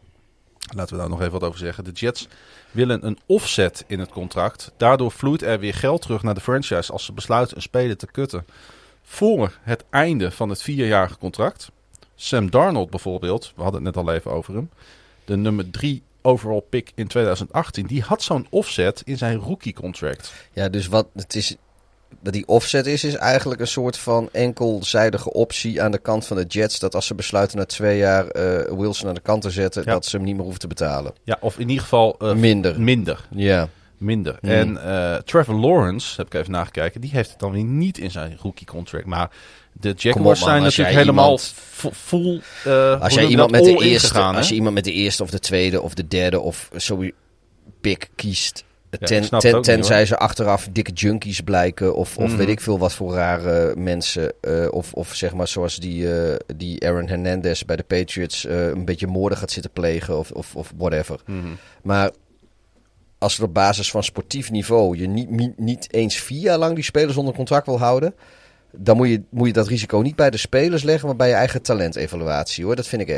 Laten we daar nog even wat over zeggen. De Jets willen een offset in het contract. Daardoor vloeit er weer geld terug naar de franchise als ze besluiten een speler te kutten voor het einde van het vierjarige contract. Sam Darnold bijvoorbeeld, we hadden het net al even over hem. De nummer drie overall pick in tweeduizend achttien, die had zo'n offset in zijn rookie contract. Ja, dus wat het is, wat die offset is, is eigenlijk een soort van enkelzijdige optie aan de kant van de Jets, dat als ze besluiten na twee jaar uh, Wilson aan de kant te zetten, ja. dat ze hem niet meer hoeven te betalen. Ja, of in ieder geval uh, minder. Minder. Ja. Minder. Mm. En uh, Trevor Lawrence, heb ik even nagekeken, die heeft het dan weer niet in zijn rookie contract. Maar de Jaguars zijn natuurlijk helemaal iemand, full uh, als jij iemand met de eerste, gegaan, als je iemand met de eerste of de tweede of de derde of zo pick kiest, ja, ten, ten, tenzij niet, ze achteraf dikke junkies blijken of, of mm. weet ik veel wat voor rare mensen uh, of, of zeg maar zoals die, uh, die Aaron Hernandez bij de Patriots uh, een beetje moorden gaat zitten plegen of, of, of whatever. Mm. Maar als het op basis van sportief niveau je niet, niet, niet eens vier jaar lang die spelers onder contract wil houden, dan moet je, moet je dat risico niet bij de spelers leggen, maar bij je eigen talentevaluatie, hoor. Dat vind ik echt.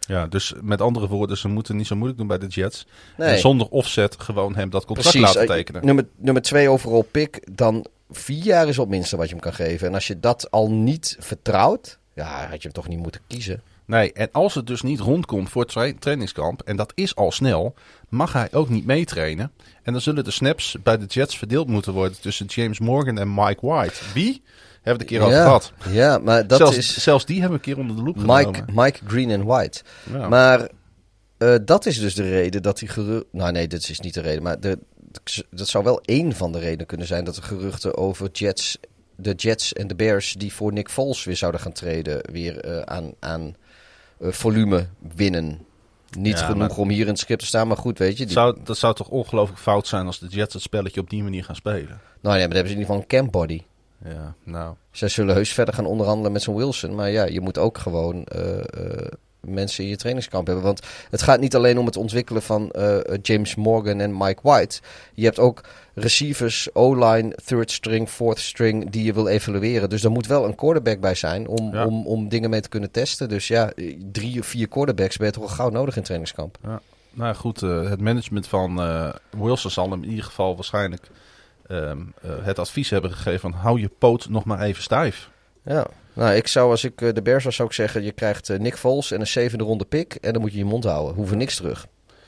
Ja, dus met andere woorden, ze moeten niet zo moeilijk doen bij de Jets. Nee. En zonder offset gewoon hem dat contract Precies. laten Eh, tekenen. Nummer, nummer twee overall pick, dan vier jaar is op minste wat je hem kan geven. En als je dat al niet vertrouwt, ja, had je hem toch niet moeten kiezen. Nee, en als het dus niet rondkomt voor het tra- trainingskamp, en dat is al snel, mag hij ook niet meetrainen. En dan zullen de snaps bij de Jets verdeeld moeten worden tussen James Morgan en Mike White. Wie? Hebben we het een keer over ja, gehad. ja, maar dat zelfs, is zelfs die hebben we een keer onder de loep Mike, genomen. Mike Green en White. Ja. Maar uh, dat is dus de reden dat die geruchten... Nou nee, dit is niet de reden. Maar de, dat zou wel één van de redenen kunnen zijn dat de geruchten over Jets, de Jets en de Bears die voor Nick Foles weer zouden gaan treden, weer uh, aan, aan uh, volume winnen. Niet Ja, genoeg maar- om hier in het script te staan, maar goed, weet je. Die... Zou, dat zou toch ongelooflijk fout zijn als de Jets het spelletje op die manier gaan spelen. Nou nee, maar dan hebben ze in ieder geval een camp body. Ja, nou. Zij zullen heus verder gaan onderhandelen met zo'n Wilson. Maar ja, je moet ook gewoon uh, uh, mensen in je trainingskamp hebben. Want het gaat niet alleen om het ontwikkelen van uh, James Morgan en Mike White. Je hebt ook receivers, O-line, third string, fourth string die je wil evalueren. Dus er moet wel een quarterback bij zijn om, Ja. om, om dingen mee te kunnen testen. Dus ja, drie of vier quarterbacks ben je toch wel gauw nodig in trainingskamp. Ja. Nou goed, uh, het management van uh, Wilson zal hem in ieder geval waarschijnlijk um, uh, het advies hebben gegeven van hou je poot nog maar even stijf. Ja, nou ik zou als ik uh, de Bears was, zou ik zeggen, je krijgt uh, Nick Foles en een zevende ronde pick. En dan moet je je mond houden. Hoeven niks terug.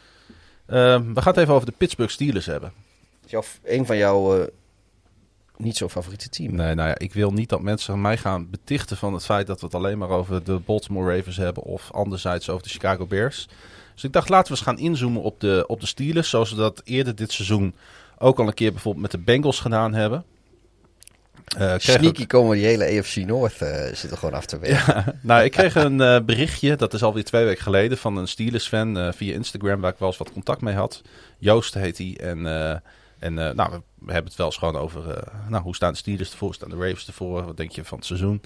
Um, we gaan het even over de Pittsburgh Steelers hebben. Is jouw, een van jouw uh, niet zo favoriete team. Nee, nou ja, ik wil niet dat mensen mij gaan betichten van het feit dat we het alleen maar over de Baltimore Ravens hebben of anderzijds over de Chicago Bears. Dus ik dacht, laten we eens gaan inzoomen op de, op de Steelers, zoals we dat eerder dit seizoen ook al een keer bijvoorbeeld met de Bengals gedaan hebben. Uh, Sneaky ook... komen die hele A F C North uh, zit er gewoon af te werken. Ja, nou, ik kreeg een uh, berichtje, dat is alweer twee weken geleden, van een Steelers-fan uh, via Instagram, waar ik wel eens wat contact mee had. Joost heet hij. En, uh, en uh, nou, we hebben het wel eens gewoon over, uh, nou, hoe staan de Steelers ervoor, hoe staan de Ravens ervoor, wat denk je van het seizoen?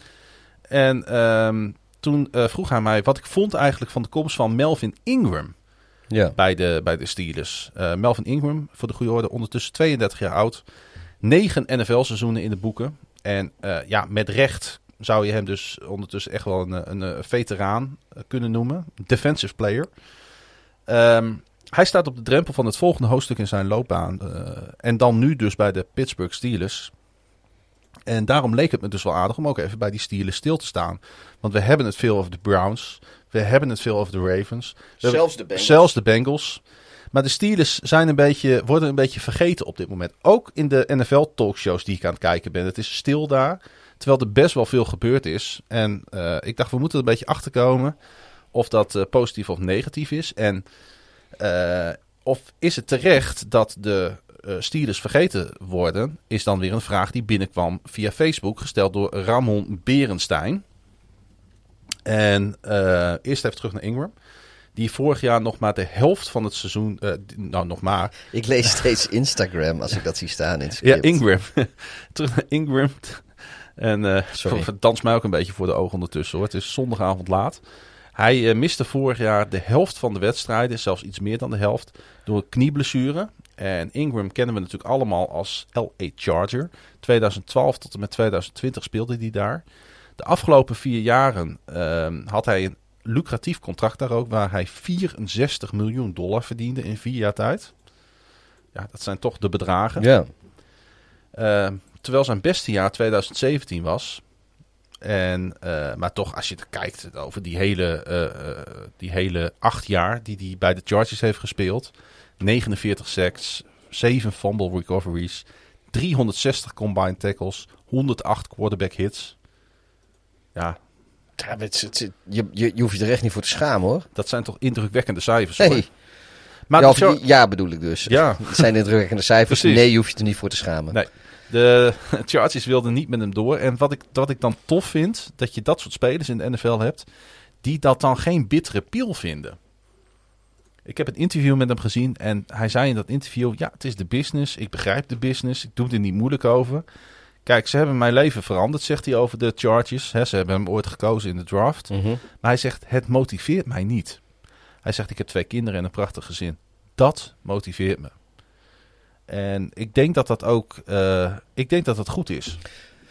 En um, toen uh, vroeg hij mij wat ik vond eigenlijk van de komst van Melvin Ingram ja. bij, de, bij de Steelers. Uh, Melvin Ingram, voor de goede orde, ondertussen tweeëndertig jaar oud. Negen N F L-seizoenen in de boeken. En uh, ja, met recht zou je hem dus ondertussen echt wel een, een, een veteraan kunnen noemen. Defensive player. Um, hij staat op de drempel van het volgende hoofdstuk in zijn loopbaan. Uh, en dan nu dus bij de Pittsburgh Steelers. En daarom leek het me dus wel aardig om ook even bij die Steelers stil te staan. Want we hebben het veel over de Browns. We hebben het veel over de Ravens. Zelfs de Bengals. Zelfs de Bengals. Maar de Steelers zijn een beetje, worden een beetje vergeten op dit moment. Ook in de N F L-talkshows die ik aan het kijken ben. Het is stil daar, terwijl er best wel veel gebeurd is. En uh, ik dacht, we moeten er een beetje achterkomen of dat uh, positief of negatief is. En uh, of is het terecht dat de uh, Steelers vergeten worden, is dan weer een vraag die binnenkwam via Facebook, gesteld door Ramon Berenstein. En uh, eerst even terug naar Ingram. Die vorig jaar nog maar de helft van het seizoen... Uh, nou, nog maar. Ik lees steeds Instagram als ik dat zie staan in het script. Ja, Ingram. Terug naar Ingram. En uh, Sorry. het danst mij ook een beetje voor de ogen ondertussen, hoor. Het is zondagavond laat. Hij uh, miste vorig jaar de helft van de wedstrijden. Zelfs iets meer dan de helft. Door een knieblessure. En Ingram kennen we natuurlijk allemaal als L A Charger. tweeduizend twaalf tot en met tweeduizend twintig speelde hij daar. De afgelopen vier jaren uh, had hij een lucratief contract daar ook, waar hij vierenzestig miljoen dollar verdiende in vier jaar tijd. Ja, dat zijn toch de bedragen. Ja. Uh, terwijl zijn beste jaar tweeduizend zeventien was. En, uh, maar toch, als je er kijkt over die hele, uh, uh, die hele acht jaar die hij bij de Chargers heeft gespeeld. negenenveertig sacks, zeven fumble recoveries, driehonderdzestig combined tackles, honderdacht quarterback hits. Ja, Ja, het, het, het, je, je, je hoeft je er echt niet voor te schamen, hoor. dat zijn toch indrukwekkende cijfers, hoor. Nee. Maar Ja, de of, Char- ja, bedoel ik dus. Ja. Het zijn indrukwekkende cijfers. Precies. Nee, je hoeft je er niet voor te schamen. Nee. De Chargers wilden niet met hem door. En wat ik, wat ik dan tof vind, dat je dat soort spelers in de N F L hebt, die dat dan geen bittere pil vinden. Ik heb een interview met hem gezien en hij zei in dat interview, ja, het is de business, ik begrijp de business, ik doe er niet moeilijk over. Kijk, ze hebben mijn leven veranderd, zegt hij over de Chargers. He, ze hebben hem ooit gekozen in de draft. Mm-hmm. Maar hij zegt, het motiveert mij niet. Hij zegt, ik heb twee kinderen en een prachtig gezin. Dat motiveert me. En ik denk dat dat ook, uh, ik denk dat dat goed is.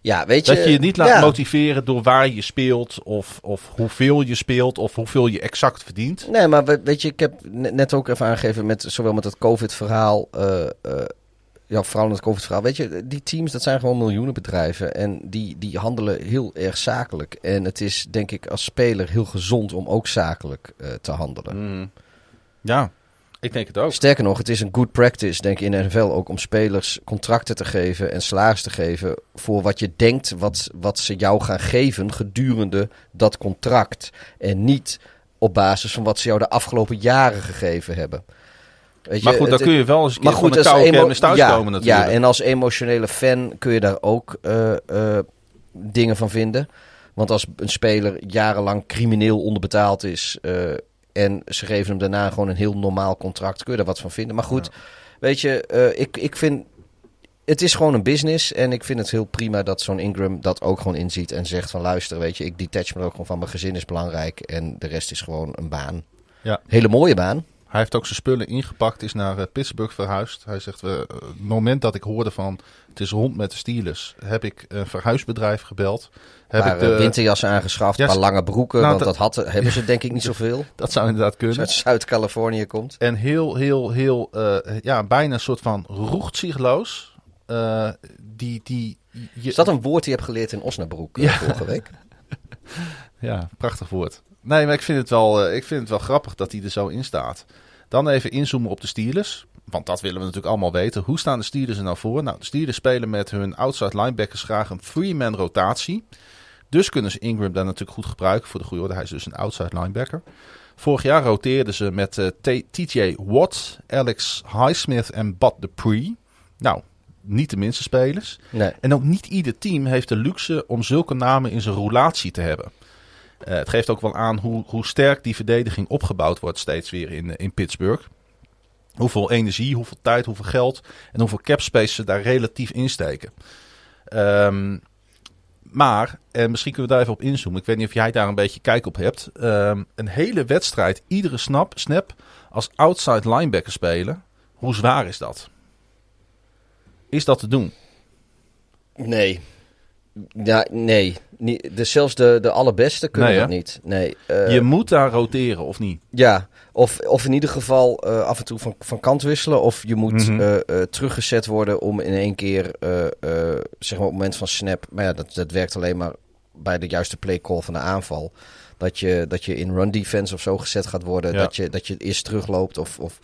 Ja, weet je, Dat je je niet laat ja. motiveren door waar je speelt of, of hoeveel je speelt of hoeveel je exact verdient. Nee, maar we- weet je, ik heb ne- net ook even aangegeven met zowel met het COVID-verhaal, uh, uh, ja, vooral met het COVID-verhaal. Weet je, die teams, dat zijn gewoon miljoenen bedrijven en die, die handelen heel erg zakelijk. En het is, denk ik, als speler heel gezond om ook zakelijk uh, te handelen. Mm. Ja, ik denk het ook. Sterker nog, het is een good practice, denk ik, in de N F L ook om spelers contracten te geven en salaris te geven voor wat je denkt wat, wat ze jou gaan geven gedurende dat contract. En niet op basis van wat ze jou de afgelopen jaren gegeven hebben. Weet Maar je, goed, dan het- kun je wel eens een keer maar van goed, de als koude emo- kermis thuiskomen ja, natuurlijk. ja, en als emotionele fan kun je daar ook uh, uh, dingen van vinden. Want als een speler jarenlang crimineel onderbetaald is uh, en ze geven hem daarna gewoon een heel normaal contract, kun je daar wat van vinden. Maar goed, ja. weet je, uh, ik, ik vind, het is gewoon een business en ik vind het heel prima dat zo'n Ingram dat ook gewoon inziet en zegt van luister, weet je, ik detach me ook gewoon van mijn gezin is belangrijk en de rest is gewoon een baan. Ja. Hele mooie baan. Hij heeft ook zijn spullen ingepakt, is naar uh, Pittsburgh verhuisd. Hij zegt, uh, het moment dat ik hoorde van het is rond met de Steelers, heb ik een verhuisbedrijf gebeld. Heb Een ik paar de, uh, winterjassen aangeschaft, een Ja, paar lange broeken, nou, want dat- dat had, hebben ze denk ik niet zoveel. Dat zou inderdaad kunnen. Als je uit Zuid-Californië komt. En heel, heel, heel, uh, ja, bijna een soort van roegzichtloos. Uh, die, die, je, Is dat een woord die je hebt geleerd in Osnabrück uh, Ja. vorige week? Ja, prachtig woord. Nee, maar ik vind het wel, uh, ik vind het wel grappig dat hij er zo in staat. Dan even inzoomen op de Steelers. Want dat willen we natuurlijk allemaal weten. Hoe staan de Steelers er nou voor? Nou, de Steelers spelen met hun outside linebackers graag een three-man rotatie. Dus kunnen ze Ingram daar natuurlijk goed gebruiken. Voor de goede orde, hij is dus een outside linebacker. Vorig jaar roteerden ze met uh, T J Watt, Alex Highsmith en Bud Dupree. Nou, niet de minste spelers. Nee. En ook niet ieder team heeft de luxe om zulke namen in zijn roulatie te hebben. Uh, het geeft ook wel aan hoe, hoe sterk die verdediging opgebouwd wordt steeds weer in, uh, in Pittsburgh. Hoeveel energie, hoeveel tijd, hoeveel geld en hoeveel cap space ze daar relatief insteken. Um, maar, en misschien kunnen we daar even op inzoomen. Ik weet niet of jij daar een beetje kijk op hebt. Um, een hele wedstrijd, iedere snap, snap als outside linebacker spelen. Hoe zwaar is dat? Is dat te doen? Nee. Ja, nee. Niet, dus zelfs de, de allerbeste kunnen Nee, dat hè? niet. Nee. Uh, Je moet daar roteren, of niet? Ja, of, of in ieder geval uh, af en toe van, van kant wisselen. Of je moet Mhm. uh, uh, teruggezet worden om in één keer, uh, uh, zeg maar op het moment van snap. Maar ja, dat, dat werkt alleen maar bij de juiste playcall van de aanval. Dat je, dat je in run defense of zo gezet gaat worden. Ja. Dat, je, dat je eerst terugloopt of... of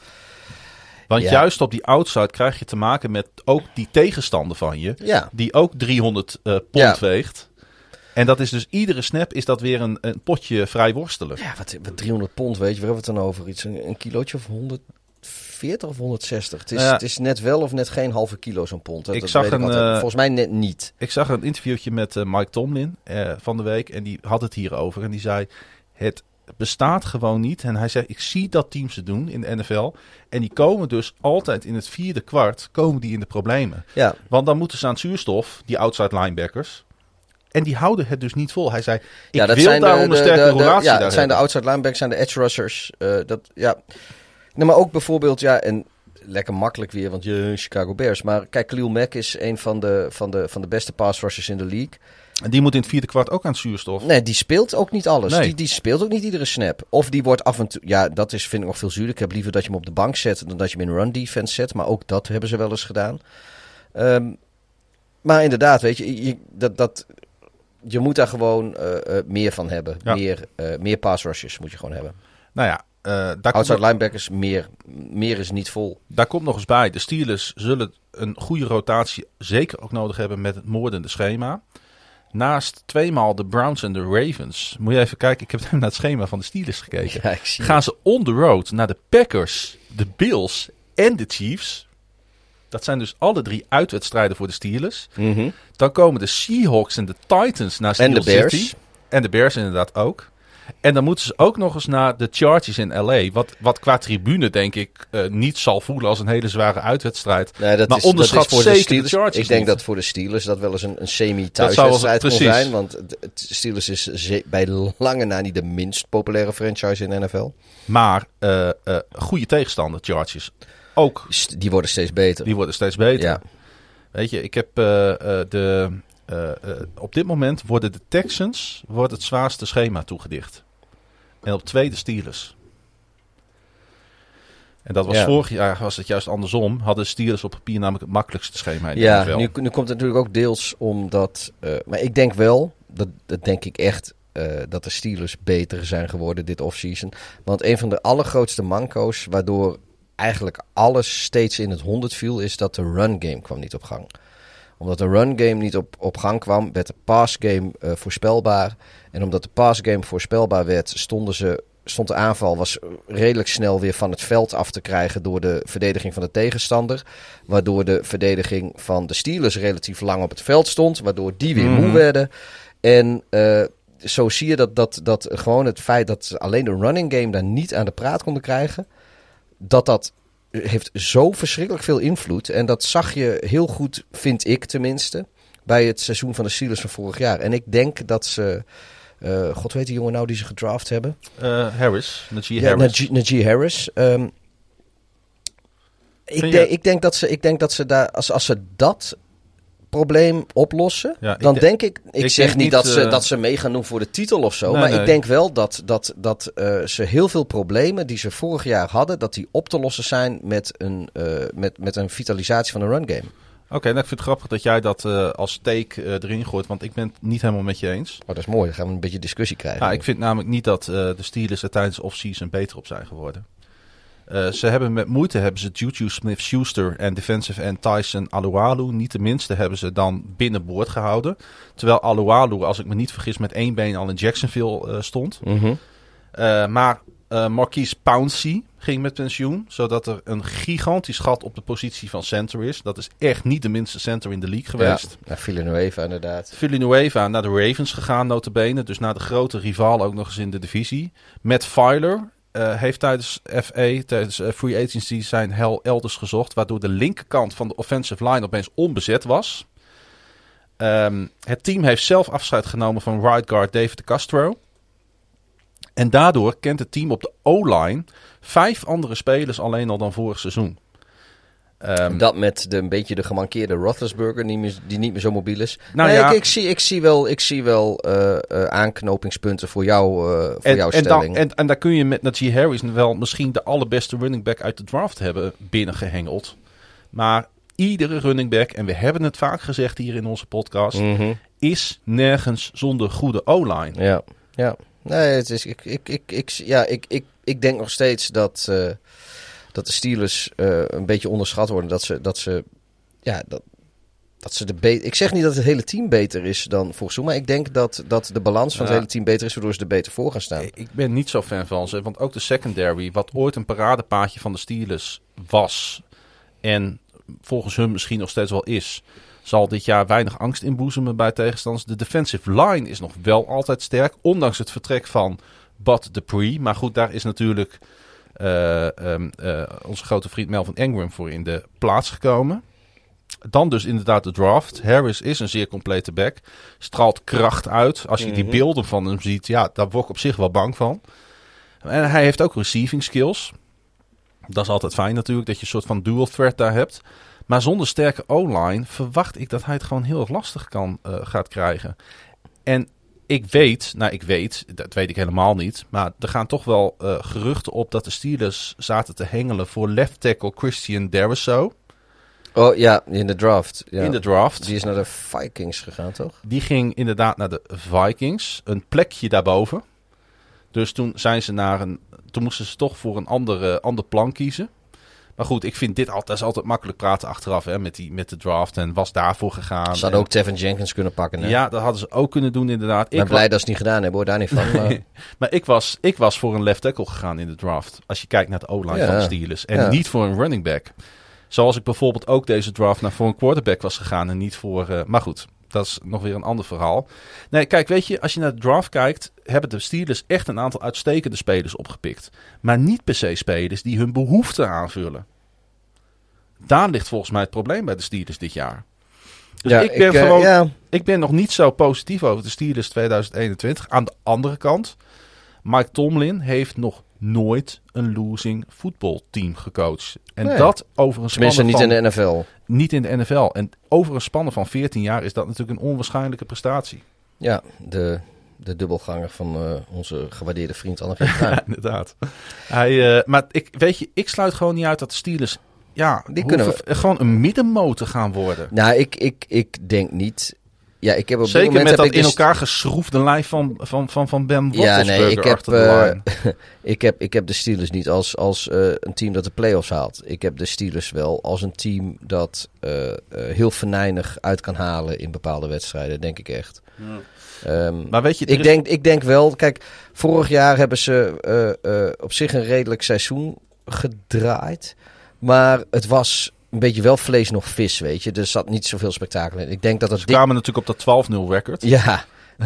Want Ja. juist op die outside krijg je te maken met ook die tegenstander van je. ja. Die ook driehonderd uh, pond Ja. weegt. En dat is dus iedere snap is dat weer een, een potje vrij worstelen. Ja, wat, wat driehonderd pond, weet je, waar hebben we het dan over? Iets, een, een kilootje of honderdveertig of honderdzestig? Het is, Nou ja. het is net wel of net geen halve kilo zo'n pond. Dat, Ik dat zag weet een, altijd. uh, Volgens mij net niet. Ik zag een interviewtje met uh, Mike Tomlin uh, van de week. En die had het hierover. En die zei, het bestaat gewoon niet. En hij zegt, ik zie dat teams het doen in de N F L. En die komen dus altijd in het vierde kwart komen die in de problemen. Ja, Want dan moeten ze aan het zuurstof, die outside linebackers. En die houden het dus niet vol. Hij zei, ik ja dat wil zijn daarom de, een de, sterke de, de, relatie ja, daar het zijn de hebben. outside linebackers, zijn de edge rushers. Uh, dat, ja. Nee, maar ook bijvoorbeeld, ja, en lekker makkelijk weer, want je Chicago Bears. Maar kijk, Khalil Mack is een van de, van de, van de beste pass rushers in de league. En die moet in het vierde kwart ook aan het zuurstof. Nee, die speelt ook niet alles. Nee. Die, die speelt ook niet iedere snap. Of die wordt af en toe... Ja, dat is, vind ik nog veel zuurder. Ik heb liever dat je hem op de bank zet dan dat je hem in run defense zet. Maar ook dat hebben ze wel eens gedaan. Um, maar inderdaad, weet je, je, dat, dat, je moet daar gewoon uh, uh, meer van hebben. Ja. Meer, uh, meer pass rushes moet je gewoon hebben. Nou ja, uh, daar, komt Outside nog, linebackers, meer, meer is niet vol. daar komt nog eens bij. De Steelers zullen een goede rotatie zeker ook nodig hebben met het moordende schema. Naast tweemaal de Browns en de Ravens. Moet je even kijken, ik heb naar het schema van de Steelers gekeken. Ja, ik zie Gaan ze on the road naar de Packers, de Bills en de Chiefs. Dat zijn dus alle drie uitwedstrijden voor de Steelers. mm-hmm. Dan komen de Seahawks en de Titans naar Steel En de Bears. City. En de Bears inderdaad ook. En dan moeten ze ook nog eens naar de Chargers in L A. Wat, wat qua tribune denk ik uh, niet zal voelen als een hele zware uitwedstrijd. Nee, dat Maar is, dat onderschat is voor de zeker de Steelers. Chargers Ik denk niet. dat voor de Steelers dat wel eens een, een zou wel- semi-thuiswedstrijd kon precies. zijn. Want de het Steelers is ze- bij lange na niet de minst populaire franchise in de N F L. Maar uh, uh, goede tegenstander, Chargers. Ook, St- Die worden steeds beter. die worden steeds beter. Ja. Weet je, ik heb uh, uh, de uh, uh, op dit moment worden de Texans wordt het zwaarste schema toegedicht. En op twee de Steelers. En dat was Ja. vorig jaar was het juist andersom. Hadden de Steelers op papier namelijk het makkelijkste schema in de Ja, N F L. nu, nu komt het natuurlijk ook deels omdat... Uh, maar ik denk wel, dat, dat denk ik echt... Uh, dat de Steelers beter zijn geworden dit offseason. Want een van de allergrootste manco's... waardoor eigenlijk alles steeds in het honderd viel... is dat de run game kwam niet op gang. Omdat de run game niet op, op gang kwam... werd de pass game uh, voorspelbaar. En omdat de pass game voorspelbaar werd... stonden ze... stond de aanval was redelijk snel weer van het veld af te krijgen door de verdediging van de tegenstander. Waardoor de verdediging van de Steelers relatief lang op het veld stond. Waardoor die weer Mm-hmm. moe werden. En uh, zo zie je dat, dat, dat gewoon het feit dat ze alleen de running game daar niet aan de praat konden krijgen. Dat dat heeft zo verschrikkelijk veel invloed. En dat zag je heel goed, vind ik tenminste, bij het seizoen van de Steelers van vorig jaar. En ik denk dat ze... Uh, God weet die jongen nou die ze gedraft hebben. Uh, Harris, Najee Ja, Harris. Najee, Najee Harris. Um, ik, Vind de, je- ik denk dat ze, ik denk dat ze daar, als, als ze dat probleem oplossen, Ja, ik dan de- denk ik, ik, ik zeg denk niet niet, dat ze, uh, dat ze mee gaan doen voor de titel of zo, Nee, maar nee. ik denk wel dat, dat, dat uh, ze heel veel problemen die ze vorig jaar hadden, dat die op te lossen zijn met een, uh, met, met een vitalisatie van de run game. Oké, okay, nou, ik vind het grappig dat jij dat uh, als take uh, erin gooit, want ik ben het niet helemaal met je eens. Oh, dat is mooi, dan gaan we een beetje discussie krijgen. Nou, ik vind namelijk niet dat uh, de Steelers er tijdens de offseason beter op zijn geworden. Uh, ze hebben met moeite hebben ze Juju Smith-Schuster en defensive end Tyson Alualu. Niet de minste hebben ze dan binnenboord gehouden. Terwijl Alualu, als ik me niet vergis, met één been al in Jacksonville uh, stond. Mm-hmm. Uh, maar uh, Marquise Pouncey ging met pensioen. Zodat er een gigantisch gat op de positie van center is. Dat is echt niet de minste center in de league geweest. Ja, Villanueva inderdaad. Villanueva naar de Ravens gegaan, nota bene. Dus naar de grote rivaal ook nog eens in de divisie. Matt Filer uh, heeft tijdens F A, tijdens uh, free agency zijn hel elders gezocht. Waardoor de linkerkant van de offensive line opeens onbezet was. Um, het team heeft zelf afscheid genomen van right guard David de Castro. En daardoor kent het team op de O-line vijf andere spelers alleen al dan vorig seizoen. Um, Dat met de, een beetje de gemankeerde Roethlisberger, die, meer, die niet meer zo mobiel is. Nou nee, ja. ik, ik, zie, ik zie wel, ik zie wel uh, uh, aanknopingspunten voor, jou, uh, voor en, jouw en stelling. Dan, en, en daar kun je met Najee Harris wel misschien de allerbeste running back uit de draft hebben binnengehengeld. Maar iedere running back, en we hebben het vaak gezegd hier in onze podcast, Mm-hmm. is nergens zonder goede O-line. Ja, ja. Nee, het is, ik, ik, ik, ik, ja, ik, ik, ik denk nog steeds dat, uh, dat de Steelers uh, een beetje onderschat worden. Dat ze, dat ze, ja, dat, dat ze de be- Ik zeg niet dat het hele team beter is dan vorig seizoen, maar ik denk dat, dat de balans van Ja. het hele team beter is, waardoor ze er beter voor gaan staan. Ik ben niet zo fan van ze, want ook de secondary, wat ooit een paradepaadje van de Steelers was, en volgens hun misschien nog steeds wel is, zal dit jaar weinig angst inboezemen bij tegenstanders. De defensive line is nog wel altijd sterk, ondanks het vertrek van Bud Dupree. Maar goed, daar is natuurlijk uh, um, uh, onze grote vriend Melvin Ingram voor in de plaats gekomen. Dan dus inderdaad de draft. Harris is een zeer complete back. Straalt kracht uit. Als je Mm-hmm. die beelden van hem ziet, ja, daar word ik op zich wel bang van. En hij heeft ook receiving skills. Dat is altijd fijn natuurlijk, dat je een soort van dual threat daar hebt. Maar zonder sterke O-line verwacht ik dat hij het gewoon heel erg lastig kan uh, gaat krijgen. En ik weet, nou ik weet, dat weet ik helemaal niet. Maar er gaan toch wel uh, geruchten op dat de Steelers zaten te hengelen voor left tackle Christian Darrisaw. Oh ja, in de draft. Ja. In de draft. Die is naar de Vikings gegaan, toch? Die ging inderdaad naar de Vikings. Een plekje daarboven. Dus toen zijn ze naar een. Toen moesten ze toch voor een andere, ander plan kiezen. Maar goed, ik vind dit altijd, dat is altijd makkelijk praten achteraf hè, met, die, met de draft. En was daarvoor gegaan. Ze hadden en, ook Tevin Jenkins kunnen pakken. Hè? ja, dat hadden ze ook kunnen doen inderdaad. Ik ben Ik blij wa- dat ze het niet gedaan hebben, hoor. Daar niet van. Maar... maar ik was, ik was voor een left tackle gegaan in de draft. Als je kijkt naar de O-line Ja. van de Steelers. En Ja. niet voor een running back. Zoals ik bijvoorbeeld ook deze draft naar voor een quarterback was gegaan. En niet voor... Uh, maar goed, dat is nog weer een ander verhaal. Nee, kijk, weet je, als je naar de draft kijkt, hebben de Steelers echt een aantal uitstekende spelers opgepikt. Maar niet per se spelers die hun behoeften aanvullen. Daar ligt volgens mij het probleem bij de Steelers dit jaar. Dus ja, ik ben uh, gewoon... ja. Ik ben nog niet zo positief over de Steelers tweeduizend eenentwintig. Aan de andere kant, Mike Tomlin heeft nog nooit een losing voetbalteam gecoacht. En Nee. dat over een Tenminste spanne niet van... in de N F L. niet in de N F L. En over een spanne van veertien jaar is dat natuurlijk een onwaarschijnlijke prestatie. Ja, de, de dubbelganger van uh, onze gewaardeerde vriend Annegien Bruin. Ja, inderdaad. Hij, uh, maar ik, weet je, ik sluit gewoon niet uit dat de Steelers ja, Die kunnen we... gewoon een middenmotor gaan worden. Nou, ik, ik, ik denk niet... Ja, ik heb op Zeker dit moment met dat heb ik in dus... elkaar geschroefde lijf van, van, van, van Ben Roethlisberger ja, nee, ik heb, achter de uh, lijn. ik, heb, ik heb de Steelers niet als, als uh, een team dat de playoffs haalt. Ik heb de Steelers wel als een team dat uh, uh, heel venijnig uit kan halen in bepaalde wedstrijden, denk ik echt. Ja. Um, maar weet je, ik, is... denk, ik denk wel, kijk, vorig jaar hebben ze uh, uh, op zich een redelijk seizoen gedraaid. Maar het was een beetje wel vlees nog vis, weet je. Er zat niet zoveel spektakel in. Ik denk dat het Ze kwamen natuurlijk op dat twaalf nul record. Ja,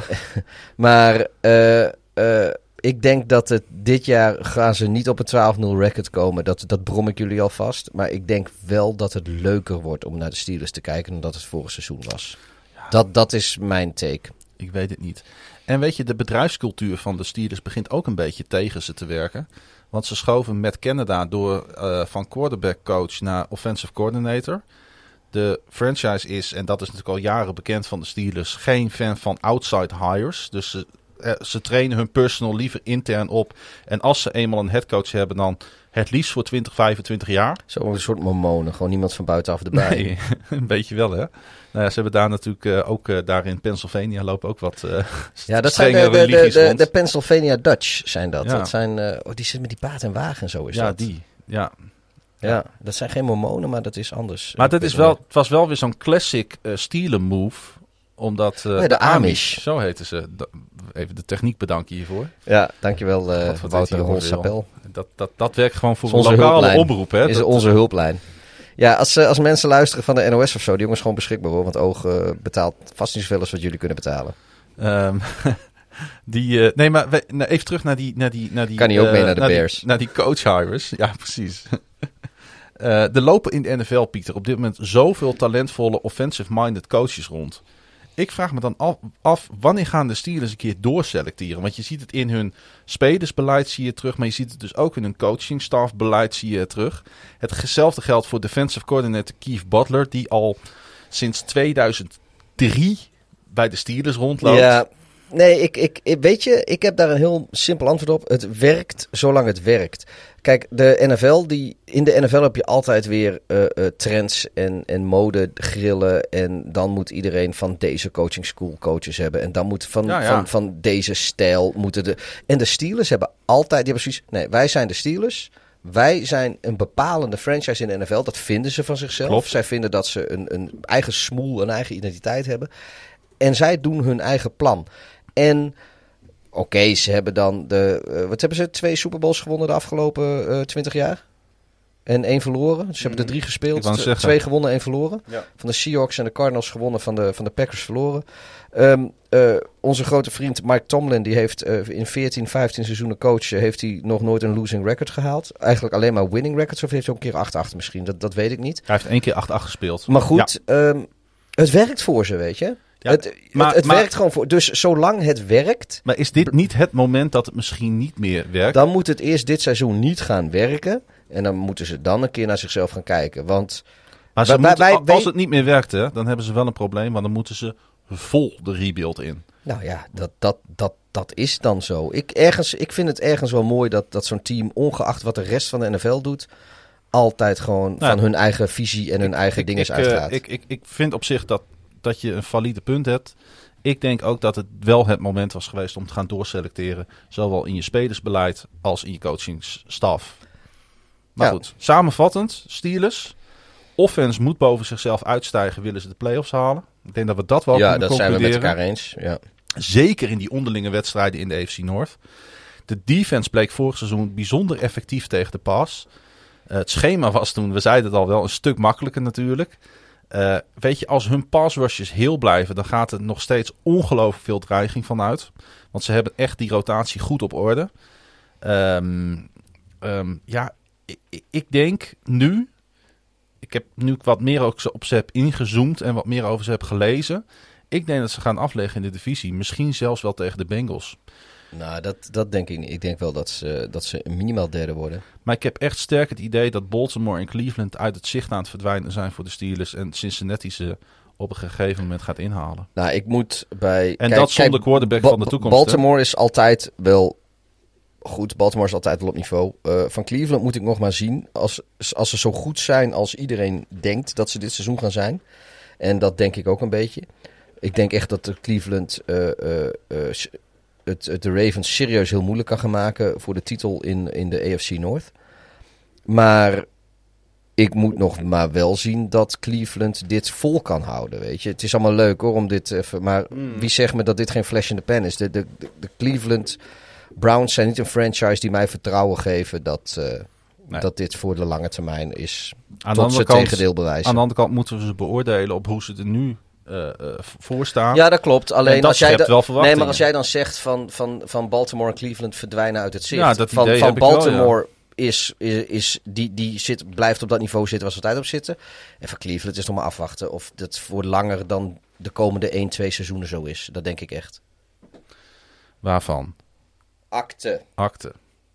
maar uh, uh, ik denk dat het dit jaar gaan ze niet op een twaalf nul record komen. Dat, dat brom ik jullie alvast. Maar ik denk wel dat het leuker wordt om naar de Steelers te kijken dan dat het vorig seizoen was. Ja. Dat, dat is mijn take. Ik weet het niet. En weet je, de bedrijfscultuur van de Steelers begint ook een beetje tegen ze te werken. Want ze schoven Matt Canada door uh, van quarterback coach naar offensive coordinator. De franchise is, en dat is natuurlijk al jaren bekend van de Steelers, geen fan van outside hires. Dus ze, eh, ze trainen hun personal liever intern op. En als ze eenmaal een headcoach hebben, dan het liefst voor twintig, vijfentwintig jaar. Zo een soort mormonen, gewoon niemand van buitenaf erbij. Nee, een beetje wel hè. Nou ja, ze hebben daar natuurlijk uh, ook uh, daar in Pennsylvania lopen ook wat uh, ja, dat zijn de, de, de, de, de Pennsylvania Dutch zijn dat. Ja. Dat zijn, uh, oh, die zitten met die paard en wagen en zo is ja, dat. Die, ja, die. Ja, dat zijn geen mormonen, maar dat is anders. Maar dat is wel, het was wel weer zo'n classic uh, Steeler move. Omdat uh, oh ja, de Amish. Zo heten ze. Even de techniek bedanken hiervoor. Ja, dankjewel uh, God, Wouter Holsapel. Dat, dat, dat werkt gewoon voor een lokale hulplijn. Omroep. Hè? Is dat, onze hulplijn. Ja, als, als mensen luisteren van de N O S of zo, die jongens gewoon beschikbaar hoor. Want Oog uh, betaalt vast niet zoveel als wat jullie kunnen betalen. Um, die, uh, nee, maar we, nou, even terug naar die... Naar die, naar die kan hij ook uh, mee naar de naar Bears. Die, naar die coach hires. Ja, precies. uh, er lopen in de N F L, Pieter, op dit moment zoveel talentvolle offensive-minded coaches rond. Ik vraag me dan af, af, wanneer gaan de Steelers een keer doorselecteren? Want je ziet het in hun spelersbeleid zie je terug, maar je ziet het dus ook in hun coachingstafbeleid zie je terug. Hetzelfde geldt voor defensive coordinator Keith Butler, die al sinds tweeduizend drie bij de Steelers rondloopt. Ja, nee, ik, ik, ik, weet je, ik heb daar een heel simpel antwoord op. Het werkt zolang het werkt. Kijk, de N F L, die, in de N F L heb je altijd weer uh, uh, trends en, en mode grillen. En dan moet iedereen van deze coaching school coaches hebben. En dan moet van, ja, ja. van, van deze stijl moeten de... En de Steelers hebben altijd... Die hebben zoiets, nee, wij zijn de Steelers. Wij zijn een bepalende franchise in de N F L. Dat vinden ze van zichzelf. Klopt. Zij vinden dat ze een, een eigen smoel, een eigen identiteit hebben. En zij doen hun eigen plan. En... Oké, okay, ze hebben dan de... Uh, wat hebben ze? Twee Super Bowls gewonnen de afgelopen uh, twintig jaar? En één verloren. Dus ze hebben er drie gespeeld. T- twee gewonnen, één verloren. Ja. Van de Seahawks en de Cardinals gewonnen, van de, van de Packers verloren. Um, uh, onze grote vriend Mike Tomlin, die heeft uh, in veertien, vijftien seizoenen coachen, heeft hij nog nooit een losing record gehaald. Eigenlijk alleen maar winning records. Of heeft hij ook een keer acht acht misschien? Dat, dat weet ik niet. Hij heeft één keer acht acht gespeeld. Maar goed, ja. um, het werkt voor ze, weet je. Ja, het maar, het, het maar, werkt gewoon voor. Dus zolang het werkt. Maar is dit niet het moment dat het misschien niet meer werkt? Dan moet het eerst dit seizoen niet gaan werken. En dan moeten ze dan een keer naar zichzelf gaan kijken. Want. Maar wij, moeten, wij, wij, als het niet meer werkt, hè, dan hebben ze wel een probleem. Want dan moeten ze vol de rebuild in. Nou ja, dat, dat, dat, dat is dan zo. Ik, ergens, ik vind het ergens wel mooi dat, dat zo'n team, ongeacht wat de rest van de N F L doet, altijd gewoon nou, van hun eigen visie en hun ik, eigen ik, dingen uitgaat. Uh, ik, ik, ik vind op zich dat. dat je een valide punt hebt. Ik denk ook dat het wel het moment was geweest om te gaan doorselecteren. Zowel in je spelersbeleid als in je coachingsstaf. Maar ja. goed, samenvattend, Steelers. Offense moet boven zichzelf uitstijgen, willen ze de playoffs halen. Ik denk dat we dat wel ja, kunnen concluderen. Ja, dat zijn we met elkaar eens. Ja. Zeker in die onderlinge wedstrijden in de A F C North. De defense bleek vorig seizoen bijzonder effectief tegen de pass. Uh, het schema was toen, we zeiden het al wel, een stuk makkelijker natuurlijk. Uh, weet je, als hun pass rushes heel blijven, dan gaat er nog steeds ongelooflijk veel dreiging van uit. Want ze hebben echt die rotatie goed op orde. Um, um, ja, ik, ik denk nu, ik heb nu wat meer ook op ze heb ingezoomd en wat meer over ze heb gelezen. Ik denk dat ze gaan afleggen in de divisie. Misschien zelfs wel tegen de Bengals. Nou, dat, dat denk ik niet. Ik denk wel dat ze, dat ze minimaal derde worden. Maar ik heb echt sterk het idee dat Baltimore en Cleveland uit het zicht aan het verdwijnen zijn voor de Steelers. En Cincinnati ze op een gegeven moment gaat inhalen. Nou, ik moet bij... En kijk, dat zonder kijk, quarterback Ba- van de toekomst. Baltimore is altijd wel goed. Baltimore is altijd wel op niveau. Uh, van Cleveland moet ik nog maar zien. Als, als ze zo goed zijn als iedereen denkt dat ze dit seizoen gaan zijn. En dat denk ik ook een beetje. Ik denk echt dat de Cleveland uh, uh, uh, het, het de Ravens serieus heel moeilijk kan gaan maken voor de titel in, in de A F C North. Maar ik moet nog maar wel zien dat Cleveland dit vol kan houden, weet je. Het is allemaal leuk hoor, om dit even... Maar Mm. wie zegt me dat dit geen flash in the pan is? De, de, de, de Cleveland Browns zijn niet een franchise die mij vertrouwen geven dat, uh, Nee. dat dit voor de lange termijn is. Aan de Tot ze andere het kant, tegendeel bewijzen. aan de andere kant moeten we ze beoordelen op hoe ze er nu uh, uh, voor staan. Ja, dat klopt. Alleen En dat als jij schept da- wel verwachtingen. Nee, maar als jij dan zegt van, van, van Baltimore en Cleveland verdwijnen uit het zicht. Ja, dat van idee van heb ik wel, Baltimore is, is, is die, die zit, blijft op dat niveau zitten waar ze altijd op zitten. En van Cleveland is nog maar afwachten of dat voor langer dan de komende één, twee seizoenen zo is. Dat denk ik echt. Waarvan? Akte. Akte.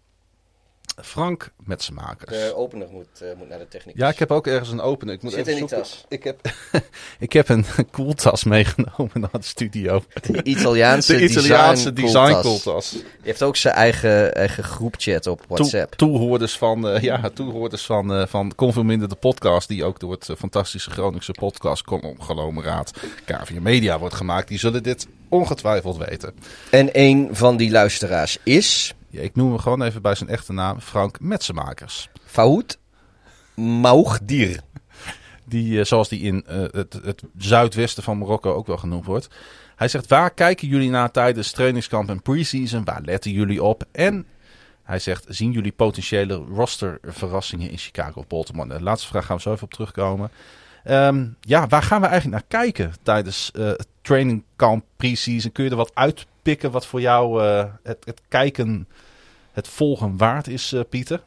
Frank Metsenmakers. De opener moet, uh, moet naar de techniek. Ja, ik heb ook ergens een opener. Ik moet Zit even in die zoeken. tas. Ik heb, ik heb een koeltas meegenomen naar de studio. De Italiaanse, De Italiaanse design design koeltas. koeltas. Die heeft ook zijn eigen, eigen groepchat op WhatsApp. Toe- Toehoorders van, uh, ja, toehoorders van, uh, van Kon Veel Minder de podcast, die ook door het uh, fantastische Groningse podcast conglomeraat K V M Media wordt gemaakt. Die zullen dit ongetwijfeld weten. En een van die luisteraars is Ja, ik noem hem gewoon even bij zijn echte naam, Frank Metsenmakers. Faoud Maougdir. Die, uh, zoals die in uh, het, het zuidwesten van Marokko ook wel genoemd wordt. Hij zegt, waar kijken jullie naar tijdens trainingskamp en preseason? Waar letten jullie op? En hij zegt, zien jullie potentiële rosterverrassingen in Chicago of Baltimore? De laatste vraag gaan we zo even op terugkomen. Um, ja, waar gaan we eigenlijk naar kijken tijdens uh, trainingkamp, preseason? Kun je er wat uitpikken wat voor jou uh, het, het kijken, het volgen waard is, uh, Pieter?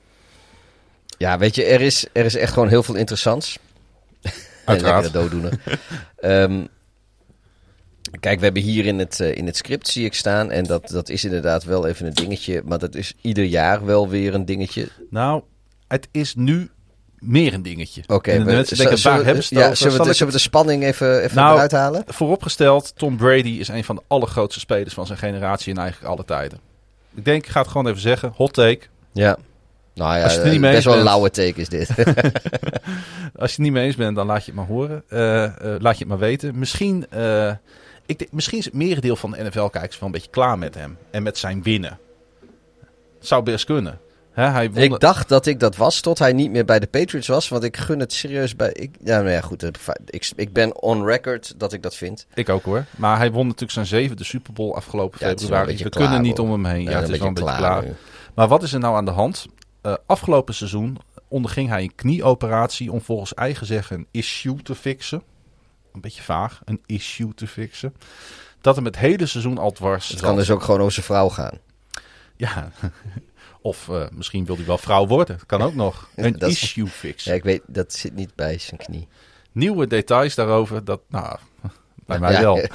Ja, weet je, er is, er is echt gewoon heel veel interessants. Uiteraard. Lekkere dooddoener. um, kijk, we hebben hier in het, uh, in het script, zie ik staan. En dat, dat is inderdaad wel even een dingetje. Maar dat is ieder jaar wel weer een dingetje. Nou, het is nu meer een dingetje. Oké, En de maar mensen z- denken, zullen waar we- hebben ze het ja, over? zullen we, Zal de, ik zullen we de het- spanning even, even Nou, eruit halen? Vooropgesteld, Tom Brady is een van de allergrootste spelers van zijn generatie in eigenlijk alle tijden. Ik denk, ik ga het gewoon even zeggen. Hot take. Ja. Nou ja, Als je het er niet mee best eens wel een bent. lauwe take is dit. Als je het niet mee eens bent, dan laat je het maar horen. Uh, uh, laat je het maar weten. Misschien, uh, ik denk, misschien is het merendeel van de N F L-kijkers wel een beetje klaar met hem. En met zijn winnen. Zou best kunnen. Hè, hij won Ik dacht dat ik dat was tot hij niet meer bij de Patriots was. Want ik gun het serieus bij... Ik, ja, nou ja, goed. Ik, ik ben on record dat ik dat vind. Ik ook hoor. Maar hij won natuurlijk zijn zevende Super Bowl afgelopen Ja, het is wel een februari. We beetje kunnen klaar, niet hoor. om hem heen. Ja, Ja, het is wel een beetje klaar. nu. Maar wat is er nou aan de hand? Uh, afgelopen seizoen onderging hij een knieoperatie om volgens eigen zeggen een issue te fixen. Een beetje vaag, een issue te fixen. Dat hem het hele seizoen al dwars Het zat. kan dus ook gewoon over zijn vrouw gaan. Ja, of uh, misschien wil hij wel vrouw worden. Kan ook nog. Een Dat is- issue fixen. Ja, ik weet, dat zit niet bij zijn knie. Nieuwe details daarover, dat, nou, bij mij Ja. wel.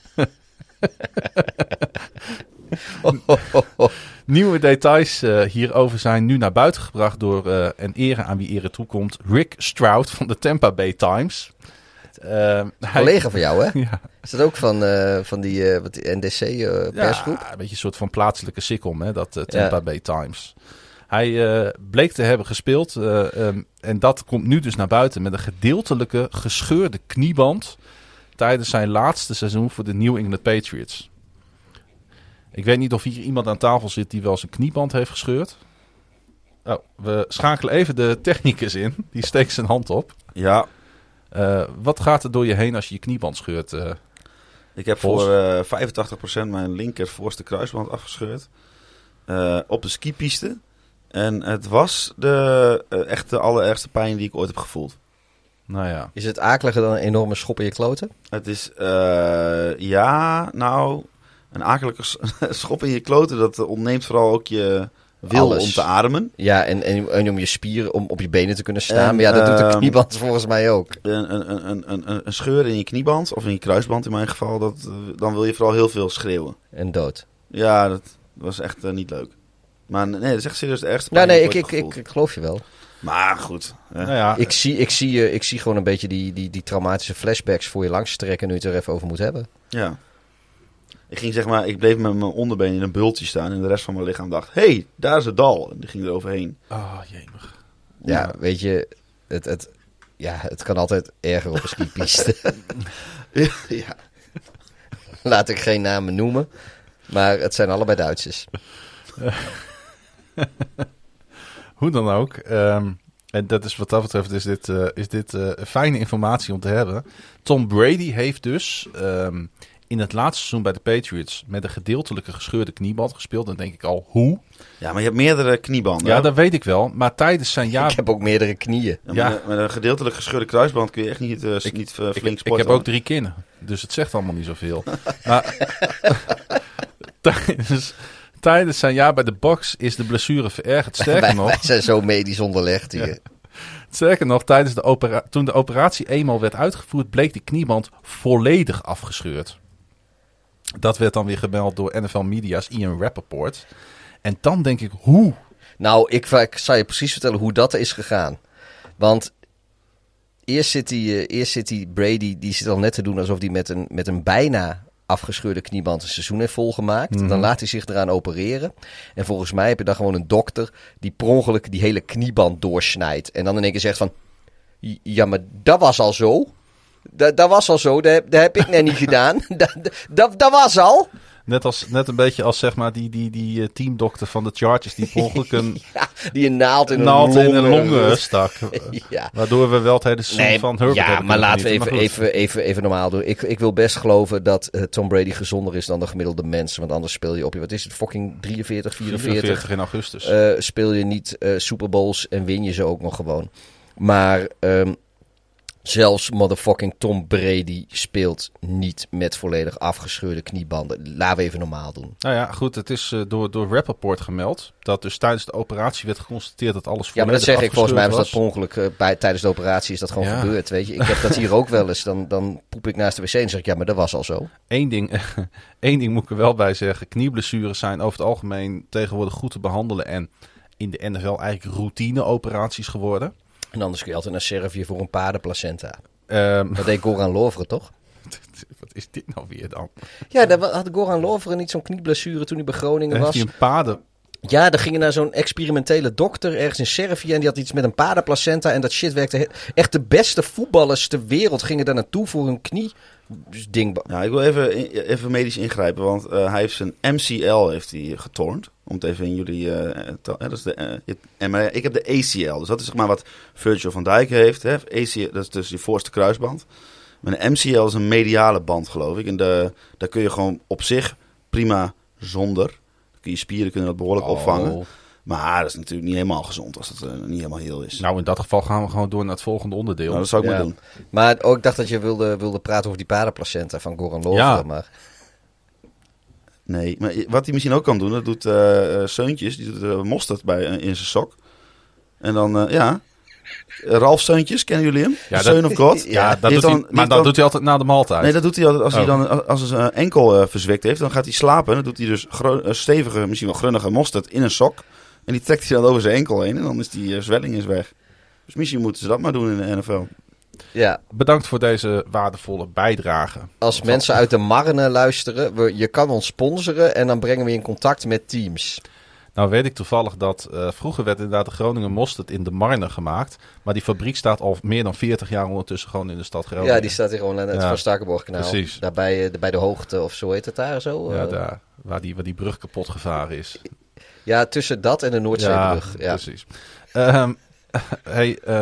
Nieuwe details uh, hierover zijn nu naar buiten gebracht door, uh, en ere aan wie ere toekomt, Rick Stroud van de Tampa Bay Times. Uh, hij- Collega van jou, hè? Ja, Is dat ook van, eh, van die, eh, wat die N D C-persgroep? ja, een beetje een soort van plaatselijke sitcom, hè, dat uh, Tampa Ja. Bay Times. Hij uh, bleek te hebben gespeeld uh, um, en dat komt nu dus naar buiten met een gedeeltelijke gescheurde knieband tijdens zijn laatste seizoen voor de New England Patriots. Ik weet niet of hier iemand aan tafel zit die wel zijn knieband heeft gescheurd. Oh, we schakelen even de technicus in. Die steekt zijn hand op. Ja, Uh, wat gaat er door je heen als je je knieband scheurt? Uh, ik heb Vos. voor uh, vijfentachtig procent mijn linker voorste kruisband afgescheurd. Uh, op de skipiste. En het was de uh, echt de allerergste pijn die ik ooit heb gevoeld. nou ja. Is het akeliger dan een enorme schop in je kloten? Het is, uh, ja, nou, een akelige s- schop in je kloten. Dat ontneemt vooral ook je wil Alles. om te ademen. Ja, en, en, en om je spieren, om op je benen te kunnen staan. En, maar ja, dat doet de ehm, knieband volgens mij ook. Een, een, een, een, een, een scheur in je knieband, of in je kruisband in mijn geval, dat, uh, dan wil je vooral heel veel schreeuwen. En dood. Ja, dat was echt uh, niet leuk. Maar nee, dat is echt serieus de ergste Ja, pijn nee, die ik, ik ik, ooit ik, gevoeld. ik geloof je wel. Maar goed. Hè. Nou ja, Ik zie, ik, zie, uh, ik zie gewoon een beetje die, die, die traumatische flashbacks voor je langs te trekken nu je het er even over moet hebben. Ja. Ik ging zeg maar, ik bleef met mijn onderbeen in een bultje staan en de rest van mijn lichaam dacht, hé, hey, daar is het dal. En die ging er overheen. oh, jemig. Ja, Ja. weet je, het, het, ja, het kan altijd erger op een skipiste. ja. Laat ik geen namen noemen, maar het zijn allebei Duitsers. Hoe dan ook. Um, en dat is wat dat betreft is dit, uh, is dit uh, fijne informatie om te hebben. Tom Brady heeft dus um, in het laatste seizoen bij de Patriots met een gedeeltelijke gescheurde knieband gespeeld. Dan denk ik al, hoe? Ja, maar je hebt meerdere kniebanden. Ja, hè? dat weet ik wel. Maar tijdens zijn jaar... Ik heb ook meerdere knieën. Ja, Ja. Met, een, met een gedeeltelijk gescheurde kruisband kun je echt niet, uh, Ik- niet uh, Ik, flink ik sporten. heb ook drie kinnen. Dus het zegt allemaal niet zoveel. maar tijdens, tijdens zijn jaar bij de Bucks is de blessure verergerd. Sterker wij, nog... wij zijn zo medisch onderlegd hier. Ja. Sterker nog, tijdens de opera- toen de operatie eenmaal werd uitgevoerd, bleek die knieband volledig afgescheurd. Dat werd dan weer gemeld door N F L Media's Ian Rappaport. En dan denk ik, hoe? Nou, ik, ik zal je precies vertellen hoe dat is gegaan. Want eerst zit die, uh, eerst zit die Brady, die zit al net te doen alsof hij met een, met een bijna afgescheurde knieband een seizoen heeft volgemaakt. Mhm. Dan laat hij zich eraan opereren. En volgens mij heb je dan gewoon een dokter die per ongeluk die hele knieband doorsnijdt. En dan in één keer zegt van, ja, maar dat was al zo. Dat, dat was al zo, dat, heb- dat heb ik net niet gedaan. Dat, dat, dat was al. Net, als, net een beetje als zeg maar die, die, die uh, teamdokter van de Chargers die per ongeluk een Ja, die een naald in een naald in een longen- longen stak. Ja. Waardoor we wel het hele seizoen Nee, van Herbert ja, hebben maar kunnen laten we even, genieten. Maar goed. even, even, even normaal doen. Ik, ik wil best geloven dat uh, Tom Brady gezonder is dan de gemiddelde mens. Want anders speel je op je, wat is het, fucking drieënveertig, vierenveertig. vierenveertig in augustus. Uh, speel je niet uh, Super Bowls en win je ze ook nog gewoon. Maar um, zelfs motherfucking Tom Brady speelt niet met volledig afgescheurde kniebanden. Laten we even normaal doen. Nou ja, goed, het is uh, door, door Rappaport gemeld dat dus tijdens de operatie werd geconstateerd dat alles Ja, volledig maar dat zeg ik, volgens mij was dat afgescheurd per ongeluk uh, bij, tijdens de operatie is dat gewoon Ja. gebeurd, weet je. Ik heb dat hier ook wel eens, dan, dan poep ik naast de wc en zeg ik, ja, maar dat was al zo. Eén ding, één ding moet ik er wel bij zeggen. Knieblessures zijn over het algemeen tegenwoordig goed te behandelen en in de N F L eigenlijk routine-operaties geworden. En anders kun je altijd naar Servië voor een paardenplacenta. Um, Dat deed Goran Lovren, toch? wat is dit nou weer dan? Ja, daar had Goran Lovren niet zo'n knieblessure toen hij bij Groningen Heeft was. hij een paden... Ja, dan gingen naar zo'n experimentele dokter ergens in Servië en die had iets met een paardenplacenta en dat shit werkte. he- Echt de beste voetballers ter wereld gingen daar naartoe voor hun knie ding. Ja, ik wil even, even medisch ingrijpen, want uh, hij heeft zijn M C L heeft hij getornd. Om het even in jullie... Uh, te, uh, dat is de, uh, je, en maar ik heb de A C L, dus dat is zeg maar wat Virgil van Dijk heeft. Hè. A C L, dat is dus je voorste kruisband. Maar een M C L is een mediale band, geloof ik. En de, daar kun je gewoon op zich prima zonder. Dan kun je spieren kunnen dat behoorlijk opvangen. Maar dat is natuurlijk niet helemaal gezond als het uh, niet helemaal heel is. Nou, in dat geval gaan we gewoon door naar het volgende onderdeel. Nou, dat zou ik Ja. maar doen. Maar ook ik dacht dat je wilde, wilde praten over die paardenplacenta van Goran Lovren. Ja. Maar Nee, maar wat hij misschien ook kan doen, dat doet uh, Seuntjes, die doet uh, mosterd bij, uh, in zijn sok. En dan, uh, ja, Ralf Seuntjes, kennen jullie hem? Ja, Seun dat- of God. ja, Ja, dat die doet heeft hij, dan- die maar heeft dat dan- doet hij altijd na de maaltijd. Nee, dat doet hij altijd als hij Oh. dan als hij zijn enkel uh, verzwikt heeft. Dan gaat hij slapen. Dan doet hij dus gro- uh, stevige, misschien wel grunnige mosterd in een sok. En die trekt hij dan over zijn enkel heen. En dan is die uh, zwelling is weg. Dus misschien moeten ze dat maar doen in de N F L. ja, Bedankt voor deze waardevolle bijdrage. als mensen uit de Marne luisteren, we, je kan ons sponsoren en dan brengen we je in contact met teams. Nou weet ik toevallig dat uh, vroeger werd inderdaad de Groningen mosterd in de Marne gemaakt. Maar die fabriek staat al meer dan veertig jaar ondertussen gewoon in de stad Groningen. Ja, die staat hier gewoon aan het Ja, Van Starkenborgkanaal. precies. Daar bij, uh, bij de hoogte of zo heet het daar zo. Ja, uh, daar, waar, die, waar die brug kapot gevaren is. ja, tussen dat en de Noordzeebrug. Ja, precies. Um, hey, uh,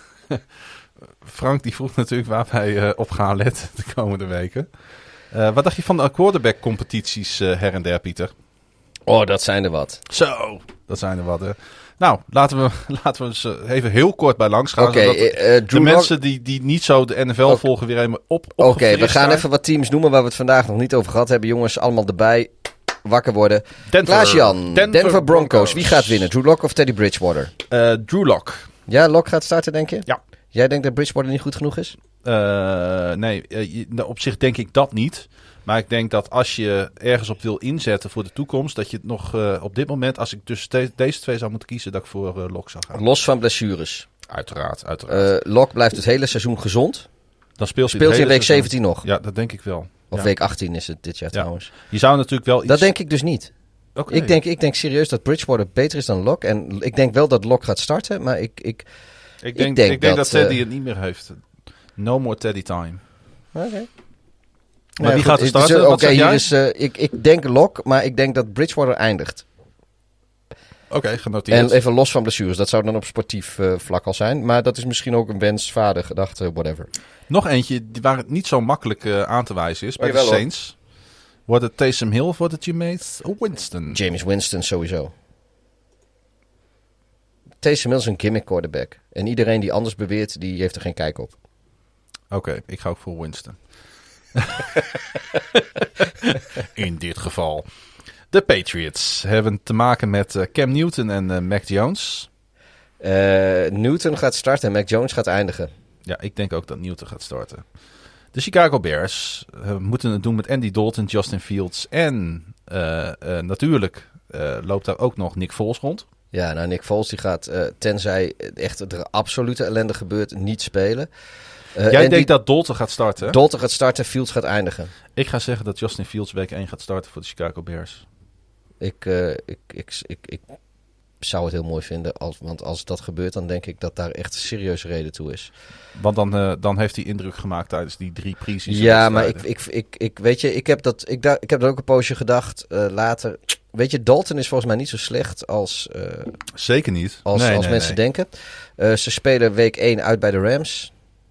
Frank die vroeg natuurlijk waar wij uh, op gaan letten de komende weken. Uh, wat dacht je van de quarterback competities uh, her en der, Pieter? Oh, dat zijn er wat. Zo, dat zijn er wat. Hè. Nou, laten we, laten we eens uh, even heel kort bij langs gaan. Oké, zodat uh, de Drew Lock- mensen die, die niet zo de N F L Oké. volgen weer even op. Oké, we gaan even wat teams noemen waar we het vandaag nog niet over gehad hebben. Jongens, allemaal erbij. Wakker worden. Denver, Klaas-Jan, Denver, Denver Broncos. Broncos. Wie gaat winnen? Drew Lock of Teddy Bridgewater? Uh, Drew Lock. Ja, Lock gaat starten, denk je? Ja. Jij denkt dat Bridgewater niet goed genoeg is? Uh, nee, uh, je- nou, op zich denk ik dat niet. Maar ik denk dat als je ergens op wil inzetten voor de toekomst, dat je het nog uh, op dit moment, als ik tussen de, deze twee zou moeten kiezen, dat ik voor uh, Lok zou gaan. Los van blessures. Uiteraard, uiteraard. Uh, Lok blijft het hele seizoen gezond. Dan speelt hij, speelt hij in week seizoen. zeventien nog. Ja, dat denk ik wel. Of ja. week achttien is het dit jaar ja. trouwens. Je zou natuurlijk wel iets... Dat denk ik dus niet. Okay. Ik, denk, ik denk serieus dat Bridgewater beter is dan Lok. En ik denk wel dat Lok gaat starten, maar ik... Ik, ik, denk, ik denk, ik denk dat, dat Teddy uh, het niet meer heeft. No more Teddy time. Oké. Okay. Maar wie gaat er starten? Oké, okay, hier is... Uh, ik, ik denk Lok, maar ik denk dat Bridgewater eindigt. Oké, okay, genoteerd. En even los van blessures. Dat zou dan op sportief uh, vlak al zijn. Maar dat is misschien ook een wens, vader, gedachte, whatever. Nog eentje waar het niet zo makkelijk uh, aan te wijzen is. Bij oh, de Saints. Hoor. Wordt het Taysom Hill of wordt het Jameis Winston? Jameis Winston sowieso. Taysom Hill is een gimmick quarterback. En iedereen die anders beweert, die heeft er geen kijk op. Oké, okay, ik ga ook voor Winston. In dit geval. De Patriots hebben te maken met uh, Cam Newton en uh, Mac Jones. Uh, Newton gaat starten en Mac Jones gaat eindigen. Ja, ik denk ook dat Newton gaat starten. De Chicago Bears uh, moeten het doen met Andy Dalton, Justin Fields en uh, uh, natuurlijk uh, loopt daar ook nog Nick Foles rond. Ja, nou Nick Foles die gaat, uh, tenzij echt er absolute ellende gebeurt, niet spelen. Uh, Jij denkt dat Dalton gaat starten? Dalton gaat starten, Fields gaat eindigen. Ik ga zeggen dat Justin Fields week één gaat starten voor de Chicago Bears. Ik, uh, ik, ik, ik, ik zou het heel mooi vinden, als, want als dat gebeurt, dan denk ik dat daar echt serieuze reden toe is. Want dan, uh, dan heeft hij indruk gemaakt tijdens die drie pre-season Ja, maar ik, ik, ik, ik, weet je, ik heb dat, ik, da, ik heb dat ook een poosje gedacht uh, later. Weet je, Dalton is volgens mij niet zo slecht als, uh, Zeker niet. als, nee, als nee, mensen nee. denken. Uh, ze spelen week één uit bij de Rams.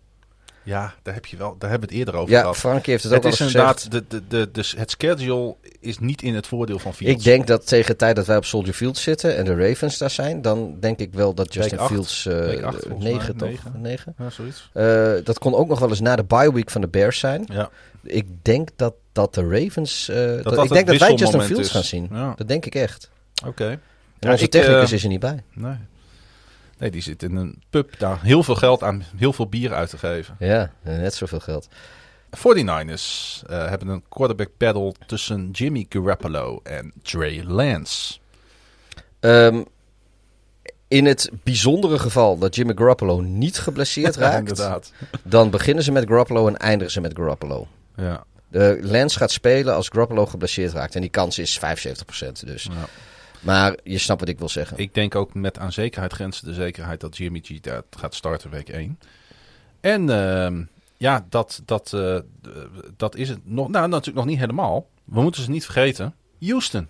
Ja, daar heb je wel, daar hebben we het eerder over ja, gehad. Frankie heeft het, het ook is al inderdaad, gezegd. de, de, de, dus het schedule is niet in het voordeel van Fields. Ik denk dat tegen de tijd dat wij op Soldier Field zitten en de Ravens daar zijn, dan denk ik wel dat Justin acht, Fields uh, week acht, negen toch? negen. negen. Ja, zoiets. Uh, dat kon ook nog wel eens na de bye week van de Bears zijn. Ja. Ik denk dat, dat de Ravens... Uh, dat dat, dat ik denk dat wij Justin wisselmoment Fields is. gaan zien. Ja. Dat denk ik echt. Oké. Okay. En Ja, onze ik, technicus uh, is er niet bij. Nee. Nee, die zit in een pub daar heel veel geld aan, heel veel bier uit te geven. Ja, net zoveel geld. forty-niners uh, hebben een quarterback battle tussen Jimmy Garoppolo en Trey Lance. Um, in het bijzondere geval dat Jimmy Garoppolo niet geblesseerd raakt, Inderdaad. dan beginnen ze met Garoppolo en eindigen ze met Garoppolo. Ja. De Lance gaat spelen als Garoppolo geblesseerd raakt. En die kans is vijfenzeventig procent dus. Ja. Maar je snapt wat ik wil zeggen. Ik denk ook met aan zekerheid grenzen de zekerheid dat Jimmy G dat gaat starten week één. En uh, ja, dat, dat, uh, dat is het nog, nou, natuurlijk nog niet helemaal. We moeten ze niet vergeten. Houston.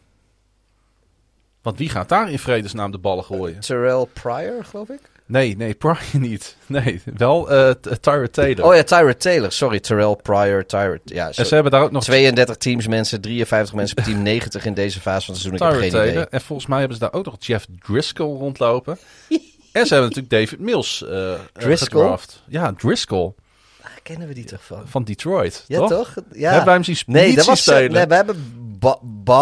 Want wie gaat daar in vredesnaam de ballen gooien? Terrell Pryor, geloof ik? Nee, nee, Pryor niet. Nee, wel uh, Tyrod Taylor. Oh ja, Tyrod Taylor. Sorry, Terrell Pryor, Tyrod. Ja, en ze hebben daar ook nog tweeëndertig teams mensen, drieënventig mensen per team, negentig in deze fase van het seizoen. Ik heb geen Taylor. idee. En volgens mij hebben ze daar ook nog Jeff Driscoll rondlopen. En ze hebben natuurlijk David Mills uh, Driscoll? gedraft. Ja, Driscoll. Ah, kennen we die toch van? Van Detroit, Ja, toch? toch? Ja. Hebben wij hem zien Nee, niet dat zien was spelen? Nee, we hebben Bo,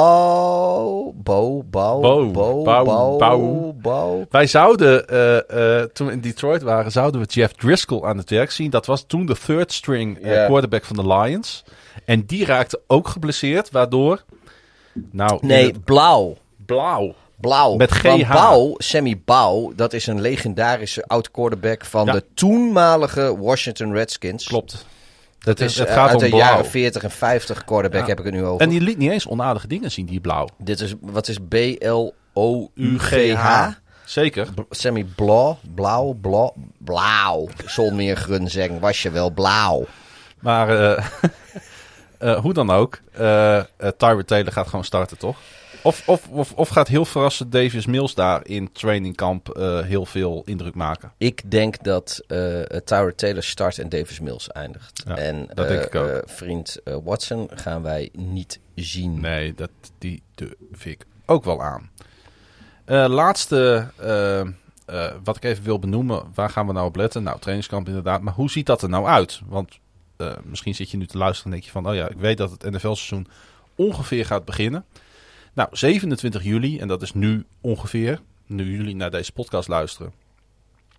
Bo, Bo, Bo, Bo, Bo, Bo, Bo, Bo. Bo. Wij zouden, uh, uh, toen we in Detroit waren, zouden we Jeff Driscoll aan het werk zien. Dat was toen de third string uh, Ja. quarterback van de Lions. En die raakte ook geblesseerd, waardoor... Nou, Nee, in het blauw. blauw. Blauw. Met G H. Want Bouw, Sammy Bouw, dat is een legendarische oud quarterback van Ja. de toenmalige Washington Redskins. Klopt. Dat Het- is het uh, gaat uit om de blauw. jaren veertig en vijftig quarterback Ja. heb ik het nu over. En die liet niet eens onaardige dingen zien, die blauw. Dit is, wat is B L O U G H? Zeker. B- Sammy Blauw, blauw, blauw, blauw. Zol meer grun zeggen, was je wel blauw. Maar uh, uh, hoe dan ook, uh, uh, Tyrod Taylor gaat gewoon starten, toch? Of, of, of, of gaat heel verrassend Davis Mills daar in trainingkamp uh, heel veel indruk maken? Ik denk dat uh, Tyrod Taylor start en Davis Mills eindigt. Ja, en dat denk uh, ik ook. uh, vriend uh, Watson gaan wij niet zien. Nee, dat, die durf ik ook wel aan. Uh, laatste, uh, uh, wat ik even wil benoemen, waar gaan we nou op letten? Nou, trainingskamp inderdaad, maar hoe ziet dat er nou uit? Want uh, misschien zit je nu te luisteren en denk je van, oh ja, ik weet dat het N F L-seizoen ongeveer gaat beginnen. Nou, zevenentwintig juli, en dat is nu ongeveer, nu jullie naar deze podcast luisteren,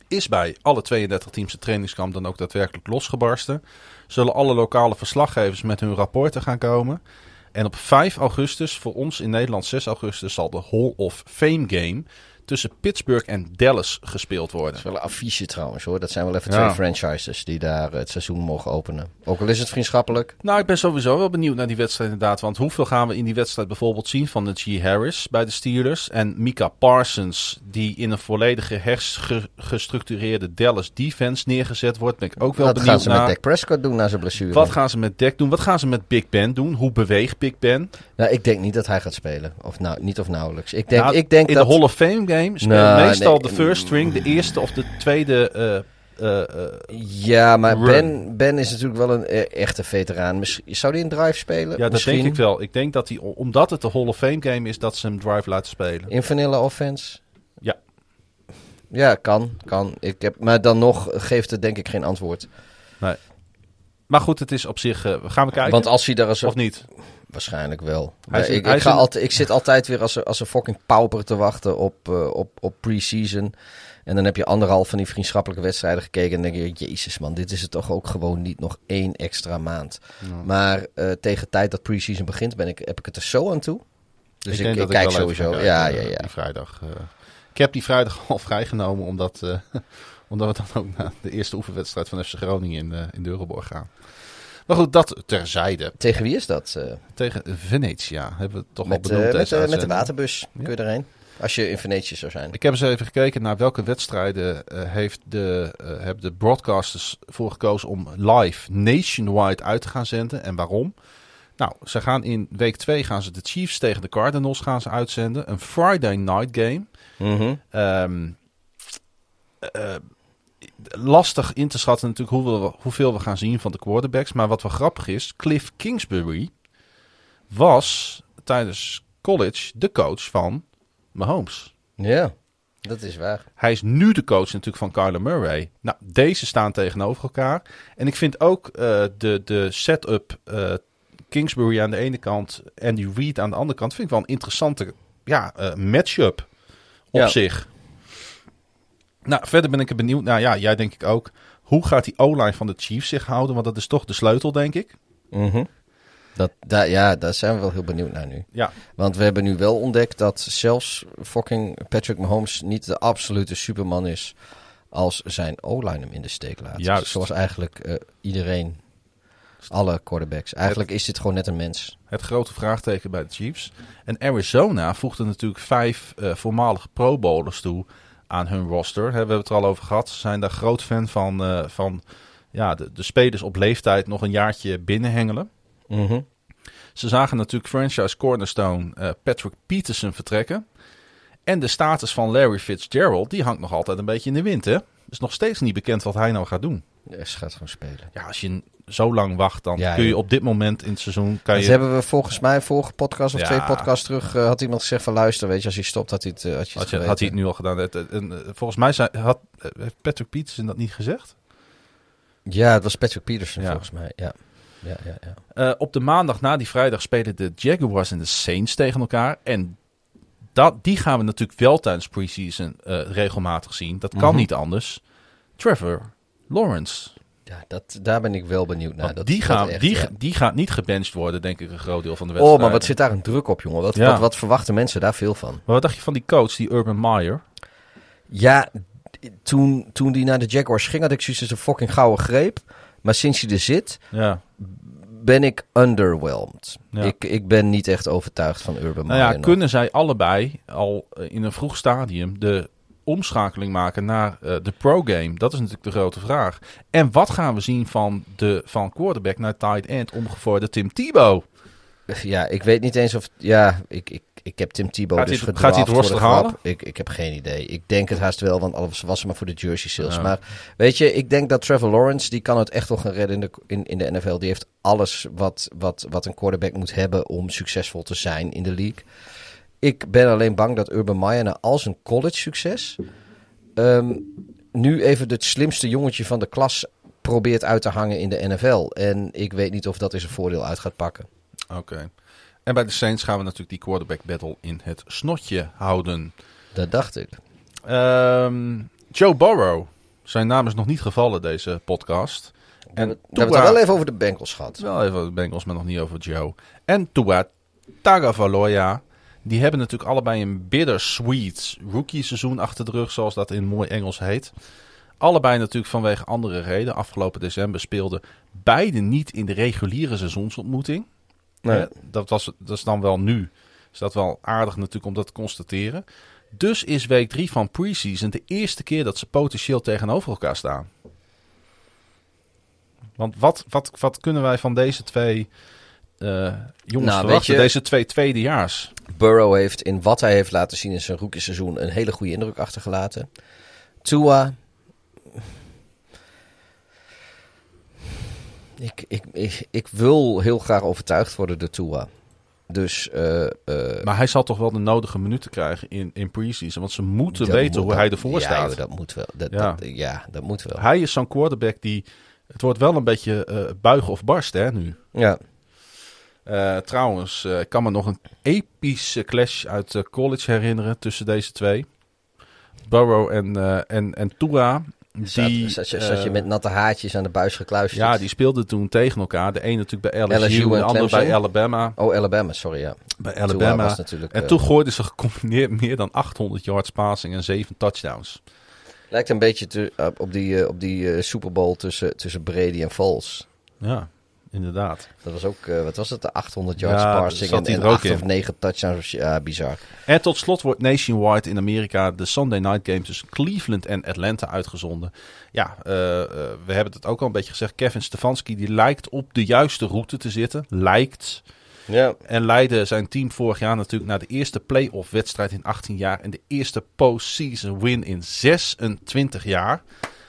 is bij alle tweeëndertig teams het trainingskamp dan ook daadwerkelijk losgebarsten. Zullen alle lokale verslaggevers met hun rapporten gaan komen. En op vijf augustus, voor ons in Nederland zes augustus, zal de Hall of Fame game tussen Pittsburgh en Dallas gespeeld worden. Dat is wel een affiche trouwens hoor. Dat zijn wel even Ja. twee franchises die daar het seizoen mogen openen. Ook al is het vriendschappelijk. Nou, ik ben sowieso wel benieuwd naar die wedstrijd inderdaad. Want hoeveel gaan we in die wedstrijd bijvoorbeeld zien van de G. Harris bij de Steelers en Micah Parsons, die in een volledige hergestructureerde Dallas defense neergezet wordt. Ben ik ook wel Wat benieuwd gaan ze naar. met Dak Prescott doen na zijn blessure? Wat gaan ze met Dak doen? Wat gaan ze met Big Ben doen? Hoe beweegt Big Ben? Nou, ik denk niet dat hij gaat spelen. Of nou, niet of nauwelijks. Ik denk, Nou, ik denk in dat... de Hall of Fame game spelen Nou, meestal nee. de first string, de eerste of de tweede. eh, eh, eh, Ja, maar Run. Ben, Ben is natuurlijk wel een eh, echte veteraan. Misschien, zou hij een drive spelen? ja, dat Misschien. denk ik wel. Ik denk dat hij, omdat het de Hall of Fame game is, dat ze hem drive laten spelen. In vanilla offense? Ja. Ja, kan. kan. Ik heb, maar dan nog geeft het denk ik geen antwoord. Maar goed, het is op zich. eh, gaan we kijken? Want als hij daar als Of niet? Waarschijnlijk wel. Hij Maar is- ik, hij ik, is ga een- altijd, ik zit altijd weer als een, als een fucking pauper te wachten op, uh, op, op pre-season. En dan heb je anderhalf van die vriendschappelijke wedstrijden gekeken. En dan denk je, jezus man, dit is het toch ook gewoon niet nog één extra maand. Ja. Maar uh, tegen de tijd dat pre-season begint, ben ik, heb ik het er zo aan toe. Dus ik, denk ik dat kijk wel even sowieso. ga Ja, kijken, ja, eh, ja. Die vrijdag. eh. Ik heb die vrijdag al vrijgenomen, omdat, eh, omdat we dan ook naar de eerste oefenwedstrijd van F C Groningen in, uh, in de Euroborg gaan. Maar goed, dat terzijde. Tegen wie is dat? Uh, Tegen Venetia hebben we het toch met, al benoemd. uh, met, deze uh, met de uitzending. waterbus kun je erheen. Als je in Venetië zou zijn. Ik heb eens even gekeken naar welke wedstrijden uh, heeft de, uh, hebben de broadcasters voor gekozen om live nationwide uit te gaan zenden. En waarom? Nou, ze gaan in week twee gaan ze de Chiefs tegen de Cardinals gaan ze uitzenden. Een Friday night game. Mm-hmm. Um, uh, lastig in te schatten natuurlijk hoeveel we, hoeveel we gaan zien van de quarterbacks. Maar wat wel grappig is, Cliff Kingsbury was tijdens college de coach van Mahomes. Ja, dat is waar. Hij is nu de coach natuurlijk van Kyler Murray. Nou, deze staan tegenover elkaar. En ik vind ook uh, de, de setup uh, Kingsbury aan de ene kant, Andy Reid aan de andere kant, vind ik wel een interessante ja, uh, matchup op Ja. zich. Nou, verder ben ik er benieuwd. Nou ja, jij denk ik ook. Hoe gaat die O-line van de Chiefs zich houden? Want dat is toch de sleutel, denk ik. Mm-hmm. Dat, da, ja, daar zijn we wel heel benieuwd naar nu. Ja. Want we hebben nu wel ontdekt dat zelfs fucking Patrick Mahomes niet de absolute superman is als zijn O-line hem in de steek laat. Juist. Zoals eigenlijk uh, iedereen, alle quarterbacks. Eigenlijk is dit gewoon net een mens. Het grote vraagteken bij de Chiefs. En Arizona voegde natuurlijk vijf uh, voormalige Pro Bowlers toe aan hun roster. He, we hebben het er al over gehad. Ze zijn daar groot fan van, uh, van ja, de, de spelers op leeftijd nog een jaartje binnenhengelen. Mm-hmm. Ze zagen natuurlijk franchise cornerstone uh, Patrick Peterson vertrekken. En de status van Larry Fitzgerald, die hangt nog altijd een beetje in de wind. Hè? is nog steeds niet bekend wat hij nou gaat doen. Ja, ze gaat gewoon spelen. Ja, als je zo lang wacht, dan Ja, kun je ja. op dit moment in het seizoen... Kan Dat je, hebben we volgens mij vorige podcast of Ja. twee podcasts terug. Uh, had iemand gezegd van luister, weet je, als hij stopt had hij het, uh, had je het had, je, geweten. had hij het nu al gedaan. Het, het, en, uh, volgens mij zei, had, uh, heeft Patrick Peterson dat niet gezegd. Ja, het was Patrick Peterson Ja. volgens mij. Ja, ja, ja. ja. Uh, op de maandag na die vrijdag spelen de Jaguars en de Saints tegen elkaar. En dat, die gaan we natuurlijk wel tijdens preseason uh, regelmatig zien. Dat kan Mhm. niet anders. Trevor Lawrence. Ja, dat, daar ben ik wel benieuwd naar. Want Dat, die, dat gaan, echt, die, ja. die gaat niet gebenched worden, denk ik, een groot deel van de wedstrijd. Oh, maar wat zit daar een druk op, jongen? Wat, Ja. wat, wat verwachten mensen daar veel van? Maar wat dacht je van die coach, die Urban Meyer? Ja, toen, toen die naar de Jaguars ging, had ik zoiets als een fucking gouden greep. Maar sinds hij er zit, Ja. ben ik underwhelmed. Ja. Ik, ik ben niet echt overtuigd van Urban Nou ja, Meyer nog. kunnen zij allebei al uh, in een vroeg stadium de omschakeling maken naar uh, de pro-game? Dat is natuurlijk de grote vraag. En wat gaan we zien van, de, van quarterback naar tight end omgevorderd Tim Tebow? Ja, ik weet niet eens of... Ja, ik, ik, ik heb Tim Tebow Gaat dus hij het- gaat hij het gedraft voor de roster grap. halen? Ik, ik heb geen idee. Ik denk het haast wel, want alles was maar voor de jersey sales. Ja. Maar weet je, ik denk dat Trevor Lawrence, die kan het echt wel gaan redden in de, in, in de N F L. Die heeft alles wat, wat, wat een quarterback moet hebben om succesvol te zijn in de league. Ik ben alleen bang dat Urban Meyer na al zijn college succes um, nu even het slimste jongetje van de klas probeert uit te hangen in de N F L. En ik weet niet of dat eens een voordeel uit gaat pakken. Oké. Okay. En bij de Saints gaan we natuurlijk die quarterback battle in het snotje houden. Dat dacht ik. Um, Joe Burrow. Zijn naam is nog niet gevallen, deze podcast. We En hebben we hebben het wel even over de Bengals gehad. Wel even over de Bengals, maar nog niet over Joe. En Tua Tagovailoa. Die hebben natuurlijk allebei een bittersweet rookie seizoen achter de rug, zoals dat in mooi Engels heet. Allebei natuurlijk vanwege andere redenen. Afgelopen december speelden beide niet in de reguliere seizoensontmoeting. Nee. Eh, dat, was, dat is dan wel nu. Is dat wel aardig natuurlijk om dat te constateren. Dus is week drie van preseason de eerste keer dat ze potentieel tegenover elkaar staan. Want wat, wat, wat kunnen wij van deze twee uh, jongens Nou, verwachten? weet je- Deze twee tweedejaars. Burrow heeft in wat hij heeft laten zien in zijn rookie-seizoen een hele goede indruk achtergelaten. Tua... Ik, ik, ik, ik wil heel graag overtuigd worden door Tua. Dus... eh, eh, Maar hij zal toch wel de nodige minuten krijgen in, in preseason. Want ze moeten dat weten moet- hoe hij dat- ervoor ja, staat. joh, dat moet wel. Dat, Ja. dat, ja, dat moet wel. Hij is zo'n quarterback die... Het wordt wel een beetje uh, buigen of barsten hè, nu. Ja. Uh, trouwens, uh, ik kan me nog een epische clash uit uh, college herinneren tussen deze twee. Burrow en, uh, en, en Tua. Die, zat, zat, je, zat je uh, met natte haartjes aan de buis gekluisterd? Ja, die speelden toen tegen elkaar. De een natuurlijk bij L S U, L S U en de ander bij Clemson. Alabama. Oh, Alabama, sorry, ja. Bij Tua Alabama. was natuurlijk, En uh, toen gooiden ze gecombineerd meer dan achthonderd yards passing en zeven touchdowns. Lijkt een beetje te, op, op die, uh, op die uh, Super Bowl tussen, tussen Brady en Foles. Ja, inderdaad. Dat was ook, uh, wat was het, de achthonderd yards Ja, passing zat en, hij en er ook acht in. of negen touchdowns. Ja, bizar. En tot slot wordt nationwide in Amerika de Sunday Night Game tussen Cleveland en Atlanta uitgezonden. Ja, uh, uh, we hebben het ook al een beetje gezegd. Kevin Stefanski die lijkt op de juiste route te zitten. Lijkt. Ja. En leidde zijn team vorig jaar natuurlijk naar de eerste playoff wedstrijd in achttien jaar. En de eerste postseason win in zesentwintig jaar.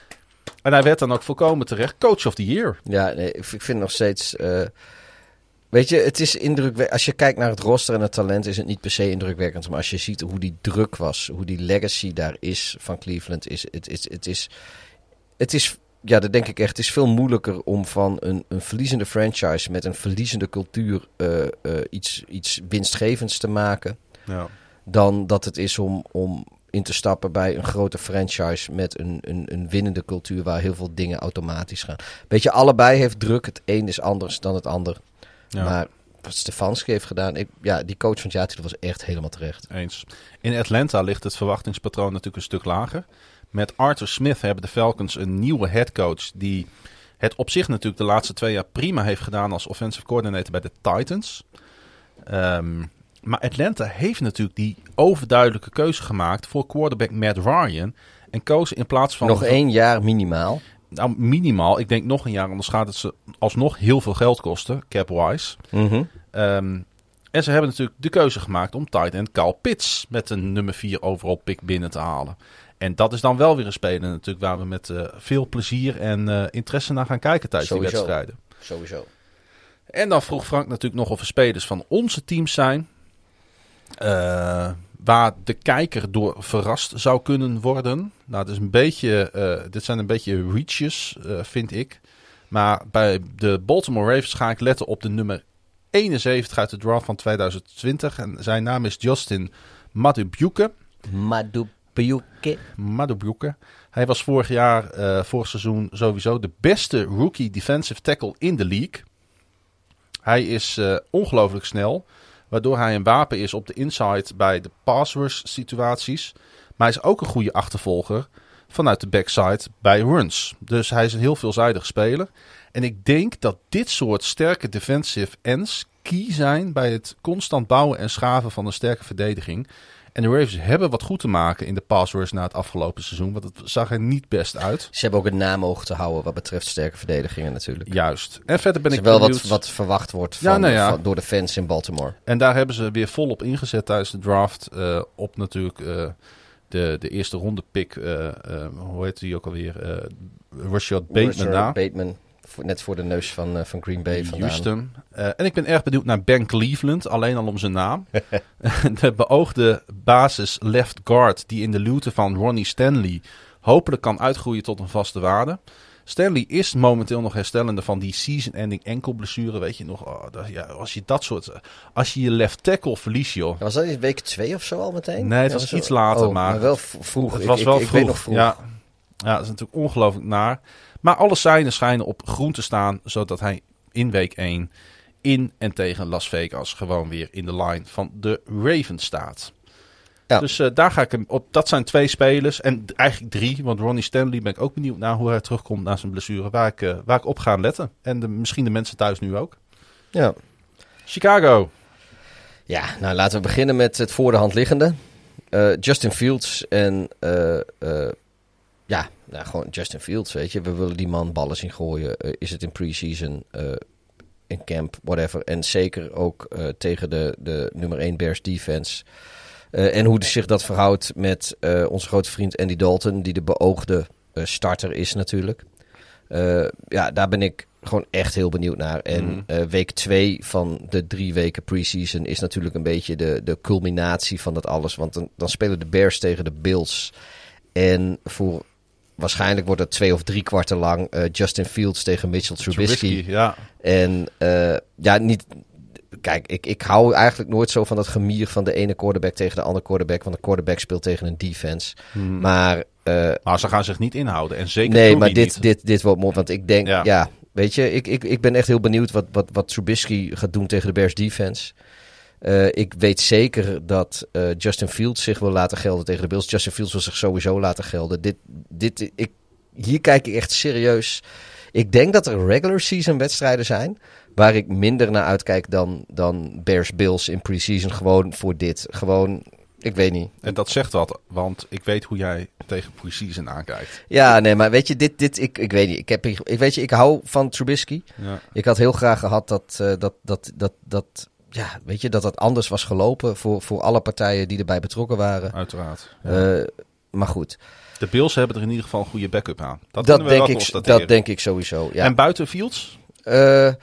En hij werd dan ook volkomen terecht Coach of the Year. Ja, nee, ik vind nog steeds... Uh, weet je, het is indrukwekkend. Als je kijkt naar het roster en het talent, is het niet per se indrukwekkend. Maar als je ziet hoe die druk was, hoe die legacy daar is van Cleveland, is het is, het is, het is, ja, dat denk ik echt. Het is veel moeilijker om van een, een verliezende franchise met een verliezende cultuur uh, uh, iets, iets winstgevends te maken, Ja. dan dat het is om, om in te stappen bij een grote franchise met een, een, een winnende cultuur waar heel veel dingen automatisch gaan. Weet je, allebei heeft druk. Het een is anders dan het ander. Ja. Maar wat Stefanski heeft gedaan, ik, ja, die coach van het jaar was echt helemaal terecht. Eens. In Atlanta ligt het verwachtingspatroon natuurlijk een stuk lager. Met Arthur Smith hebben de Falcons een nieuwe headcoach die het op zich natuurlijk de laatste twee jaar prima heeft gedaan als offensive coordinator bij de Titans. Um, maar Atlanta heeft natuurlijk die overduidelijke keuze gemaakt voor quarterback Matt Ryan. En koos in plaats van... Nog één jaar minimaal. Nou, minimaal. Ik denk nog een jaar, anders gaat het ze alsnog heel veel geld kosten, cap-wise. Mm-hmm. Um, en ze hebben natuurlijk de keuze gemaakt om tight end Kyle Pitts met een nummer vier overall pick binnen te halen. En dat is dan wel weer een speler natuurlijk waar we met uh, veel plezier en uh, interesse naar gaan kijken tijdens Sowieso. die wedstrijden. Sowieso. En dan vroeg Frank natuurlijk nog of er spelers van onze teams zijn. Uh, waar de kijker door verrast zou kunnen worden. Nou, dit, is een beetje, uh, dit zijn een beetje reaches, uh, vind ik. Maar bij de Baltimore Ravens ga ik letten op de nummer eenenzeventig uit de draft van tweeduizend twintig. En zijn naam is Justin Madubuike. Madubuike. Madubuike. Hij was vorig jaar, uh, vorig seizoen sowieso de beste rookie defensive tackle in de league. Hij is uh, ongelooflijk snel. Waardoor hij een wapen is op de inside bij de pass rush situaties. Maar hij is ook een goede achtervolger vanuit de backside bij runs. Dus hij is een heel veelzijdig speler. En ik denk dat dit soort sterke defensive ends key zijn bij het constant bouwen en schaven van een sterke verdediging. En de Ravens hebben wat goed te maken in de pass rush na het afgelopen seizoen. Want het zag er niet best uit. Ze hebben ook een naam oog te houden wat betreft sterke verdedigingen natuurlijk. Juist. En verder ben is ik wel benieuwd... wat, wat verwacht wordt van, Ja, nou ja. van, door de fans in Baltimore. En daar hebben ze weer volop ingezet tijdens de draft. Uh, op natuurlijk uh, de, de eerste ronde pick. Uh, uh, hoe heet die ook alweer? Uh, Rashad Bateman na. Bateman. Net voor de neus van, uh, van Green Bay vandaan. Houston. Uh, en ik ben erg benieuwd naar Ben Cleveland. Alleen al om zijn naam. De beoogde basis left guard. Die in de luwte van Ronnie Stanley hopelijk kan uitgroeien tot een vaste waarde. Stanley is momenteel nog herstellende van die season-ending enkelblessure. Weet je nog, oh, dat, ja, als je dat soort... Als je je left tackle verliest, joh. Was dat in week twee of zo al meteen? Nee, het ja, was zo... iets later, oh, maar... maar wel v- vroeg. Het ik, was ik, wel ik vroeg, weet nog vroeg. ja. Ja, dat is natuurlijk ongelooflijk naar. Maar alle seinen schijnen op groen te staan, zodat hij in week één in en tegen Las Vegas gewoon weer in de line van de Ravens staat. Ja. Dus uh, daar ga ik hem op. Dat zijn twee spelers en eigenlijk drie, want Ronnie Stanley ben ik ook benieuwd naar hoe hij terugkomt na zijn blessure, waar ik, uh, waar ik op ga letten. En de, misschien de mensen thuis nu ook. Ja. Chicago. Ja, nou laten we beginnen met het voor de hand liggende. Uh, Justin Fields en uh, uh, ja, nou, gewoon Justin Fields, weet je. We willen die man ballen zien gooien. Uh, is het in preseason, uh, in camp, whatever. En zeker ook uh, tegen de, de nummer één Bears defense. Uh, en hoe zich dat verhoudt met uh, onze grote vriend Andy Dalton, die de beoogde uh, starter is natuurlijk. Uh, ja, daar ben ik gewoon echt heel benieuwd naar. En mm. uh, week twee van de drie weken preseason is natuurlijk een beetje de, de culminatie van dat alles. Want dan, dan spelen de Bears tegen de Bills. En voor waarschijnlijk wordt het twee of drie kwarten lang uh, Justin Fields tegen Mitchell Trubisky. Trubisky ja. En uh, ja, niet... Kijk, ik, ik hou eigenlijk nooit zo van dat gemier van de ene quarterback tegen de andere quarterback. Want de quarterback speelt tegen een defense. Hmm. Maar, uh, maar ze gaan zich niet inhouden. En zeker nee, Truby maar dit, niet. dit, dit wordt mooi. Want ik denk, ja, ja weet je, ik, ik, ik ben echt heel benieuwd wat, wat, wat Trubisky gaat doen tegen de Bears defense. Uh, ik weet zeker dat uh, Justin Fields zich wil laten gelden tegen de Bills. Justin Fields wil zich sowieso laten gelden. Dit, dit, ik, hier kijk ik echt serieus. Ik denk dat er regular season wedstrijden zijn waar ik minder naar uitkijk dan, dan Bears Bills in preseason. Gewoon voor dit. Gewoon, ik weet niet. En dat zegt wat, want ik weet hoe jij tegen preseason aankijkt. Ja, nee, maar weet je, dit, dit ik, ik weet niet. Ik, heb, ik, weet je, ik hou van Trubisky. Ja. Ik had heel graag gehad dat, uh, dat, dat, dat, dat, ja, weet je, dat het anders was gelopen voor, voor alle partijen die erbij betrokken waren. Uiteraard. Ja. Uh, maar goed. De Bills hebben er in ieder geval een goede backup aan. Dat, dat, we denk, wel ik, dat denk ik sowieso, ja. En buiten Fields? Uh,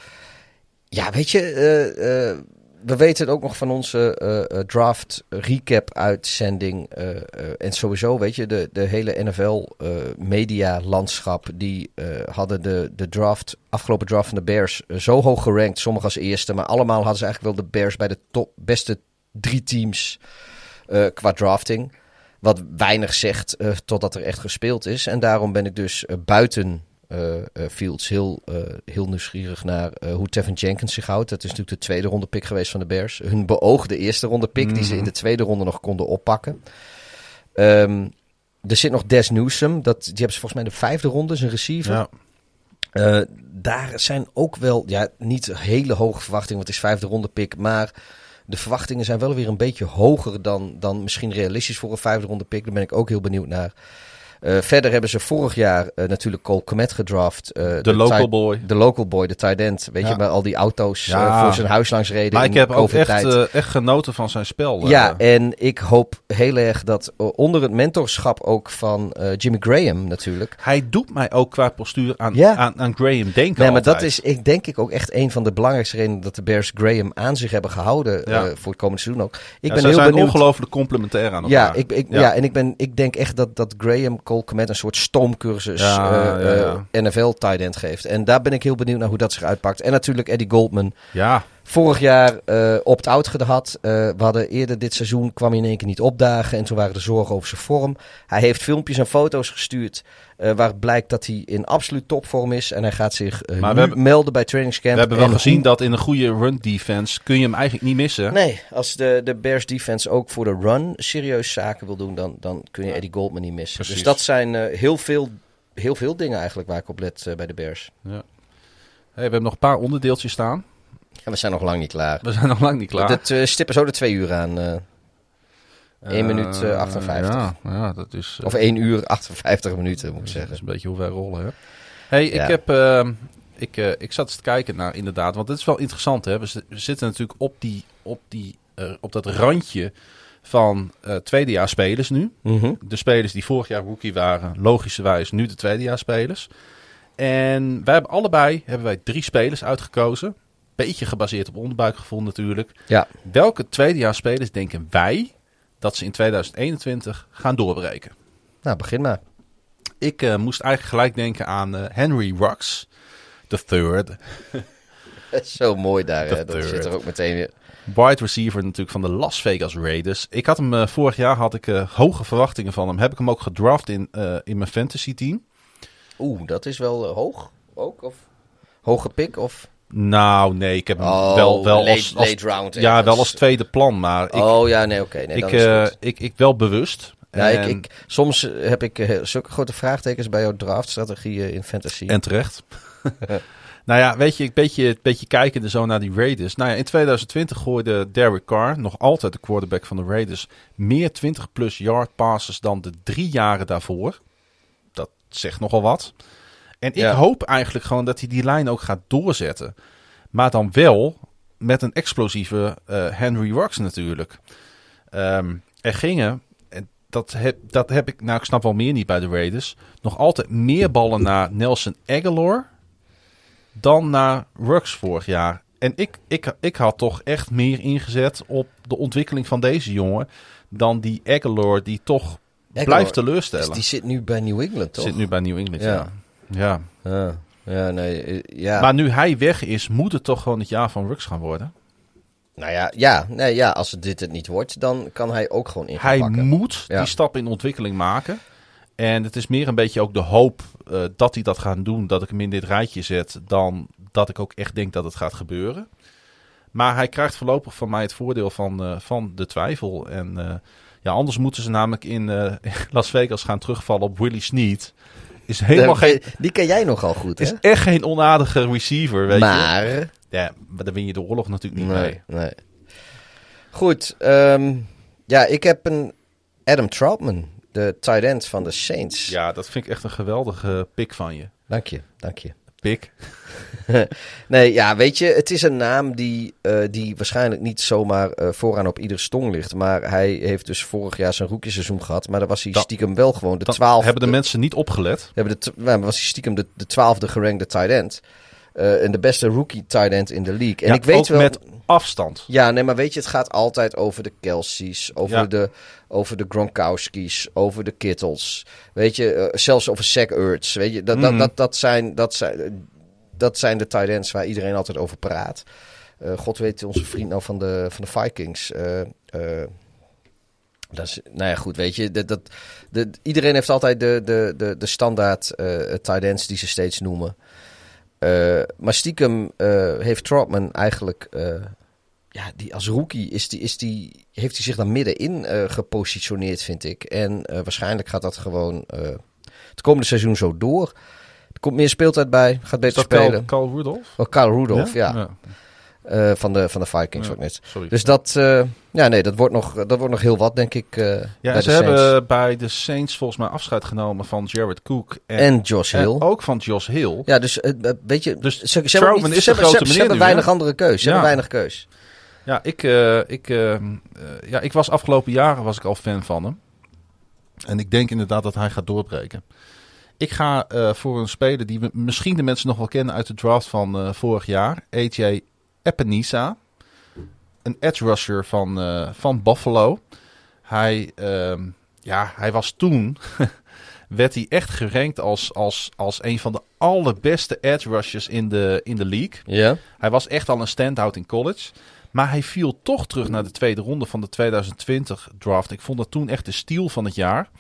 ja, weet je, uh, uh, we weten het ook nog van onze uh, uh, draft recap uitzending. Uh, uh, en sowieso, weet je, de, de hele N F L uh, media landschap, die uh, hadden de, de draft, afgelopen draft van de Bears uh, zo hoog gerankt. Sommigen als eerste, maar allemaal hadden ze eigenlijk wel de Bears bij de top, beste drie teams uh, qua drafting. Wat weinig zegt uh, totdat er echt gespeeld is. En daarom ben ik dus uh, buiten uh, uh, Fields heel, uh, heel nieuwsgierig naar uh, hoe Tevin Jenkins zich houdt. Dat is natuurlijk de tweede ronde pick geweest van de Bears. Hun beoogde eerste ronde pick mm-hmm. die ze in de tweede ronde nog konden oppakken. Um, er zit nog Des Newsome. Dat, die hebben ze volgens mij in de vijfde ronde, is een receiver. Ja. Uh, daar zijn ook wel, ja, niet hele hoge verwachtingen, want het is vijfde ronde pick, maar de verwachtingen zijn wel weer een beetje hoger dan, dan misschien realistisch voor een vijfde ronde pick. Daar ben ik ook heel benieuwd naar. Uh, verder hebben ze vorig jaar uh, natuurlijk Cole Kmet gedraft. Uh, de, de local tight, boy. De local boy, de tight end. Weet ja. je, met al die auto's ja. uh, voor zijn huis langs reden. Maar ik heb ook echt, uh, echt genoten van zijn spel. Uh. Ja, en ik hoop heel erg dat uh, onder het mentorschap ook van uh, Jimmy Graham natuurlijk. Hij doet mij ook qua postuur aan, ja. aan, aan Graham denken. Nee, maar altijd. dat is ik denk ik ook echt een van de belangrijkste redenen dat de Bears Graham aan zich hebben gehouden ja. uh, voor het komende seizoen ook. Ik ja, ben zij heel zijn benieuwd. ongelooflijk complementair aan elkaar. Ja, ik, ik, ja. ja en ik, ben, ik denk echt dat, dat Graham Cole Kmet een soort stoomcursus ja, uh, ja, ja. Uh, N F L tight end geeft. En daar ben ik heel benieuwd naar hoe dat zich uitpakt. En natuurlijk Eddie Goldman. Ja. Vorig jaar uh, opt-out gehad. Uh, we hadden eerder dit seizoen, kwam hij in één keer niet opdagen. En toen waren er zorgen over zijn vorm. Hij heeft filmpjes en foto's gestuurd uh, waar blijkt dat hij in absoluut topvorm is. En hij gaat zich uh, maar we hebben, melden bij trainingscamp. We hebben wel en gezien hoe... dat in een goede run defense kun je hem eigenlijk niet missen. Nee, als de, de Bears defense ook voor de run serieus zaken wil doen, dan, dan kun je Eddie Goldman niet missen. Precies. Dus dat zijn uh, heel veel... Heel veel dingen eigenlijk waar ik op let uh, bij de Bears. Ja. Hey, we hebben nog een paar onderdeeltjes staan. Ja, we zijn nog lang niet klaar. We zijn nog lang niet klaar. Dat uh, stippen zo de twee uur aan. Uh, één minuut uh, achtenvijftig. Ja, ja, dat is... Uh, of één uur achtenvijftig minuten, moet ik zeggen. Dat is een beetje hoe wij rollen, hè. Hey, ja. ik heb... Uh, ik, uh, ik zat eens te kijken naar, inderdaad... Want dit is wel interessant, hè. We, z- we zitten natuurlijk op, die, op, die, uh, op dat randje van uh, tweedejaarsspelers nu. Mm-hmm. De spelers die vorig jaar rookie waren, logischerwijs nu de tweedejaarsspelers. En wij hebben allebei hebben wij drie spelers uitgekozen. Beetje gebaseerd op onderbuikgevoel natuurlijk. Ja. Welke tweedejaarsspelers denken wij dat ze in tweeduizend eenentwintig gaan doorbreken? Nou, begin maar. Ik uh, moest eigenlijk gelijk denken aan uh, Henry Ruggs, the third. Zo mooi daar, The hè? Dat third. zit er ook meteen weer. Wide receiver natuurlijk van de Las Vegas Raiders. Ik had hem uh, vorig jaar had ik uh, hoge verwachtingen van hem. Heb ik hem ook gedraft in, uh, in mijn fantasy team. Oeh, dat is wel uh, hoog ook? Of hoge pick? Of... Nou, nee, ik heb hem Oh, wel, wel late, als, als, late round. ja, ergens. wel als tweede plan. Maar ik, Oh ja, nee, oké. Okay, nee, ik, dat is uh, goed. ik, ik wel bewust. Ja, en, ik, ik, soms heb ik uh, zulke grote vraagtekens bij jouw draftstrategieën in fantasy. En terecht. Nou ja, weet je, een beetje, beetje kijkende zo naar die Raiders. Nou ja, in twintig twintig gooide Derek Carr, nog altijd de quarterback van de Raiders, meer twintig plus yard passes dan de drie jaren daarvoor. Dat zegt nogal wat. En ik Ja. hoop eigenlijk gewoon dat hij die lijn ook gaat doorzetten. Maar dan wel met een explosieve uh, Henry Ruggs natuurlijk. Um, er gingen, en dat heb, dat heb ik, nou ik snap wel meer niet bij de Raiders, nog altijd meer ballen naar Nelson Agholor dan naar Ruggs vorig jaar. En ik, ik, ik had toch echt meer ingezet op de ontwikkeling van deze jongen dan die Agholor die toch Agholor, blijft teleurstellen. Dus die zit nu bij New England, toch? Zit nu bij New England, Ja. ja. ja. Ja, ja nee, ja. Maar nu hij weg is, moet het toch gewoon het jaar van Ruggs gaan worden? Nou ja, ja, nee, ja, als het dit het niet wordt, dan kan hij ook gewoon in gaan Hij pakken. moet Ja. die stap in ontwikkeling maken. En het is meer een beetje ook de hoop uh, dat hij dat gaat doen, dat ik hem in dit rijtje zet, dan dat ik ook echt denk dat het gaat gebeuren. Maar hij krijgt voorlopig van mij het voordeel van, uh, van de twijfel. En uh, ja, anders moeten ze namelijk in uh, Las Vegas gaan terugvallen op Willie Snead. Is helemaal De- geen, Die ken jij nogal goed, hè? is echt geen onaardige receiver, weet je. maar... Ja, maar daar win je de oorlog natuurlijk niet Nee, mee. nee. Goed, um, ja, ik heb een Adam Troutman, de tight end van de Saints. Ja, dat vind ik echt een geweldige pick van je. Dank je, dank je. Pick. Nee, ja, weet je, het is een naam die, uh, die waarschijnlijk niet zomaar uh, vooraan op iedere stong ligt. Maar hij heeft dus vorig jaar zijn rookieseizoen gehad. Maar dan was hij Dan- stiekem wel gewoon de Dan twaalfde. hebben de mensen niet opgelet. Hebben de, nou, was hij stiekem de, de twaalfde gerankte tight end. Uh, en de beste rookie tight end in de league. En Ja, ik weet ook wel... met afstand. Ja, nee, maar weet je, het gaat altijd over de Kelce's, over, Ja. de, over de Gronkowski's, over de Kittles. Weet je, uh, zelfs over Zach Ertz. Weet je, dat, Mhm. dat, dat, dat, zijn, dat, zijn, dat zijn de tight ends waar iedereen altijd over praat. Uh, God weet onze vriend nou van de, van de Vikings. Uh, uh, dat is, nou ja, goed, weet je. Dat, dat, de, iedereen heeft altijd de, de, de, de standaard uh, tight ends die ze steeds noemen. Uh, maar stiekem uh, heeft Troutman eigenlijk... Uh, ja, die als rookie is die, is die, heeft hij zich dan middenin uh, gepositioneerd, vind ik. En uh, waarschijnlijk gaat dat gewoon uh, het komende seizoen zo door. Er komt meer speeltijd bij, gaat Is beter dat spelen. Carl, Carl Rudolph? Oh, Kyle Rudolph, ja. ja. Uh, van, de, van de Vikings Ja, ook net. Sorry. Dus dat, uh, ja, nee, dat, wordt nog, dat wordt nog heel wat, denk ik, uh, ja, bij en de ze Saints. hebben bij de Saints volgens mij afscheid genomen van Jared Cook. En, En Josh Hill. en ook van Josh Hill. Ja, dus uh, weet je, Dus ze, ze hebben, Troutman niet, is ze de hebben, grote ze, ze meneer hebben nu, weinig hè? andere keus. Ze Ja. hebben weinig keus. Ja, ik, uh, ik, uh, uh, ja, ik was afgelopen jaren was ik al fan van hem. En ik denk inderdaad dat hij gaat doorbreken. Ik ga uh, voor een speler die we, misschien de mensen nog wel kennen uit de draft van uh, vorig jaar. A J Epinesa. Een edge rusher van, uh, van Buffalo. Hij, uh, ja, hij was toen... werd hij echt gerankt als, als, als een van de allerbeste edge rushers in de, in de league. Ja. Hij was echt al een standout in college. Maar hij viel toch terug naar de tweede ronde van de twintig twintig draft. Ik vond dat toen echt de steal van het jaar.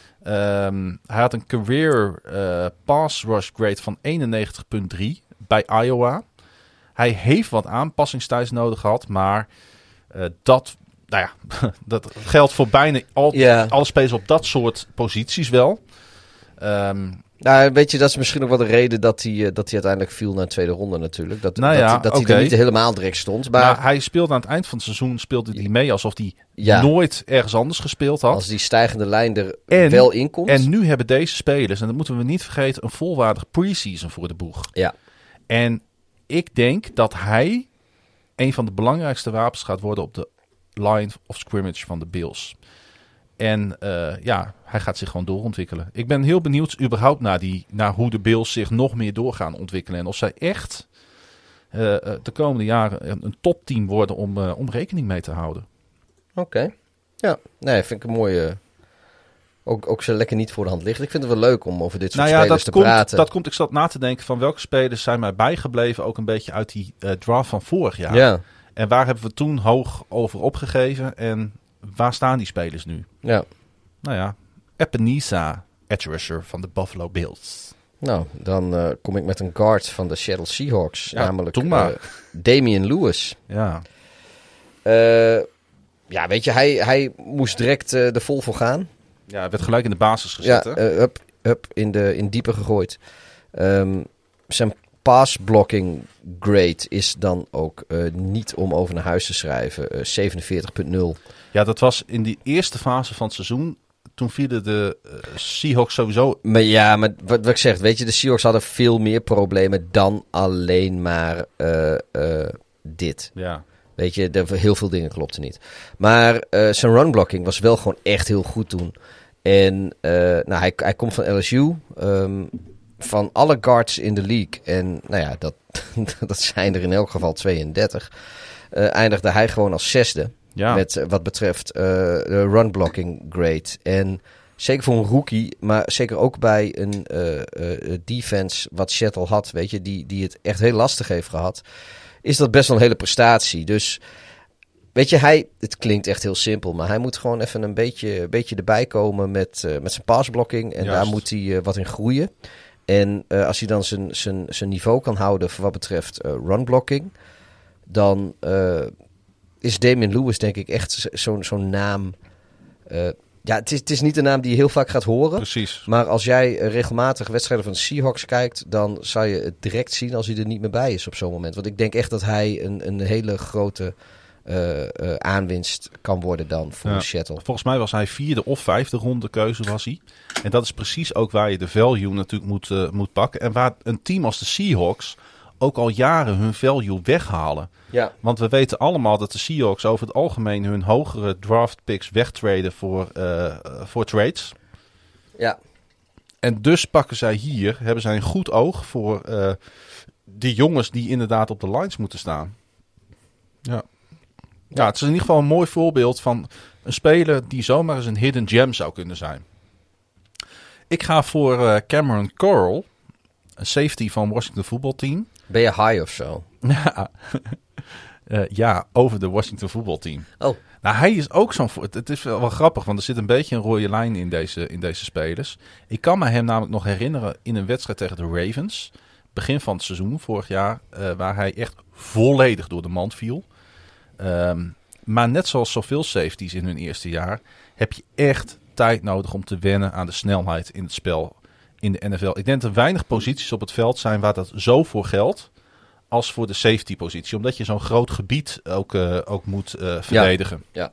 Um, hij had een career uh, pass rush grade van eenennegentig komma drie bij Iowa. Hij heeft wat aanpassingstijd nodig gehad. Maar uh, dat, nou ja, dat geldt voor bijna al, Ja. alle spelers op dat soort posities wel. Um, Nou, weet je, dat is misschien ook wel de reden dat hij, uh, dat hij uiteindelijk viel naar de tweede ronde natuurlijk. Dat, Nou dat, ja, dat oké. hij er niet helemaal direct stond. Maar Maar hij speelde aan het eind van het seizoen speelde hij mee alsof hij Ja. nooit ergens anders gespeeld had. als die stijgende lijn er En- wel in komt. En nu hebben deze spelers, en dat moeten we niet vergeten, een volwaardig pre-season voor de boeg. Ja. En ik denk dat hij een van de belangrijkste wapens gaat worden op de line of scrimmage van de Bills. En uh, ja, hij gaat zich gewoon doorontwikkelen. Ik ben heel benieuwd überhaupt naar, die, naar hoe de Bills zich nog meer door gaan ontwikkelen. En of zij echt uh, de komende jaren een, een topteam worden om, uh, om rekening mee te houden. Oké. Okay. Ja, nee, vind ik een mooie, ook, ook zo lekker niet voor de hand ligt. Ik vind het wel leuk om over dit soort Nou ja, spelers dat te komt, praten. dat komt, ik zat na te denken van welke spelers zijn mij bijgebleven, ook een beetje uit die uh, draft van vorig jaar. Ja, En waar hebben we toen hoog over opgegeven en waar staan die spelers nu? ja. Nou ja, Ebenezer, edge rusher van de Buffalo Bills. Nou, dan uh, kom ik met een guard van de Seattle Seahawks. Ja, namelijk doe maar. uh, Damian Lewis. Ja, Uh, ja, weet je, hij, hij moest direct uh, er vol voor gaan. ja, hij werd gelijk in de basis gezet. Ja, hè? uh, up, up in, de, in diepe gegooid. Um, zijn pass blocking grade is dan ook uh, niet om over naar huis te schrijven. Uh, zevenenveertig punt nul. Ja, dat was in die eerste fase van het seizoen. Toen vielen de uh, Seahawks sowieso... Maar ja, maar wat, wat ik zeg, weet je, de Seahawks hadden veel meer problemen dan alleen maar uh, uh, dit. Ja, Weet je, er, heel veel dingen klopten niet. Maar uh, zijn runblocking was wel gewoon echt heel goed toen. En uh, nou, hij, hij komt van L S U. Um, van alle guards in de league. En nou ja, dat, dat zijn er in elk geval tweeëndertig. Uh, eindigde hij gewoon als zesde. ja. Met uh, wat betreft uh, de runblocking grade. En zeker voor een rookie, maar zeker ook bij een uh, uh, defense wat Seattle had. Weet je, die, die het echt heel lastig heeft gehad. Is dat best wel een hele prestatie. Dus weet je, hij, het klinkt echt heel simpel, maar hij moet gewoon even een beetje, een beetje erbij komen met, uh, met zijn passblocking. En Juist. daar moet hij uh, wat in groeien. En uh, als hij dan zijn, zijn, zijn niveau kan houden voor wat betreft uh, runblocking, dan uh, is Damian Lewis denk ik echt zo, zo'n, zo'n naam. Uh, ja, het is, het is niet een naam die je heel vaak gaat horen. Precies. Maar als jij uh, regelmatig wedstrijden van de Seahawks kijkt, dan zal je het direct zien als hij er niet meer bij is op zo'n moment. Want ik denk echt dat hij een, een hele grote uh, uh, aanwinst kan worden dan voor Ja. Seattle. Volgens mij was hij vierde of vijfde ronde keuze was hij. En dat is precies ook waar je de value natuurlijk moet, uh, moet pakken. En waar een team als de Seahawks ook al jaren hun value weghalen. Ja, Want we weten allemaal dat de Seahawks over het algemeen hun hogere draft picks wegtraden voor, uh, voor trades. ja. En dus pakken zij hier, hebben zij een goed oog voor uh, die jongens die inderdaad op de lines moeten staan. Ja. Ja, het is in ieder geval een mooi voorbeeld van een speler die zomaar eens een hidden gem zou kunnen zijn. Ik ga voor uh, Cameron Curl, een safety van Washington voetbalteam. Ben je high of zo? Ja. uh, ja, over de Washington voetbalteam. Oh. Nou, hij is ook zo'n... Het, het is wel, wel grappig, want er zit een beetje een rode lijn in deze, in deze spelers. Ik kan me hem namelijk nog herinneren in een wedstrijd tegen de Ravens. Begin van het seizoen, vorig jaar. Uh, waar hij echt volledig door de mand viel. Um, maar net zoals zoveel safeties in hun eerste jaar, heb je echt tijd nodig om te wennen aan de snelheid in het spel in de N F L. Ik denk dat er weinig posities op het veld zijn waar dat zo voor geldt als voor de safety positie. Omdat je zo'n groot gebied ook, uh, ook moet uh, verdedigen. Ja.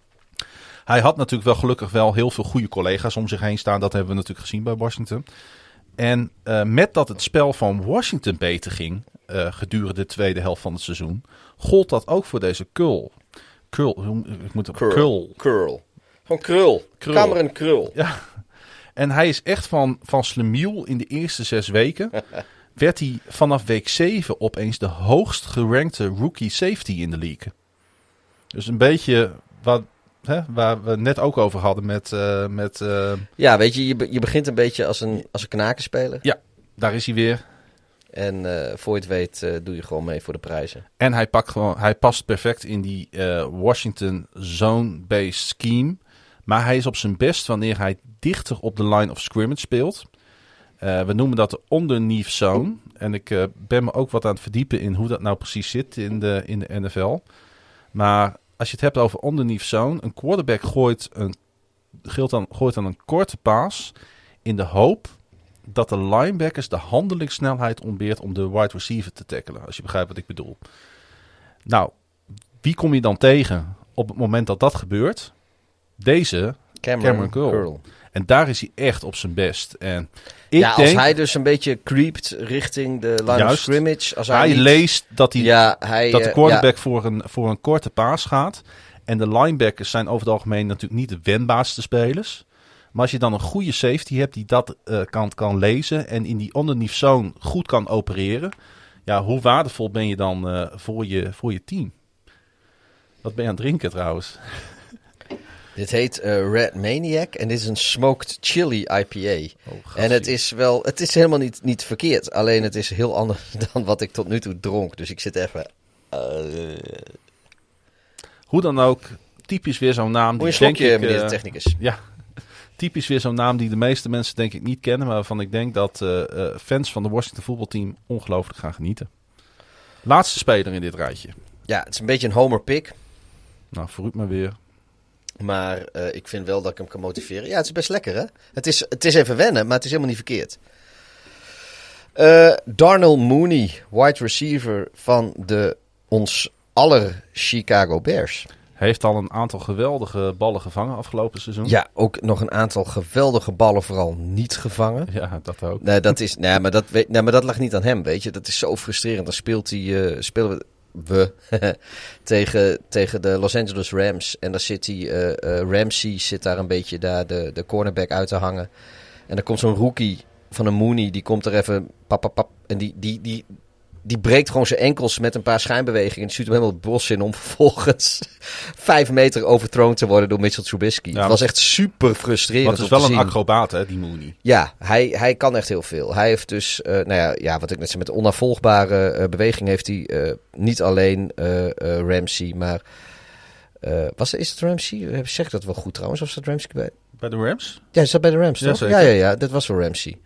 Hij had natuurlijk wel gelukkig wel heel veel goede collega's om zich heen staan. Dat hebben we natuurlijk gezien bij Washington. En uh, met dat het spel van Washington beter ging uh, gedurende de tweede helft van het seizoen, gold dat ook voor deze Curl. Curl, ik moet Curl. Curl. Curl. Gewoon krul. Krul. Cameron Krul. Ja. En hij is echt van, van slemiel in de eerste zes weken. werd hij vanaf week zeven opeens de hoogst gerankte rookie safety in de league. Dus een beetje wat, hè, waar we het net ook over hadden met... Uh, met uh, Ja, weet je, je, be- je begint een beetje als een, als een knakenspeler. ja, daar is hij weer. En uh, voor je het weet uh, doe je gewoon mee voor de prijzen. En hij, pakt gewoon, hij past perfect in die uh, Washington zone-based scheme. Maar hij is op zijn best wanneer hij dichter op de line of scrimmage speelt. Uh, we noemen dat de underneath zone. En ik uh, ben me ook wat aan het verdiepen in hoe dat nou precies zit in de, in de N F L. Maar als je het hebt over underneath zone. Een quarterback gooit, een, gooit, dan, gooit dan een korte paas in de hoop dat de linebackers de handelingssnelheid ontbeert om de wide receiver te tackelen. Als je begrijpt wat ik bedoel. Nou, wie kom je dan tegen op het moment dat dat gebeurt? Deze Cameron, Cameron Curl. Curl. En daar is hij echt op zijn best. En ik Ja, als denk, hij dus een beetje creept richting de line of Juist. scrimmage. Als hij, hij niet- leest dat, hij, ja, hij, dat de eh, quarterback ja, voor, een, voor een korte paas gaat. En de linebackers zijn over het algemeen natuurlijk niet de wendbaarste spelers. Maar als je dan een goede safety hebt die dat uh, kan, kan lezen en in die underneath zone goed kan opereren. Ja, hoe waardevol ben je dan uh, voor, je, voor je team? Wat ben je aan het drinken trouwens? Dit heet uh, Red Maniac en dit is een smoked chili I P A. Oh, en het is wel, het is helemaal niet, niet verkeerd. Alleen het is heel anders dan wat ik tot nu toe dronk. Dus ik zit even... Uh... Hoe dan ook, typisch weer zo'n naam. Hoe die een slokje, denk ik, meneer uh, de technicus. Ja, typisch weer zo'n naam die de meeste mensen denk ik niet kennen. Maar waarvan ik denk dat uh, uh, fans van de Washington voetbalteam ongelooflijk gaan genieten. Laatste speler in dit rijtje. Ja, het is een beetje een homer pick. Nou, vooruit maar weer. Maar uh, ik vind wel dat ik hem kan motiveren. Ja, het is best lekker, hè? Het is, het is even wennen, maar het is helemaal niet verkeerd. Uh, Darnell Mooney, wide receiver van de ons aller Chicago Bears. Heeft al een aantal geweldige ballen gevangen afgelopen seizoen. Ja, ook nog een aantal geweldige ballen vooral niet gevangen. Ja, dat ook. Nee, dat, is, nee, maar dat, weet, nee, maar dat lag niet aan hem, weet je. Dat is zo frustrerend. Dan speelt hij, uh, spelen we... we tegen, tegen de Los Angeles Rams. En dan zit die uh, uh, Ramsey zit daar een beetje daar de, de cornerback uit te hangen. En dan komt zo'n rookie van een Mooney, die komt er even pap, pap, pap, en die, die, die, die breekt gewoon zijn enkels met een paar schijnbewegingen. Die stuurt hem helemaal het bos in om vervolgens vijf meter overthrown te worden door Mitchell Trubisky. Ja, het was echt super frustrerend. Het is wel een acrobaat, hè, die Mooney. Ja, hij, hij kan echt heel veel. Hij heeft dus, uh, nou ja, ja, wat ik net zei, met onafvolgbare uh, beweging heeft hij uh, niet alleen uh, uh, Ramsey, maar uh, was is het Ramsey? Zeg ik dat wel goed trouwens? Of is dat Ramsey bij? Bij de Rams? Ja, is dat bij de Rams, toch? Ja, ja, ja, ja, dat was wel Ramsey.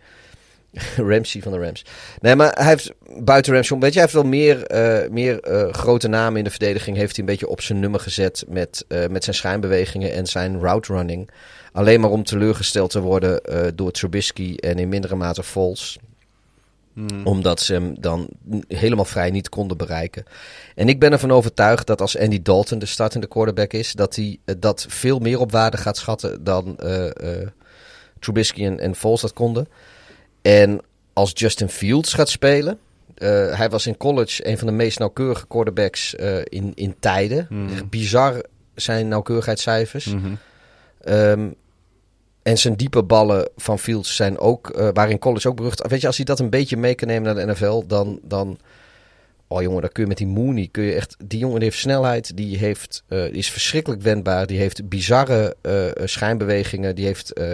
Ramsey van de Rams. Nee, maar hij heeft buiten Ramsey, weet je, hij heeft wel meer, uh, meer uh, grote namen in de verdediging. Heeft hij een beetje op zijn nummer gezet met, uh, met zijn schijnbewegingen en zijn route running. Alleen maar om teleurgesteld te worden uh, door Trubisky en in mindere mate Foles. Hmm. Omdat ze hem dan helemaal vrij niet konden bereiken. En ik ben ervan overtuigd dat als Andy Dalton de startende quarterback is, dat hij uh, dat veel meer op waarde gaat schatten dan uh, uh, Trubisky en, en Foles dat konden. En als Justin Fields gaat spelen, uh, hij was in college een van de meest nauwkeurige quarterbacks uh, in, in tijden. Mm. Bizar zijn nauwkeurigheidscijfers. Mm-hmm. Um, en zijn diepe ballen van Fields zijn ook, uh, waren in college ook berucht. Weet je, als hij dat een beetje mee kan nemen naar de N F L, dan, dan oh jongen, dan kun je met die Mooney, kun je echt, die jongen die heeft snelheid, die heeft, uh, die is verschrikkelijk wendbaar, die heeft bizarre uh, schijnbewegingen, die heeft uh,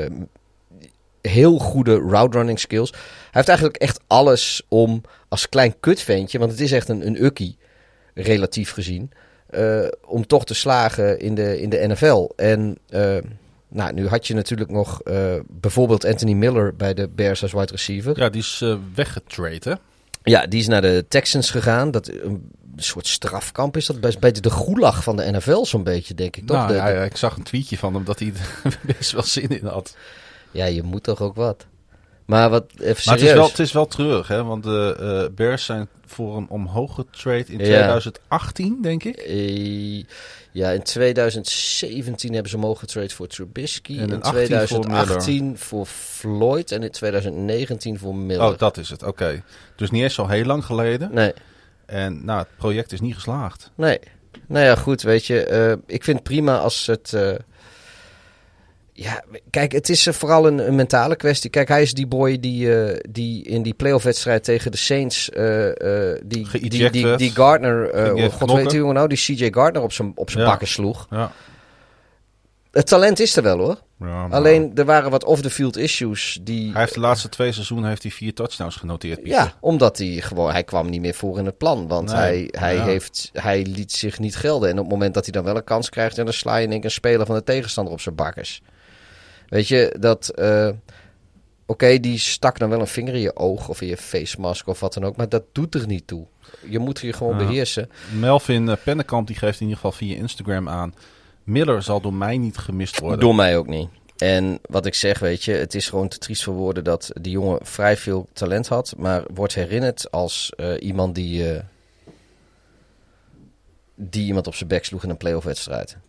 heel goede route running skills. Hij heeft eigenlijk echt alles om als klein kutventje, want het is echt een, een ukkie, relatief gezien, uh, om toch te slagen in de, in de N F L. En uh, nou, nu had je natuurlijk nog uh, bijvoorbeeld Anthony Miller bij de Bears als wide receiver. Ja, die is uh, weggetrade, hè? Ja, die is naar de Texans gegaan. Dat, een soort strafkamp is dat. Bij, bij de gulag van de N F L zo'n beetje, denk ik. Toch? Nou, de, ja, ja, ik zag een tweetje van hem dat hij er best wel zin in had. Ja, je moet toch ook wat. Maar wat even serieus. Maar het is wel, het is wel treurig, hè? Want de uh, Bears zijn voor hem omhoog getrade in twintig achttien, ja. denk ik. Uh, ja, in twintig zeventien hebben ze mogen getrade voor Trubisky. En in, in twintig achttien voor, voor Floyd. En in twintig negentien voor Miller. Oh, dat is het. Oké. Okay. Dus niet eens zo heel lang geleden. Nee. En nou, het project is niet geslaagd. Nee. Nou ja, goed, weet je. Uh, ik vind het prima als het... Uh, Ja, kijk, het is uh, vooral een, een mentale kwestie. Kijk, hij is die boy die, uh, die in die playoff-wedstrijd tegen de Saints... Uh, uh, die, die, die, die, die Gardner... Uh, God weet je nou, die C J Gardner op zijn op zijn ja. bakken sloeg. Ja. Het talent is er wel, hoor. Ja, alleen, er waren wat off-the-field issues die... Hij heeft de laatste twee seizoenen heeft hij vier touchdowns genoteerd, Pieter. Ja, omdat hij gewoon... Hij kwam niet meer voor in het plan. Want nee, hij, hij, ja. heeft, hij liet zich niet gelden. En op het moment dat hij dan wel een kans krijgt... dan sla je in één keer een speler van de tegenstander op zijn bakkers. Weet je, dat... Uh, Oké, okay, die stak dan wel een vinger in je oog of in je face mask of wat dan ook. Maar dat doet er niet toe. Je moet je gewoon ja. beheersen. Melvin uh, Pennekamp die geeft in ieder geval via Instagram aan... Miller zal door mij niet gemist worden. Door mij ook niet. En wat ik zeg, weet je, het is gewoon te triest voor woorden dat die jongen vrij veel talent had. Maar wordt herinnerd als uh, iemand die... Uh, die iemand op zijn bek sloeg in een playoff wedstrijd.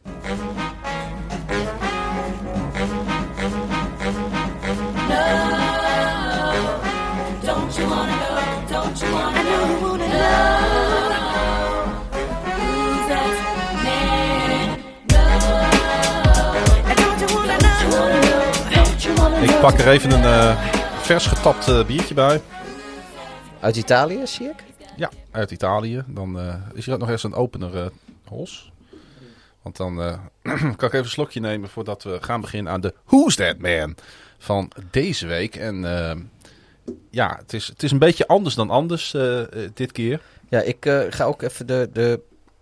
Ik pak er even een uh, vers getapt uh, biertje bij. Uit Italië, zie ik? Ja, uit Italië. Dan uh, is hier ook nog eens een opener uh, Hols. Want dan uh, kan ik even een slokje nemen voordat we gaan beginnen aan de Who's That Man van deze week. En uh, ja, het is, het is een beetje anders dan anders uh, uh, dit keer. Ja, ik uh, ga ook even de, de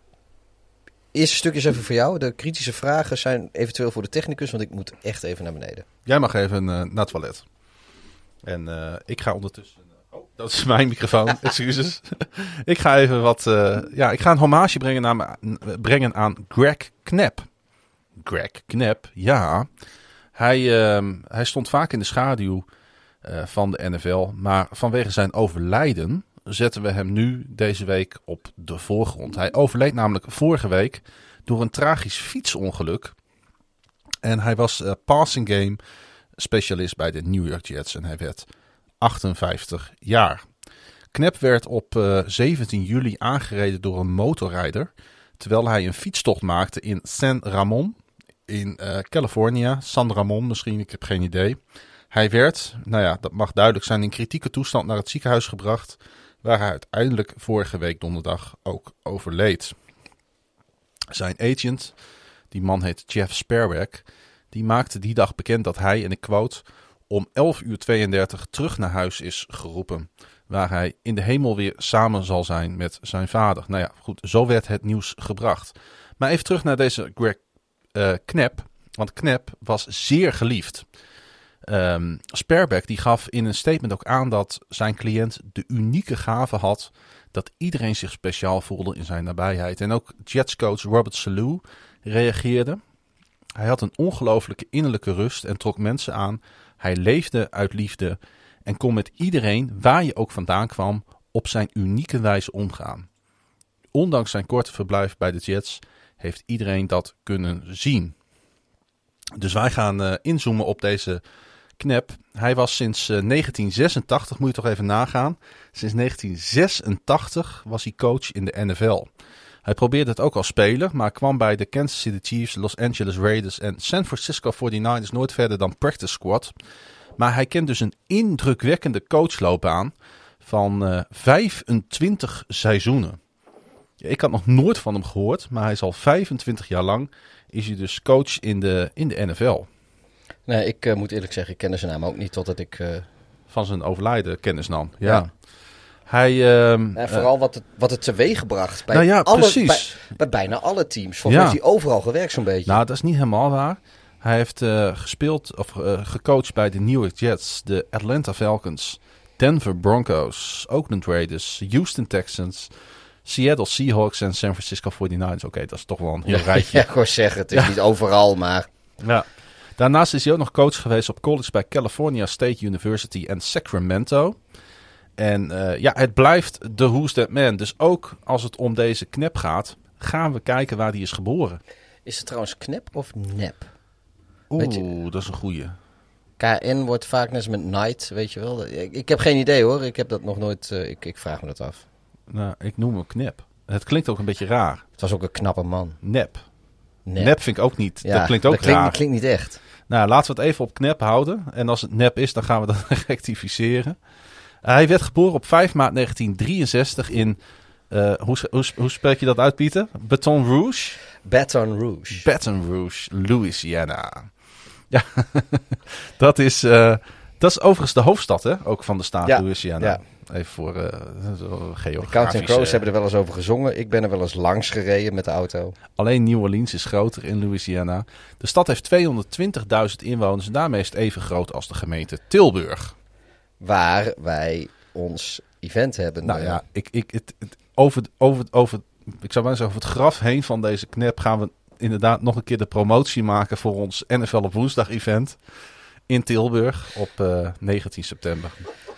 eerste stukjes even voor jou. De kritische vragen zijn eventueel voor de technicus, want ik moet echt even naar beneden. Jij mag even uh, naar het toilet. En uh, ik ga ondertussen... Oh, dat is mijn microfoon, excuses. ik ga even wat... Uh, ja, ik ga een hommage brengen aan, brengen aan Greg Knapp. Greg Knapp, ja. Hij, uh, hij stond vaak in de schaduw uh, van de N F L. Maar vanwege zijn overlijden zetten we hem nu deze week op de voorgrond. Hij overleed namelijk vorige week door een tragisch fietsongeluk. En hij was uh, passing game specialist bij de New York Jets. En hij werd achtenvijftig jaar. Knapp werd op uh, zeventien juli aangereden door een motorrijder, terwijl hij een fietstocht maakte in San Ramon in uh, Californië. San Ramon misschien, ik heb geen idee. Hij werd, nou ja, dat mag duidelijk zijn, in kritieke toestand naar het ziekenhuis gebracht, waar hij uiteindelijk vorige week donderdag ook overleed. Zijn agent, die man heet Jeff Sparback, die maakte die dag bekend dat hij, en ik quote, om elf uur tweeëndertig terug naar huis is geroepen, waar hij in de hemel weer samen zal zijn met zijn vader. Nou ja, goed, zo werd het nieuws gebracht. Maar even terug naar deze Greg uh, Knapp, want Knapp was zeer geliefd. Um, Sparback die gaf in een statement ook aan dat zijn cliënt de unieke gave had dat iedereen zich speciaal voelde in zijn nabijheid. En ook Jets-coach Robert Salou reageerde. Hij had een ongelooflijke innerlijke rust en trok mensen aan. Hij leefde uit liefde en kon met iedereen, waar je ook vandaan kwam, op zijn unieke wijze omgaan. Ondanks zijn korte verblijf bij de Jets heeft iedereen dat kunnen zien. Dus wij gaan uh, inzoomen op deze Knapp. Hij was sinds uh, negentien zesentachtig, moet je toch even nagaan. Sinds negentien zesentachtig was hij coach in de N F L. Hij probeerde het ook als speler, maar kwam bij de Kansas City Chiefs, Los Angeles Raiders en San Francisco forty-niners nooit verder dan practice squad. Maar hij kent dus een indrukwekkende coachloopbaan van uh, vijfentwintig seizoenen. Ja, ik had nog nooit van hem gehoord, maar hij is al vijfentwintig jaar lang is hij dus coach in de, in de N F L. Nee, ik uh, moet eerlijk zeggen, ik kende zijn naam ook niet totdat ik... Uh... Van zijn overlijden kennis nam, ja. ja. Hij, uh, ja, vooral uh, wat, het, wat het teweegbracht bij, nou ja, alle, precies. bij, bij bijna alle teams. Volgens mij ja. heeft hij overal gewerkt zo'n beetje. Nou, dat is niet helemaal waar. Hij heeft uh, gespeeld of uh, gecoacht bij de New York Jets, de Atlanta Falcons, Denver Broncos, Oakland Raiders, Houston Texans, Seattle Seahawks en San Francisco forty-niners. Oké, okay, dat is toch wel een heel rijtje. Ja, gewoon zeggen, het is ja. niet overal, maar... Ja. Daarnaast is hij ook nog coach geweest op college bij California State University en Sacramento. En uh, ja, het blijft de Who's That Man. Dus ook als het om deze Knapp gaat, gaan we kijken waar hij is geboren. Is het trouwens Knapp of Nap? Oeh, dat is een goeie. K N wordt vaak net als met Night, weet je wel. Ik, ik heb geen idee hoor, ik heb dat nog nooit, uh, ik, ik vraag me dat af. Nou, ik noem hem Knapp. Het klinkt ook een beetje raar. Het was ook een knappe man. Nep. Nep, Nep vind ik ook niet. Ja, dat klinkt ook dat klinkt, raar. Dat klinkt niet echt. Nou, laten we het even op Knapp houden. En als het nep is, dan gaan we dat rectificeren. Uh, hij werd geboren op vijf maart negentien drieënzestig in... Uh, hoe, hoe, hoe spreek je dat uit, Pieter? Baton Rouge? Baton Rouge. Baton Rouge, Louisiana. Ja, dat is, uh, dat is overigens de hoofdstad, hè? Ook van de staat ja, Louisiana. Ja. Even voor uh, geografisch. De Counting Crows hebben er wel eens over gezongen. Ik ben er wel eens langs gereden met de auto. Alleen New Orleans is groter in Louisiana. De stad heeft tweehonderdtwintigduizend inwoners en daarmee is het even groot als de gemeente Tilburg. Waar wij ons event hebben. Nou ja, ik, ik, het, het, over, over, over, ik zou maar zeggen, over het graf heen van deze Knapp gaan we inderdaad nog een keer de promotie maken voor ons N F L op woensdag event in Tilburg op uh, negentien september.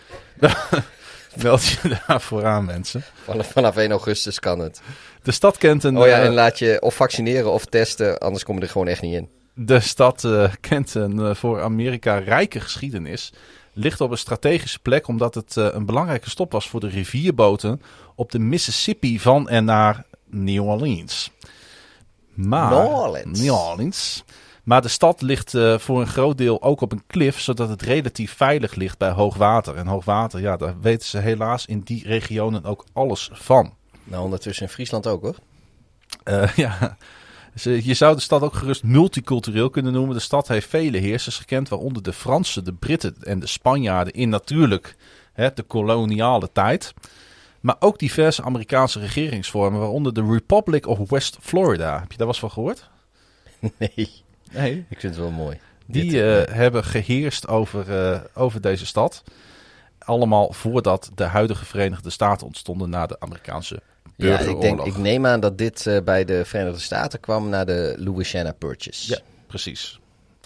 Meld je daarvoor aan, mensen. Vanaf, vanaf één augustus kan het. De stad kent een... Oh ja, en laat je of vaccineren of testen, anders kom je er gewoon echt niet in. De stad uh, kent een uh, voor Amerika rijke geschiedenis. Ligt op een strategische plek omdat het uh, een belangrijke stop was voor de rivierboten op de Mississippi van en naar New Orleans. Maar, New Orleans. New Orleans. Maar de stad ligt uh, voor een groot deel ook op een klif, zodat het relatief veilig ligt bij hoogwater. En hoogwater, ja, daar weten ze helaas in die regionen ook alles van. Nou, ondertussen in Friesland ook, hoor. Uh, ja, Ze, je zou de stad ook gerust multicultureel kunnen noemen. De stad heeft vele heersers gekend, waaronder de Fransen, de Britten en de Spanjaarden in natuurlijk hè, de koloniale tijd. Maar ook diverse Amerikaanse regeringsvormen, waaronder de Republic of West Florida. Heb je daar wel eens van gehoord? Nee, Nee. ik vind het wel mooi. Die Dit, uh, nee. hebben geheerst over, uh, over deze stad. Allemaal voordat de huidige Verenigde Staten ontstonden na de Amerikaanse Ja, burgeroorlog. ik, denk, ik neem aan dat dit uh, bij de Verenigde Staten kwam na de Louisiana Purchase. Ja, precies.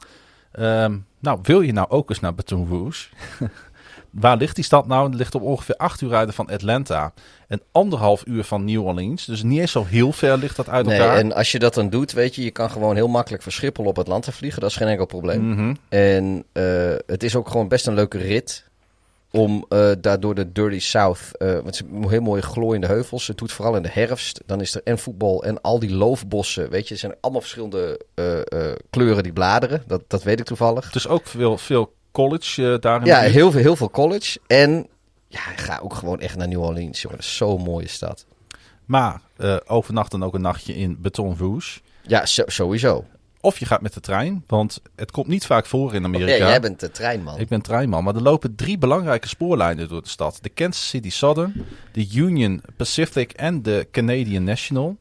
Um, nou, wil je nou ook eens naar Baton Rouge? Waar ligt die stad nou? Het ligt op ongeveer acht uur rijden van Atlanta. En anderhalf uur van New Orleans. Dus niet eens zo heel ver ligt dat uit Nee, elkaar. en als je dat dan doet, weet je, je kan gewoon heel makkelijk van Schiphol op Atlanta vliegen. Dat is geen enkel probleem. Mm-hmm. En uh, het is ook gewoon best een leuke rit om uh, daardoor de Dirty South, uh, want het zijn heel mooie glooiende heuvels. Het doet vooral in de herfst. Dan is er en voetbal en al die loofbossen. Weet je, er zijn allemaal verschillende uh, uh, kleuren die bladeren. Dat, dat weet ik toevallig. Dus ook veel, veel college uh, daar in Ja, de buurt. heel veel, heel veel college. En ja, ga ook gewoon echt naar New Orleans, jongen. Dat is zo'n mooie stad. Maar uh, overnacht dan ook een nachtje in Baton Rouge. Ja, so, sowieso. Of je gaat met de trein, want het komt niet vaak voor in Amerika. Ja, jij bent de treinman. Ik ben treinman, maar er lopen drie belangrijke spoorlijnen door de stad. De Kansas City Southern, de Union Pacific en de Canadian National.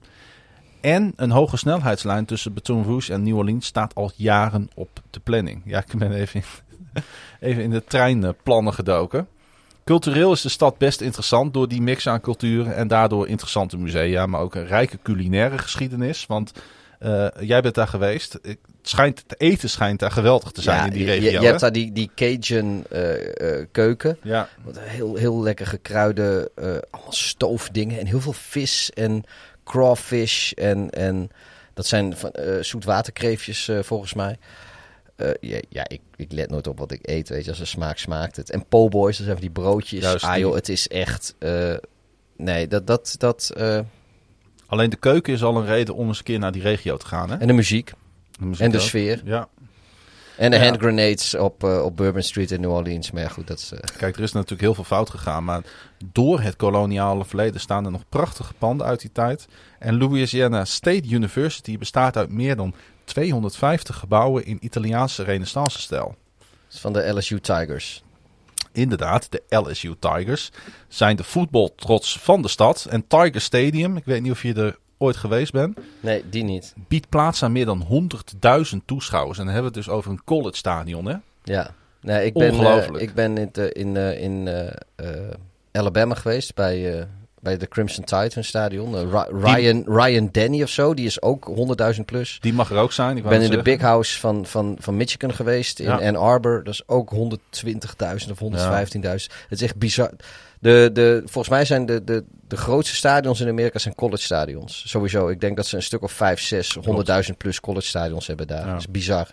En een hoge snelheidslijn tussen Baton Rouge en New Orleans staat al jaren op de planning. Ja, ik ben even in, even in de treinplannen gedoken. Cultureel is de stad best interessant door die mix aan culturen en daardoor interessante musea, maar ook een rijke culinaire geschiedenis. Want uh, jij bent daar geweest. Het schijnt, het eten schijnt daar geweldig te zijn ja, in die je, regio. je, je hebt daar die, die Cajun uh, uh, keuken. Ja. Wat heel, heel lekker gekruide, uh, allemaal stoofdingen en heel veel vis en crawfish en, en dat zijn van, uh, zoetwaterkreefjes uh, volgens mij. Uh, ja, ja ik, ik let nooit op wat ik eet, weet je, als de smaak smaakt het. En po' boys, dat zijn van die broodjes. Juist, ah joh, die. het is echt, uh, nee, dat, dat, dat, uh, Alleen de keuken is al een reden om eens een keer naar die regio te gaan. Hè? en de muziek De muziek en de ook. sfeer. Ja. En de Ja. hand grenades op, uh, op Bourbon Street in New Orleans. Maar ja, goed, dat is... Uh... Kijk, er is natuurlijk heel veel fout gegaan. Maar door het koloniale verleden staan er nog prachtige panden uit die tijd. En Louisiana State University bestaat uit meer dan tweehonderdvijftig gebouwen in Italiaanse renaissance-stijl. Dat is van de L S U Tigers. Inderdaad, de L S U Tigers zijn de voetbaltrots van de stad. En Tiger Stadium, ik weet niet of je er ooit geweest bent, Nee, die niet. biedt plaats aan meer dan honderdduizend toeschouwers. En dan hebben we het dus over een college stadion, hè? Ja. Nee, ik ben, Ongelooflijk. uh, ik ben in, de, in, uh, in uh, uh, Alabama geweest bij, uh, bij de Crimson Tide, hun stadion. Uh, Ry- Ryan, Ryan Denny of zo, die is ook honderdduizend plus. Die mag er ook zijn. Ik Ik wou ben in net de zeggen. Big House van, van, van Michigan geweest, in Ja. Ann Arbor. Dat is ook honderdtwintigduizend of honderdvijftienduizend. Het is echt bizar. De, de, volgens mij zijn de, de, de grootste stadions in Amerika zijn college stadions. Sowieso. Ik denk dat ze een stuk of vijf, zes, honderdduizend plus college stadions hebben daar. Ja. Dat is bizar.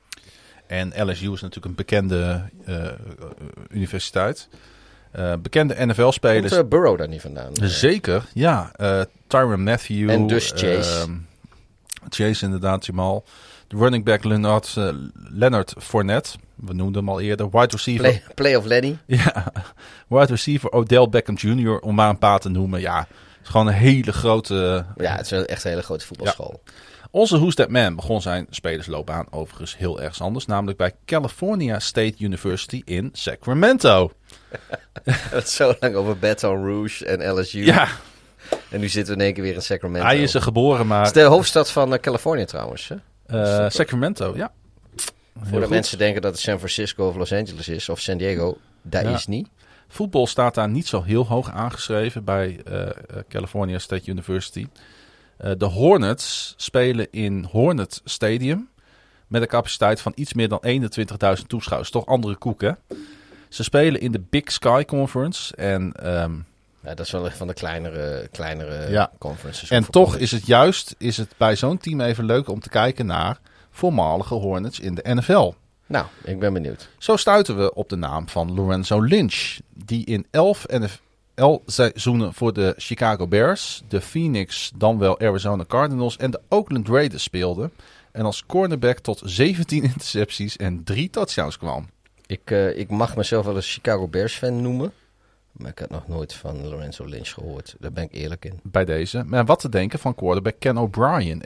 En L S U is natuurlijk een bekende uh, universiteit. Uh, bekende N F L-spelers. Komt uh, Burrow daar niet vandaan? Zeker, ja. Uh, Tyrann Mathieu. En dus Chase. Uh, Chase inderdaad, Jamal. De running back Leonard, uh, Leonard Fournette. We noemden hem al eerder. Wide receiver. Play, play of Lenny. Ja, wide receiver Odell Beckham junior Om maar een paar te noemen. Ja, het is gewoon een hele grote... Ja, het is wel echt een hele grote voetbalschool. Onze Who's That Man begon zijn spelersloopbaan overigens heel erg anders. Namelijk bij California State University in Sacramento. Het is zo lang over Baton Rouge en L S U. Ja, En nu zitten we in één keer weer in Sacramento. hij is er geboren, Het maar... is de hoofdstad van uh, Californië trouwens. Hè? Uh, Sacramento, ja. Heel Voordat goed. mensen denken dat het San Francisco of Los Angeles is of San Diego. Dat Ja. is niet. Voetbal staat daar niet zo heel hoog aangeschreven bij uh, California State University. Uh, de Hornets spelen in Hornet Stadium met een capaciteit van iets meer dan eenentwintigduizend toeschouwers. Toch andere koek, hè? Ze spelen in de Big Sky Conference en... Um, Ja, dat is wel echt van de kleinere, kleinere Ja. conferences. En Voor toch college. is het juist is het bij zo'n team even leuk om te kijken naar voormalige Hornets in de N F L. Nou, ik ben benieuwd. Zo stuiten we op de naam van Lorenzo Lynch, die in elf N F L-seizoenen voor de Chicago Bears, de Phoenix, dan wel Arizona Cardinals en de Oakland Raiders speelde. En als cornerback tot zeventien intercepties en drie touchdowns kwam. Ik, uh, ik mag mezelf wel een Chicago Bears fan noemen. Maar ik had nog nooit van Lorenzo Lynch gehoord. Daar ben ik eerlijk in. Bij deze. Maar wat te denken van quarterback Ken O'Brien. En die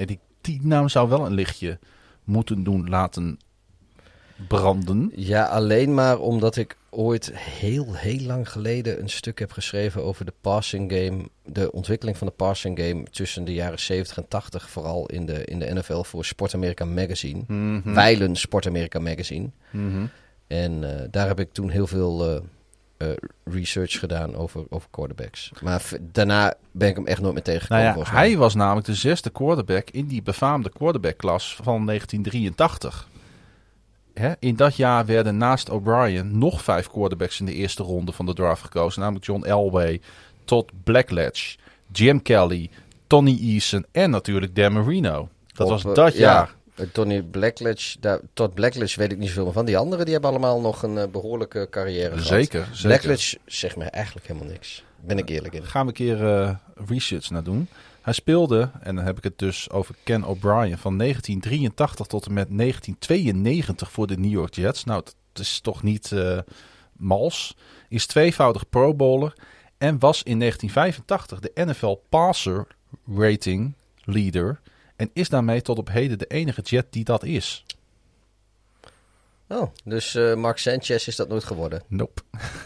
die naam zou wel een lichtje moeten doen laten branden. Ja, alleen maar omdat ik ooit heel, heel lang geleden een stuk heb geschreven over de passing game. De ontwikkeling van de passing game tussen de jaren zeventig en tachtig. Vooral in de, in de N F L voor Sport America Magazine. Mm-hmm. Wijlen Sport America Magazine. Mm-hmm. En uh, daar heb ik toen heel veel uh, uh, research gedaan over, over quarterbacks. Maar v- daarna ben ik hem echt nooit meer tegengekomen. Nou ja, hij was namelijk de zesde quarterback in die befaamde quarterback-klas van negentien drieëntachtig. Hè? In dat jaar werden naast O'Brien nog vijf quarterbacks in de eerste ronde van de draft gekozen. Namelijk John Elway, Todd Blackledge, Jim Kelly, Tony Eason en natuurlijk Dan Marino. Dat Op, was uh, dat ja. jaar. Tony Blackledge, daar, Todd Blackledge weet ik niet zoveel van. Die anderen die hebben allemaal nog een uh, behoorlijke carrière gehad. Zeker, zeker. Blackledge zegt me eigenlijk helemaal niks. Ben ik eerlijk in. Daar gaan we een keer uh, research naar doen. Hij speelde, en dan heb ik het dus over Ken O'Brien, van negentien drieëntachtig tot en met negentien tweeënnegentig voor de New York Jets. Nou, dat is toch niet uh, mals. Is tweevoudig Pro Bowler en was in negentien vijfentachtig de N F L Passer Rating Leader. En is daarmee tot op heden de enige Jet die dat is. Oh, dus uh, Mark Sanchez is dat nooit geworden. Nope.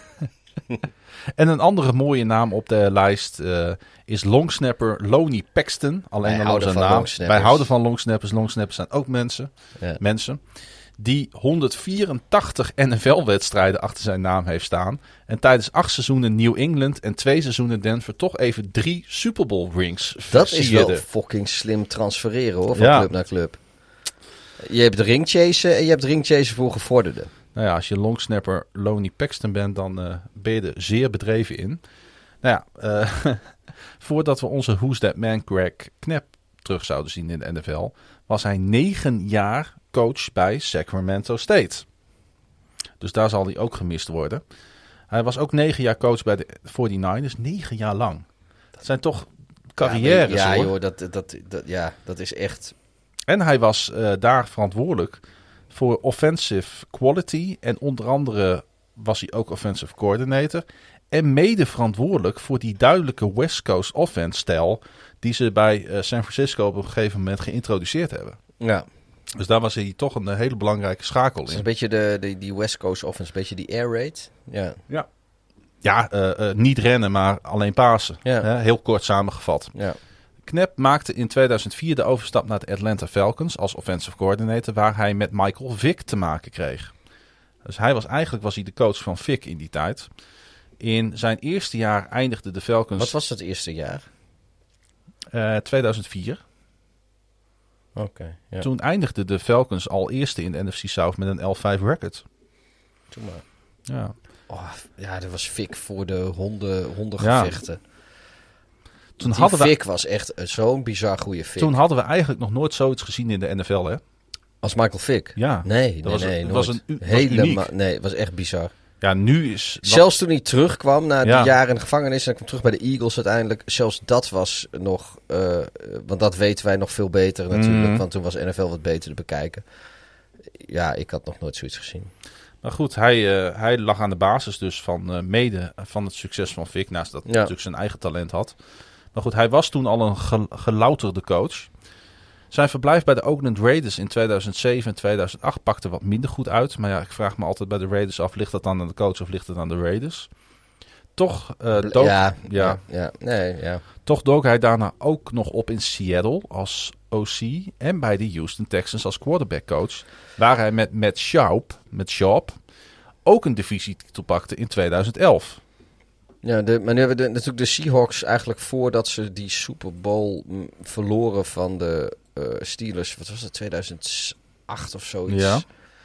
En een andere mooie naam op de lijst uh, is longsnapper Lonnie Paxton. Alleen Wij al houden zijn van naam. longsnappers. Wij houden van longsnappers. Longsnappers zijn ook mensen. Ja. mensen. Die honderdvierentachtig N F L-wedstrijden achter zijn naam heeft staan. En tijdens acht seizoenen New England en twee seizoenen Denver toch even drie Super Bowl rings Dat is wel versierde. fucking slim transfereren hoor, van Ja. club naar club. Je hebt ringchasen en je hebt ringchasen voor gevorderden. Nou ja, als je longsnapper Lonnie Paxton bent, dan uh, ben je er zeer bedreven in. Nou ja, uh, voordat we onze Who's That Man Greg Knapp terug zouden zien in de N F L, was hij negen jaar coach bij Sacramento State. Dus daar zal hij ook gemist worden. Hij was ook negen jaar coach bij de forty-niners, negen jaar lang. Dat zijn toch carrières, ja, hoor. joh, dat, dat, dat, ja, dat is echt... En hij was uh, daar verantwoordelijk voor offensive quality. En onder andere was hij ook offensive coordinator. En mede verantwoordelijk voor die duidelijke West Coast offense stijl die ze bij uh, San Francisco op een gegeven moment geïntroduceerd hebben. Ja. Dus daar was hij toch een uh, hele belangrijke schakel Het is in. een beetje de, de, die West Coast offense, een beetje die air raid. Ja. Ja, ja uh, uh, niet rennen, maar alleen pasen. Ja. Hè? Heel kort samengevat. Ja. Knapp maakte in tweeduizend vier de overstap naar de Atlanta Falcons als offensive coordinator, waar hij met Michael Vick te maken kreeg. Dus hij was eigenlijk was hij de coach van Vick in die tijd. In zijn eerste jaar eindigde de Falcons... Wat was dat eerste jaar? Uh, tweeduizend vier. Oké. Okay, ja. Toen eindigde de Falcons al eerste in de N F C South met een elf vijf record. Toen maar. Ja. Oh, ja, dat was Vick voor de honden, hondengevechten. Ja. Toen Die hadden we, Vick was echt zo'n bizar goede Vick. Toen hadden we eigenlijk nog nooit zoiets gezien in de N F L, hè? Als Michael Vick? Ja. Nee, dat nee, was, nee. het nooit. was een u- was Helemaal, uniek. nee, het was echt bizar. Ja, nu is... Zelfs toen hij terugkwam na die Ja. jaren in de gevangenis en kwam terug bij de Eagles uiteindelijk. Zelfs dat was nog, uh, want dat weten wij nog veel beter natuurlijk. Mhm. Want toen was N F L wat beter te bekijken. Ja, ik had nog nooit zoiets gezien. Maar goed, hij, uh, hij lag aan de basis dus van uh, mede van het succes van Vick. Naast dat hij Ja. natuurlijk zijn eigen talent had. Maar goed, hij was toen al een ge- gelouterde coach. Zijn verblijf bij de Oakland Raiders in tweeduizend zeven en tweeduizend acht pakte wat minder goed uit. Maar ja, ik vraag me altijd bij de Raiders af, ligt dat dan aan de coach of ligt het aan de Raiders? Toch, uh, dook, ja, ja. ja, ja, nee, ja. toch dook hij daarna ook nog op in Seattle als O C en bij de Houston Texans als quarterback coach. Waar hij met Matt Schaub, met Schaub ook een divisietitel pakte in tweeduizend elf. Ja, de, maar nu hebben we de, natuurlijk de Seahawks eigenlijk voordat ze die Super Bowl m, verloren van de uh, Steelers. Wat was het, tweeduizend acht of zoiets? Ja.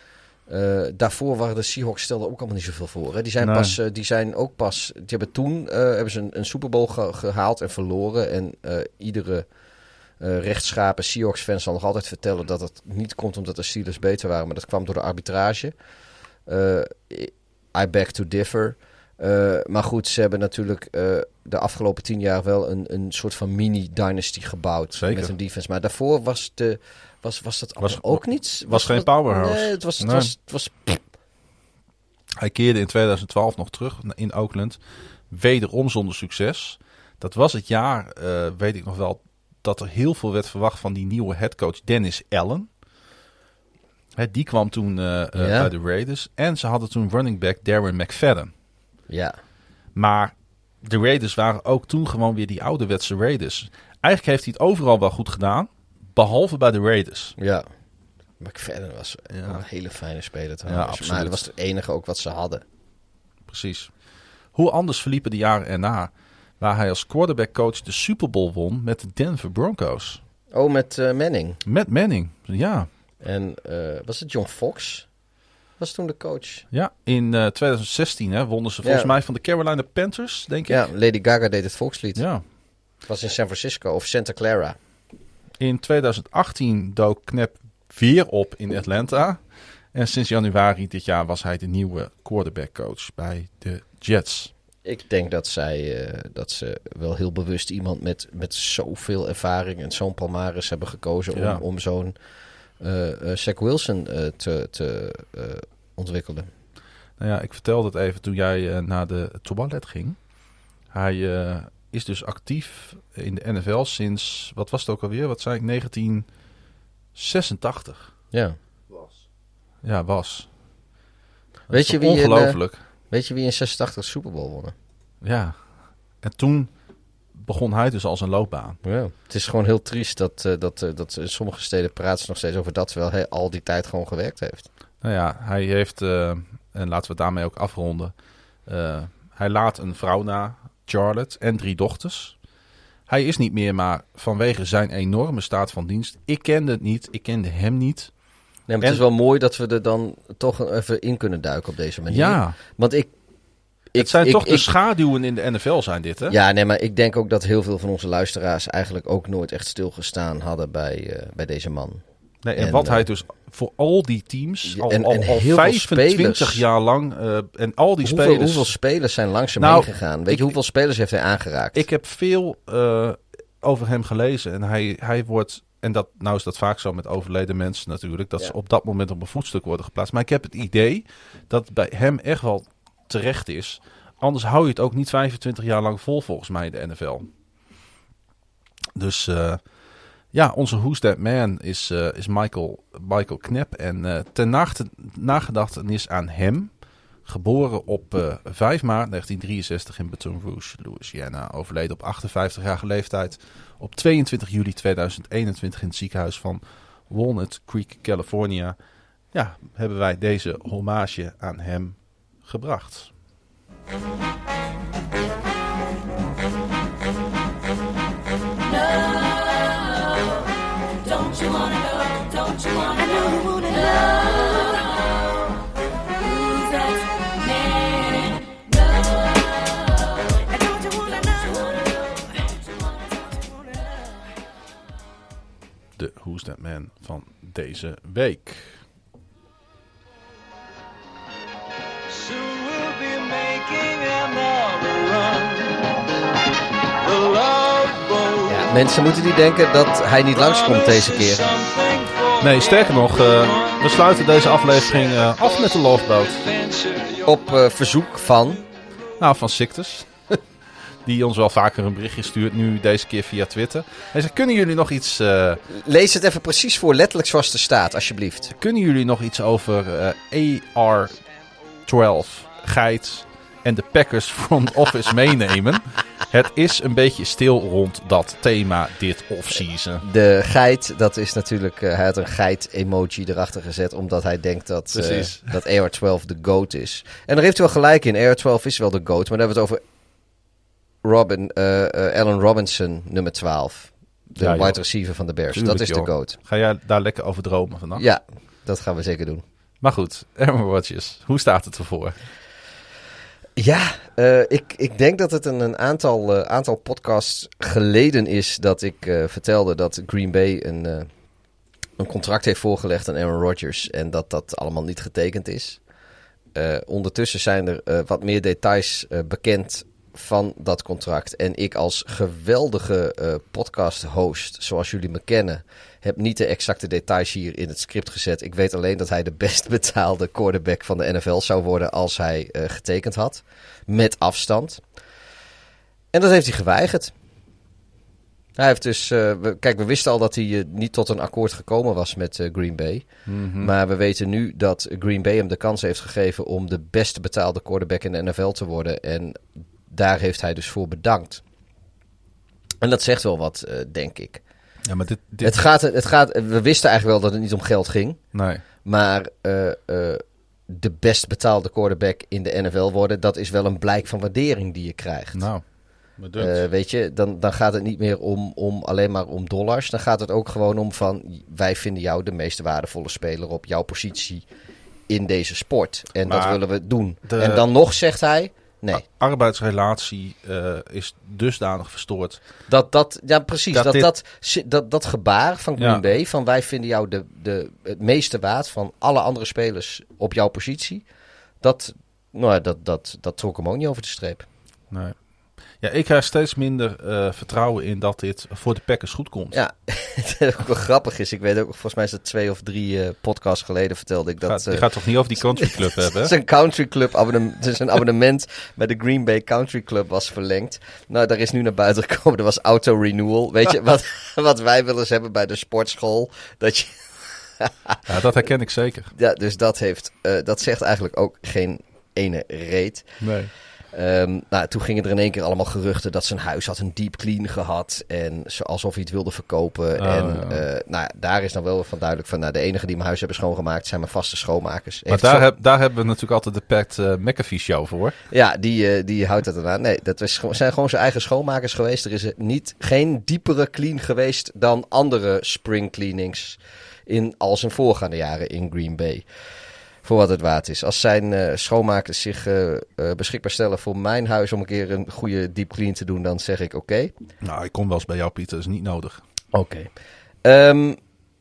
Uh, daarvoor waren de Seahawks stelden ook allemaal niet zoveel voor. Hè? Die zijn Nee. pas, uh, die zijn ook pas, die hebben toen uh, hebben ze een, een Super Bowl ge- gehaald en verloren. En uh, iedere uh, rechtschapen Seahawks-fans zal nog altijd vertellen dat het niet komt omdat de Steelers beter waren, maar dat kwam door de arbitrage. Uh, I beg to differ. Uh, maar goed, ze hebben natuurlijk uh, de afgelopen tien jaar wel een, een soort van mini-dynasty gebouwd. Zeker. Met een defense. Maar daarvoor was, de, was, was dat Was- ook niet. was geen powerhouse. Nee, het was... Het Nee. was, het was Hij keerde in tweeduizend twaalf nog terug in Oakland. Wederom zonder succes. Dat was het jaar, uh, weet ik nog wel, dat er heel veel werd verwacht van die nieuwe headcoach Dennis Allen. Hè, die kwam toen uh, uh, Ja. bij de Raiders. En ze hadden toen running back Darren McFadden. Ja. Maar de Raiders waren ook toen gewoon weer die ouderwetse Raiders. Eigenlijk heeft hij het overal wel goed gedaan. Behalve bij de Raiders. Ja. McFadden was Ja. een hele fijne speler trouwens. Ja, absoluut. Maar dat was het enige ook wat ze hadden. Precies. Hoe anders verliepen de jaren erna, waar hij als quarterbackcoach de Super Bowl won met de Denver Broncos. Oh, met uh, Manning. Met Manning, ja. En uh, was het John Fox? Was toen de coach? Ja, in uh, twintig zestien hè, wonnen ze volgens Ja. mij van de Carolina Panthers, denk ik. Ja, Lady Gaga deed het volkslied. Ja. Het was in San Francisco of Santa Clara. In twintig achttien dook Knapp weer op in Atlanta. En sinds januari dit jaar was hij de nieuwe quarterbackcoach bij de Jets. Ik denk dat zij uh, dat ze wel heel bewust iemand met, met zoveel ervaring en zo'n palmares hebben gekozen Ja. om, om zo'n uh, uh, Zach Wilson uh, te, te uh, ontwikkelen. Nou ja, ik vertelde het even toen jij uh, naar de toilet ging. Hij uh, is dus actief in de N F L sinds, wat was het ook alweer? Wat zei ik? negentien zesentachtig. Ja. Ja, was. Dat Weet is je, toch wie in, uh, ongelooflijk. weet je wie in zesentachtig de Super Bowl wonnen? Ja. En toen begon hij dus al zijn loopbaan. Ja. Het is gewoon heel triest dat, uh, dat, uh, dat in sommige steden praten ze nog steeds over dat, terwijl hij al die tijd gewoon gewerkt heeft. Nou ja, hij heeft, uh, en laten we het daarmee ook afronden. Uh, hij laat een vrouw na, Charlotte, en drie dochters. Hij is niet meer, maar vanwege zijn enorme staat van dienst. Ik kende het niet, ik kende hem niet. Nee, maar En- het is wel mooi dat we er dan toch even in kunnen duiken op deze manier. Ja, Want ik... ik het zijn ik, toch de ik, schaduwen in de N F L zijn dit, hè? Ja, nee, maar ik denk ook dat heel veel van onze luisteraars eigenlijk ook nooit echt stilgestaan hadden bij, uh, bij deze man. Nee, en, En, wat uh, hij dus voor al die teams, al, en- al, en al heel veel vijfentwintig spelers. jaar lang, uh, en al die Hoeveel, spelers... hoeveel spelers zijn langs hem Nou, heen gegaan? Weet ik- je, hoeveel spelers heeft hij aangeraakt? Ik heb veel uh, over hem gelezen en hij, hij wordt... En dat, nou is dat vaak zo met overleden mensen natuurlijk, dat Ja. ze op dat moment op een voetstuk worden geplaatst. Maar ik heb het idee dat het bij hem echt wel terecht is. Anders hou je het ook niet vijfentwintig jaar lang vol volgens mij in de N F L. Dus uh, ja, onze Who's That Man is, uh, is Michael, Michael Knapp. En uh, ten nacht- nagedachtenis aan hem, geboren op uh, vijf maart negentien drieënzestig in Baton Rouge, Louisiana. Overleden op achtenvijftigjarige leeftijd op tweeëntwintig juli tweeduizend eenentwintig in het ziekenhuis van Walnut Creek, California. Ja, hebben wij deze hommage aan hem gebracht. Don't you wanna know? Don't you wanna know? You wanna know who's that man? No. Don't you wanna know? Don't you wanna, don't you wanna know? De Who's That Man van deze week. Soon we'll be making another run. The love boat. Ja, mensen moeten niet denken dat hij niet langskomt deze keer. Nee, sterker nog, uh, we sluiten deze aflevering uh, af met de Love Boat. Op uh, verzoek van... Nou, van Sictus. Die ons wel vaker een berichtje stuurt, nu deze keer via Twitter. Hij zegt, kunnen jullie nog iets... Uh, Lees het even precies voor, letterlijk zoals het er staat, alsjeblieft. kunnen jullie nog iets over uh, A R twaalf, Geit en de Packers front office meenemen? Het is een beetje stil rond dat thema dit offseason. De geit, dat is natuurlijk... Uh, hij had een geit-emoji erachter gezet, omdat hij denkt dat, uh, Precies. dat A R twaalf de GOAT is. En daar heeft hij wel gelijk in. A R twaalf is wel de GOAT, maar dan hebben we het over Robin, uh, uh, Allen Robinson, nummer twaalf. De Ja, joh. wide receiver van de Bears. Tuurlijk, dat is joh. de GOAT. Ga jij daar lekker over dromen vannacht? Ja, dat gaan we zeker doen. Maar goed, Aaron Rodgers, hoe staat het ervoor? Ja, uh, ik, ik denk dat het een, een aantal, uh, aantal podcasts geleden is dat ik uh, vertelde dat Green Bay een, uh, een contract heeft voorgelegd aan Aaron Rodgers en dat dat allemaal niet getekend is. Uh, ondertussen zijn er uh, wat meer details uh, bekend van dat contract. En ik als geweldige uh, podcast-host, zoals jullie me kennen, heb niet de exacte details hier in het script gezet. Ik weet alleen dat hij de best betaalde quarterback van de N F L zou worden als hij uh, getekend had. Met afstand. En dat heeft hij geweigerd. Hij heeft dus, uh, we, kijk, we wisten al dat hij uh, niet tot een akkoord gekomen was met uh, Green Bay. Mm-hmm. Maar we weten nu dat Green Bay hem de kans heeft gegeven om de beste betaalde quarterback in de N F L te worden. En daar heeft hij dus voor bedankt. En dat zegt wel wat, uh, denk ik. Ja, maar dit, dit... Het gaat, het gaat, we wisten eigenlijk wel dat het niet om geld ging. Nee. Maar uh, uh, de best betaalde quarterback in de N F L worden, dat is wel een blijk van waardering die je krijgt. Nou, uh, weet je, dan, dan gaat het niet meer om, om alleen maar om dollars. Dan gaat het ook gewoon om van, wij vinden jou de meest waardevolle speler op jouw positie in deze sport. En maar dat willen we doen. de... En dan nog zegt hij, nee. Arbeidsrelatie uh, is dusdanig verstoord. Dat, dat, ja, precies. Dat Dat, dit... dat, dat, dat, dat gebaar van Green ja. Bay, van wij vinden jou de, de, het meeste waard van alle andere spelers op jouw positie. Dat, nou, dat, dat, dat trok hem ook niet over de streep. Nee. Ja, ik krijg steeds minder uh, vertrouwen in dat dit voor de Packers goed komt. Ja, het ook wel grappig is. Ik weet ook, volgens mij is dat twee of drie uh, podcasts geleden vertelde ik dat... Gaat, je uh, gaat toch niet over die country club hebben? Het is een country club abonnement. Dus een abonnement bij de Green Bay Country Club was verlengd. Nou, daar is nu naar buiten gekomen. Er was auto renewal. Weet je, wat, wat wij wel eens hebben bij de sportschool. Dat je... Ja, dat herken ik zeker. Ja, dus dat heeft, uh, dat zegt eigenlijk ook geen ene reet. Nee. Um, nou, toen gingen er in één keer allemaal geruchten dat zijn huis had een deep clean gehad. En zo, alsof hij het wilde verkopen. Oh, en ja. uh, nou, daar is dan wel van duidelijk van, nou, de enige die mijn huis hebben schoongemaakt zijn mijn vaste schoonmakers. Maar Heeft daar, zo... heb, daar hebben we natuurlijk altijd de Pat uh, McAfee show voor. Ja, die, uh, die houdt het eraan. Nee, dat is, zijn gewoon zijn eigen schoonmakers geweest. Er is niet, geen diepere clean geweest dan andere spring cleanings in al zijn voorgaande jaren in Green Bay. Voor wat het waard is. Als zijn uh, schoonmakers zich uh, uh, beschikbaar stellen voor mijn huis om een keer een goede deep clean te doen, dan zeg ik oké. Okay. Nou, ik kom wel eens bij jou, Pieter. Dat is niet nodig. Oké. Okay. Um,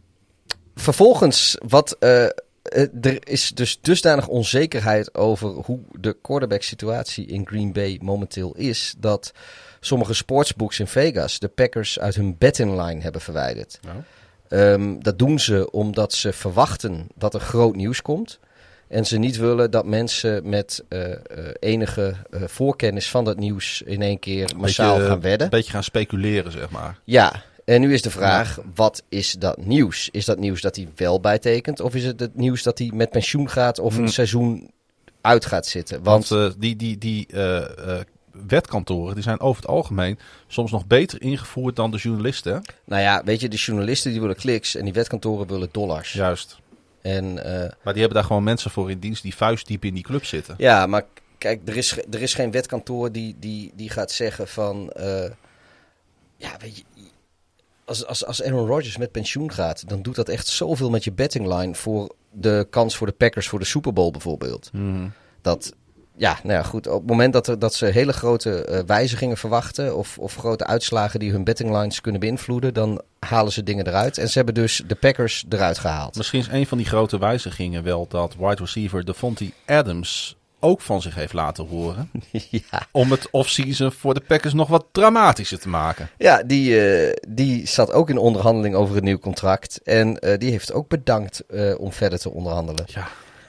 vervolgens, wat, uh, er is dus dusdanig onzekerheid over hoe de quarterback situatie in Green Bay momenteel is, dat sommige sportsbooks in Vegas de Packers uit hun betting line hebben verwijderd. Nou. Um, dat doen ze omdat ze verwachten dat er groot nieuws komt. En ze niet willen dat mensen met uh, uh, enige uh, voorkennis van dat nieuws in één keer massaal beetje, gaan wedden. Een beetje gaan speculeren, zeg maar. Ja, en nu is de vraag, ja. Wat is dat nieuws? Is dat nieuws dat hij wel bijtekent? Of is het het nieuws dat hij met pensioen gaat of hmm. een seizoen uit gaat zitten? Want, Want uh, die, die, die uh, uh, wetkantoren die zijn over het algemeen soms nog beter ingevoerd dan de journalisten. Nou ja, weet je, de journalisten die willen kliks en die wetkantoren willen dollars. Juist. En, uh, maar die hebben daar gewoon mensen voor in dienst die vuistdiep in die club zitten. Ja, maar kijk, er is, er is geen wetkantoor die, die, die gaat zeggen van... Uh, ja, weet je, als, als, als Aaron Rodgers met pensioen gaat, dan doet dat echt zoveel met je betting line voor de kans voor de Packers voor de Super Bowl bijvoorbeeld. Mm. Dat... Ja, nou ja, goed. Op het moment dat, er, dat ze hele grote uh, wijzigingen verwachten of, of grote uitslagen die hun bettinglines kunnen beïnvloeden, dan halen ze dingen eruit. En ze hebben dus de Packers eruit gehaald. Misschien is een van die grote wijzigingen wel dat wide receiver Devontae Adams ook van zich heeft laten horen. Ja. Om het offseason voor de Packers nog wat dramatischer te maken. Ja, die, uh, die zat ook in onderhandeling over een nieuw contract. En uh, die heeft ook bedankt uh, om verder te onderhandelen. Ja.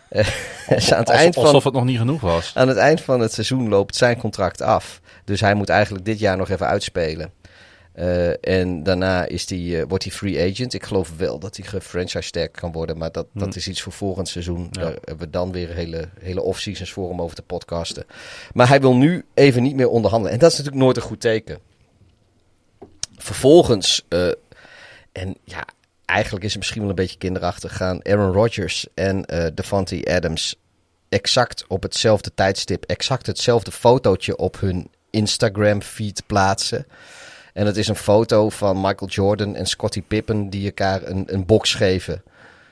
dus aan het Als, eind van, alsof het nog niet genoeg was. Aan het eind van het seizoen loopt zijn contract af. Dus hij moet eigenlijk dit jaar nog even uitspelen. Uh, en daarna is die, uh, wordt hij free agent. Ik geloof wel dat hij gefranchise-tag kan worden. Maar dat, Hmm. dat is iets voor volgend seizoen. Ja. Daar hebben we dan weer hele, hele off-seasons voor om over te podcasten. Maar hij wil nu even niet meer onderhandelen. En dat is natuurlijk nooit een goed teken. Vervolgens... Uh, en ja... Eigenlijk is het misschien wel een beetje kinderachtig. Gaan Aaron Rodgers en uh, Devontae Adams exact op hetzelfde tijdstip, exact hetzelfde fotootje op hun Instagram feed plaatsen. En het is een foto van Michael Jordan en Scottie Pippen die elkaar een, een box geven.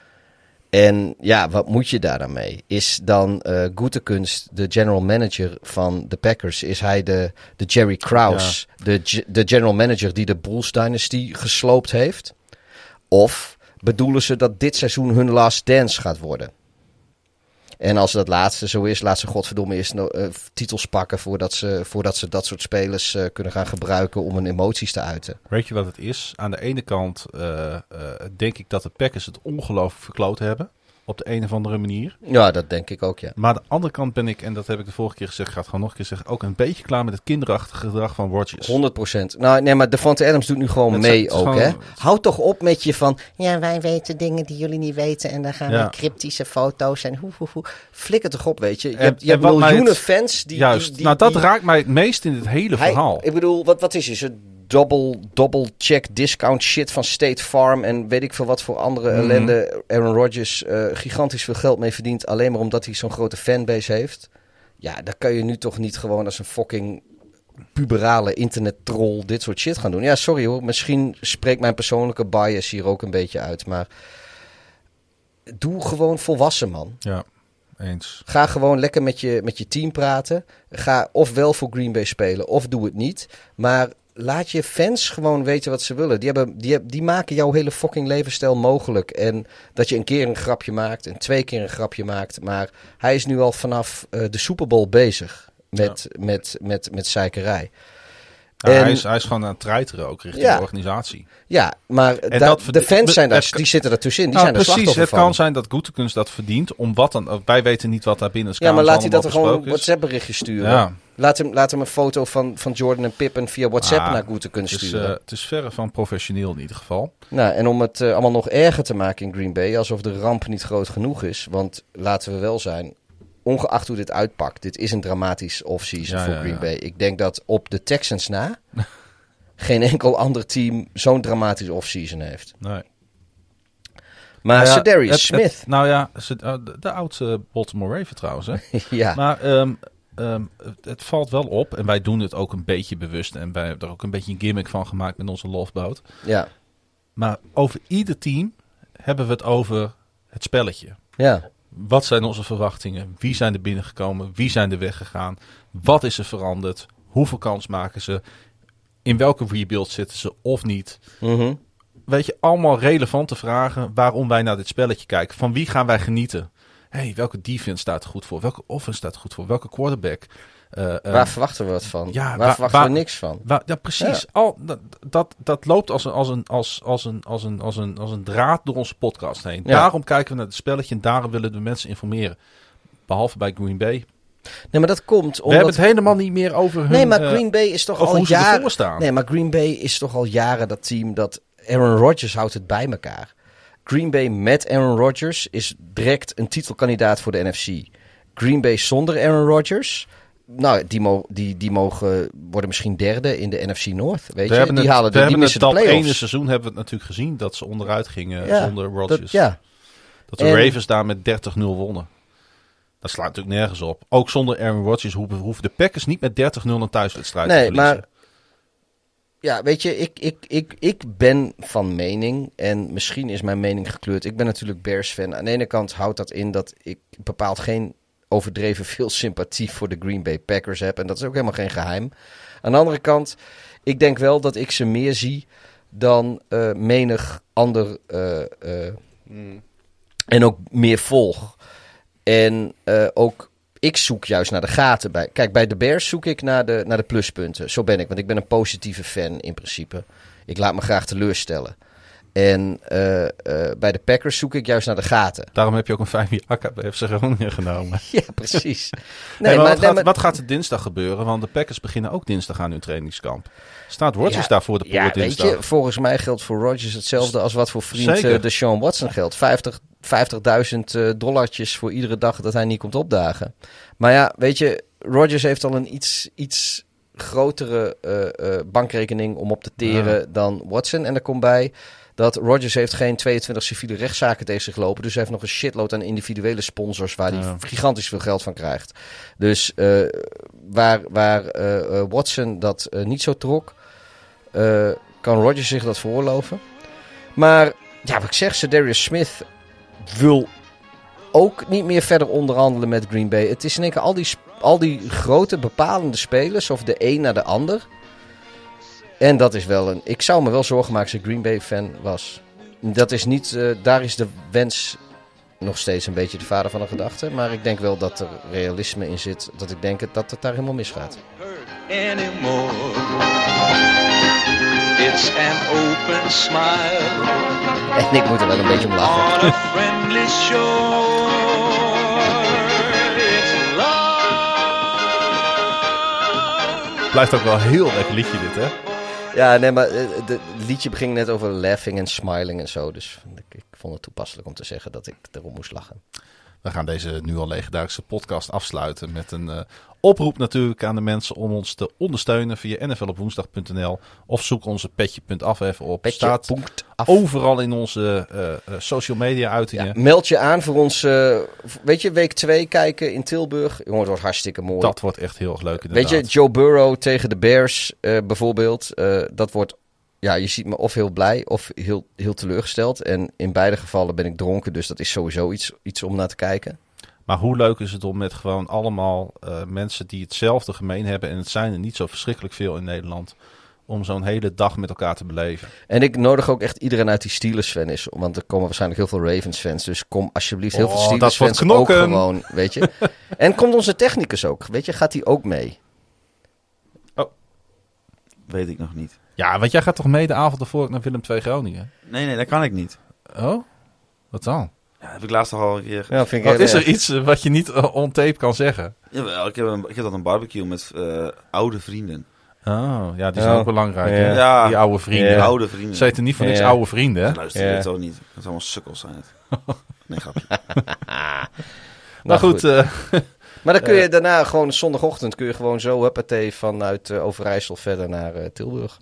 En ja, wat moet je daar dan mee? Is dan uh, Gutekunst, de general manager van de Packers, is hij de, de Jerry Krause, ja. de, de general manager die de Bulls Dynasty gesloopt heeft? Of bedoelen ze dat dit seizoen hun last dance gaat worden? En als dat laatste zo is, laat ze godverdomme eerst no- uh, titels pakken voordat ze, voordat ze dat soort spelers uh, kunnen gaan gebruiken om hun emoties te uiten. Weet je wat het is? Aan de ene kant uh, uh, denk ik dat de Packers het ongelooflijk verkloot hebben. Op de een of andere manier. Ja, dat denk ik ook, ja. Maar aan de andere kant ben ik, en dat heb ik de vorige keer gezegd, ik ga het gewoon nog een keer zeggen, ook een beetje klaar met het kinderachtige gedrag van Rodgers. honderd procent. Nou, nee, maar Davante Adams doet nu gewoon Het mee is- het is ook, gewoon- hè. Houd toch op met je van... Ja, wij weten dingen die jullie niet weten... en dan gaan Ja. we cryptische foto's en hoe, hoe, hoe. Flikker toch op, weet je. Je En- hebt, je en hebt wat mij miljoenen het- fans die... Juist, die, die, nou dat die- raakt mij het meest in het hele hij- verhaal. Ik bedoel, wat, wat is het? Een double, double check discount shit van State Farm... en weet ik veel wat voor andere Mhm. ellende... Aaron Rodgers uh, gigantisch veel geld mee verdient... alleen maar omdat hij zo'n grote fanbase heeft. Ja, daar kan je nu toch niet gewoon als een fucking... puberale internettroll dit soort shit gaan doen. Ja, sorry hoor. Misschien spreekt mijn persoonlijke bias hier ook een beetje uit. Maar doe gewoon volwassen, man. Ja, eens. Ga gewoon lekker met je, met je team praten. Ga of wel voor Green Bay spelen of doe het niet. Maar laat je fans gewoon weten wat ze willen. Die, hebben, die, heb- die maken jouw hele fucking levensstijl mogelijk. En dat je een keer een grapje maakt en twee keer een grapje maakt. Maar hij is nu al vanaf uh, de Super Bowl bezig met, ja. met, met, met zeikerij. Ja, En- hij, is, hij is gewoon aan het treiteren ook richting Ja. de organisatie. Ja, maar En da- dat de verd- fans zijn daar, het- die zitten ertussenin. Die Nou, zijn er precies, slachtoffer het van. kan zijn dat Gutekunst dat verdient. Om wat dan, wij weten niet wat daar binnen Ja, maar laat hij dat er gewoon een besproken is. WhatsApp berichtje sturen. Ja. Laat, hem, laat hem een foto van, van Jordan en Pippen via WhatsApp Ah, naar Gutekunst Het is, sturen. uh, het is verre van professioneel in ieder geval. Nou, en om het uh, allemaal nog erger te maken in Green Bay, alsof de ramp niet groot genoeg is. Want laten we wel zijn, ongeacht hoe dit uitpakt, dit is een dramatisch offseason Ja, voor ja, Green ja. Bay. Ik denk dat op de Texans na geen enkel ander team zo'n dramatisch offseason heeft. Nee. Maar Nou ja, Sedarius het- Smith, het- nou ja, ze- uh, de, de oude Baltimore Raven trouwens. Hè? ja. Maar um, um, het, het valt wel op. En wij doen het ook een beetje bewust. En wij hebben er ook een beetje een gimmick van gemaakt met onze Loveboat. ja, Maar over ieder team hebben we het over het spelletje. ja. Wat zijn onze verwachtingen? Wie zijn er binnengekomen? Wie zijn er weggegaan? Wat is er veranderd? Hoeveel kans maken ze? In welke rebuild zitten ze of niet? Mhm. Weet je, allemaal relevante vragen waarom wij naar dit spelletje kijken. Van wie gaan wij genieten? Hey, welke defense staat er goed voor? Welke offense staat er goed voor? Welke quarterback? Uh, uh, Waar verwachten we wat van? ja, waar, waar- verwachten waar- we niks van? Waar- ja, precies. Ja. Al, dat, dat, dat loopt als een, als, een, als, als, een, als, een, als, een, als een draad door onze podcast heen. Ja. Daarom kijken we naar het spelletje en daarom willen we mensen informeren. Behalve bij Green Bay. Nee, maar dat komt We omdat... hebben het helemaal niet meer over hun... Nee, maar eh, Green Bay is toch over al hoe ze jaren... ervoor staan. Nee, maar Green Bay is toch al jaren dat team dat... Aaron Rodgers houdt het bij elkaar. Green Bay met Aaron Rodgers is direct een titelkandidaat voor de N F C. Green Bay zonder Aaron Rodgers... Nou, die, mo- die, die mogen worden misschien derde in de N F C North, weet we je. hebben Die het, halen we de, die hebben het missen de dat playoffs. ene seizoen hebben we het natuurlijk gezien dat ze onderuit gingen Ja, zonder Rodgers. Dat, ja, Dat de En- Ravens daar met dertig nul wonnen. Dat slaat natuurlijk nergens op. Ook zonder Aaron Rodgers hoeven, hoeven de Packers niet met dertig nul een thuiswedstrijd te nee, verliezen. maar... Ja, weet je, ik, ik, ik, ik ben van mening, en misschien is mijn mening gekleurd. Ik ben natuurlijk Bears-fan. Aan de ene kant houdt dat in dat ik bepaald geen overdreven veel sympathie voor de Green Bay Packers heb. En dat is ook helemaal geen geheim. Aan de andere kant, ik denk wel dat ik ze meer zie dan uh, menig ander uh, uh, Mm. en ook meer volg. En uh, ook ik zoek juist naar de gaten. Bij. Kijk, bij de Bears zoek ik naar de, naar de pluspunten. Zo ben ik, want ik ben een positieve fan in principe. Ik laat me graag teleurstellen. En uh, uh, bij de Packers zoek ik juist naar de gaten. Daarom heb je ook een vijf jaar akka bij F C Groningen genomen. Ja, precies. Nee, Nee, maar maar, wat, nee, gaat, maar- wat gaat er dinsdag gebeuren? Want de Packers beginnen ook dinsdag aan hun trainingskamp. Staat Rodgers Ja, daar voor de poort ja, weet dinsdag? je, volgens mij geldt voor Rodgers hetzelfde als wat voor vriend Zeker. uh, Deshaun Watson geldt. vijftig vijftigduizend uh, dollartjes voor iedere dag dat hij niet komt opdagen. Maar ja, weet je, Rodgers heeft al een iets, iets grotere uh, uh, bankrekening om op te teren Ja. dan Watson. En er komt bij dat Rodgers heeft geen tweeëntwintig civiele rechtszaken tegen zich lopen. Dus hij heeft nog een shitload aan individuele sponsors waar hij Ja. gigantisch veel geld van krijgt. Dus uh, waar, waar uh, uh, Watson dat uh, niet zo trok, uh, kan Rodgers zich dat veroorloven. Maar ja, wat ik zeg, Sedarius Smith wil ook niet meer verder onderhandelen met Green Bay. Het is in één keer al die, sp- al die grote bepalende spelers, of de een naar de ander. En dat is wel een... Ik zou me wel zorgen maken als ik Green Bay fan was. Dat is niet... Uh, daar is de wens nog steeds een beetje de vader van de gedachte. Maar ik denk wel dat er realisme in zit. Dat ik denk dat het daar helemaal misgaat. anymore. It's an open smile En ik moet er wel een beetje om lachen. on a friendly shore. It's love. Blijft ook wel een heel lekker liedje dit, hè? Ja, nee, maar eh, de- het liedje beging net over laughing en smiling en zo. Dus ik, ik vond het toepasselijk om te zeggen dat ik erom moest lachen. We gaan deze nu al legendarische podcast afsluiten met een uh, oproep natuurlijk aan de mensen om ons te ondersteunen via n f l op woensdag punt n l of zoek onze petje punt af even op. Petje Staat punt af. overal in onze uh, uh, social media Ja, uitingen. meld je aan voor ons, eh, weet je, week twee kijken in Tilburg. Jongen, het wordt hartstikke mooi. Dat wordt echt heel erg leuk Weet inderdaad. je, Joe Burrow tegen de Bears eh, bijvoorbeeld. eh, dat wordt, ja, je ziet me of heel blij of heel, heel teleurgesteld. En in beide gevallen ben ik dronken, dus dat is sowieso iets, iets om naar te kijken. Maar hoe leuk is het om met gewoon allemaal uh, mensen die hetzelfde gemeen hebben, en het zijn er niet zo verschrikkelijk veel in Nederland, om zo'n hele dag met elkaar te beleven. En ik nodig ook echt iedereen uit die Steelers-fan is. Want er komen waarschijnlijk heel veel Ravens-fans. Dus kom alsjeblieft heel Oh, veel dat Steelers-fans wordt ook knokken. gewoon, weet je. En komt onze technicus ook, weet je, gaat hij ook mee? Weet ik nog niet. Ja, want jij gaat toch mee de avond ervoor naar Willem twee Groningen? Nee, nee, dat kan ik niet. Oh? Wat dan? Ja, dat heb ik laatst nog al een keer... Ja, vind ik Wat heel is er erg. iets uh, wat je niet uh, on tape kan zeggen? Jawel, ik heb, een, ik heb dat een barbecue met uh, oude vrienden. Oh, ja, die zijn Oh. ook belangrijk, Ja. hè? Ja. Die oude vrienden. Ja. Oude vrienden. Ze heten niet voor niks Ja. oude vrienden, hè? Luister, Ja. dit ook niet. Dat zijn allemaal sukkels zijn het. Nee, grapje. Nou goed, uh, Maar dan kun je daarna gewoon zondagochtend kun je gewoon zo huppatee vanuit uh, Overijssel verder naar uh, Tilburg.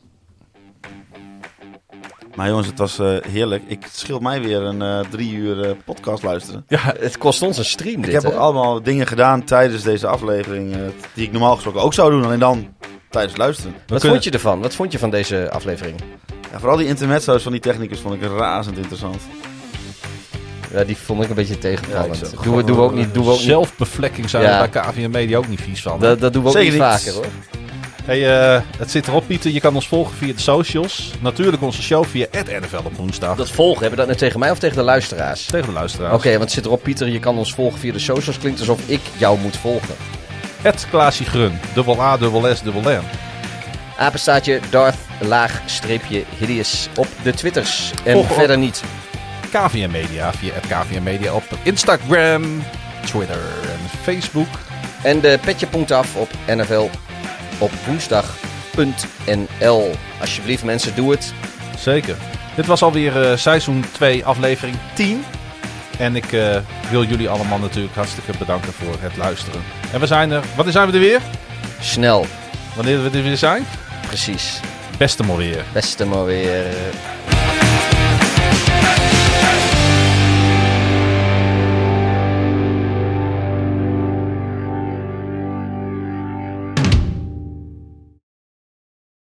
Maar jongens, het was uh, heerlijk. Ik het scheelt mij weer een uh, drie uur uh, podcast luisteren. ja, Het kost ons een stream Ik dit, heb hè? ook allemaal dingen gedaan tijdens deze aflevering uh, die ik normaal gesproken ook zou doen. Alleen dan tijdens het luisteren. Wat kunnen- vond je ervan? Wat vond je van deze aflevering? Ja, vooral die intermezzo's van die technicus vond ik razend interessant. Ja, die vond ik een beetje tegenvallend. Ja, ik zo- doen, we, doen we ook niet. Doen we ook niet. zelfbevlekking zijn Ja. we bij K V M Media ook niet vies van. Dat, dat doen we ook Zeker niet niet. vaker, hoor. Hey, uh, het zit erop, Pieter. Je kan ons volgen via de socials. Natuurlijk onze show via at N F L op woensdag. Dat volgen, hebben we dat nu tegen mij of tegen de luisteraars? Tegen de luisteraars. Oké, want het zit erop, Pieter. Je kan ons volgen via de socials. Klinkt alsof ik jou moet volgen. Het Klaasje Grun. Dubbel A, dubbel S, dubbel N. Apenstaatje Darth laag streepje hideous op de Twitters. En Volg ook- verder niet. K V M Media via at K V M Media op Instagram, Twitter en Facebook. En de petje punt af op N F L op woensdag punt n l. Alsjeblieft mensen, doe het. Zeker. Dit was alweer uh, seizoen twee, aflevering tien. En ik uh, wil jullie allemaal natuurlijk hartstikke bedanken voor het luisteren. En we zijn er... Wanneer zijn we er weer? Snel, Wanneer we er weer zijn? precies. Beste maar weer. Beste maar weer.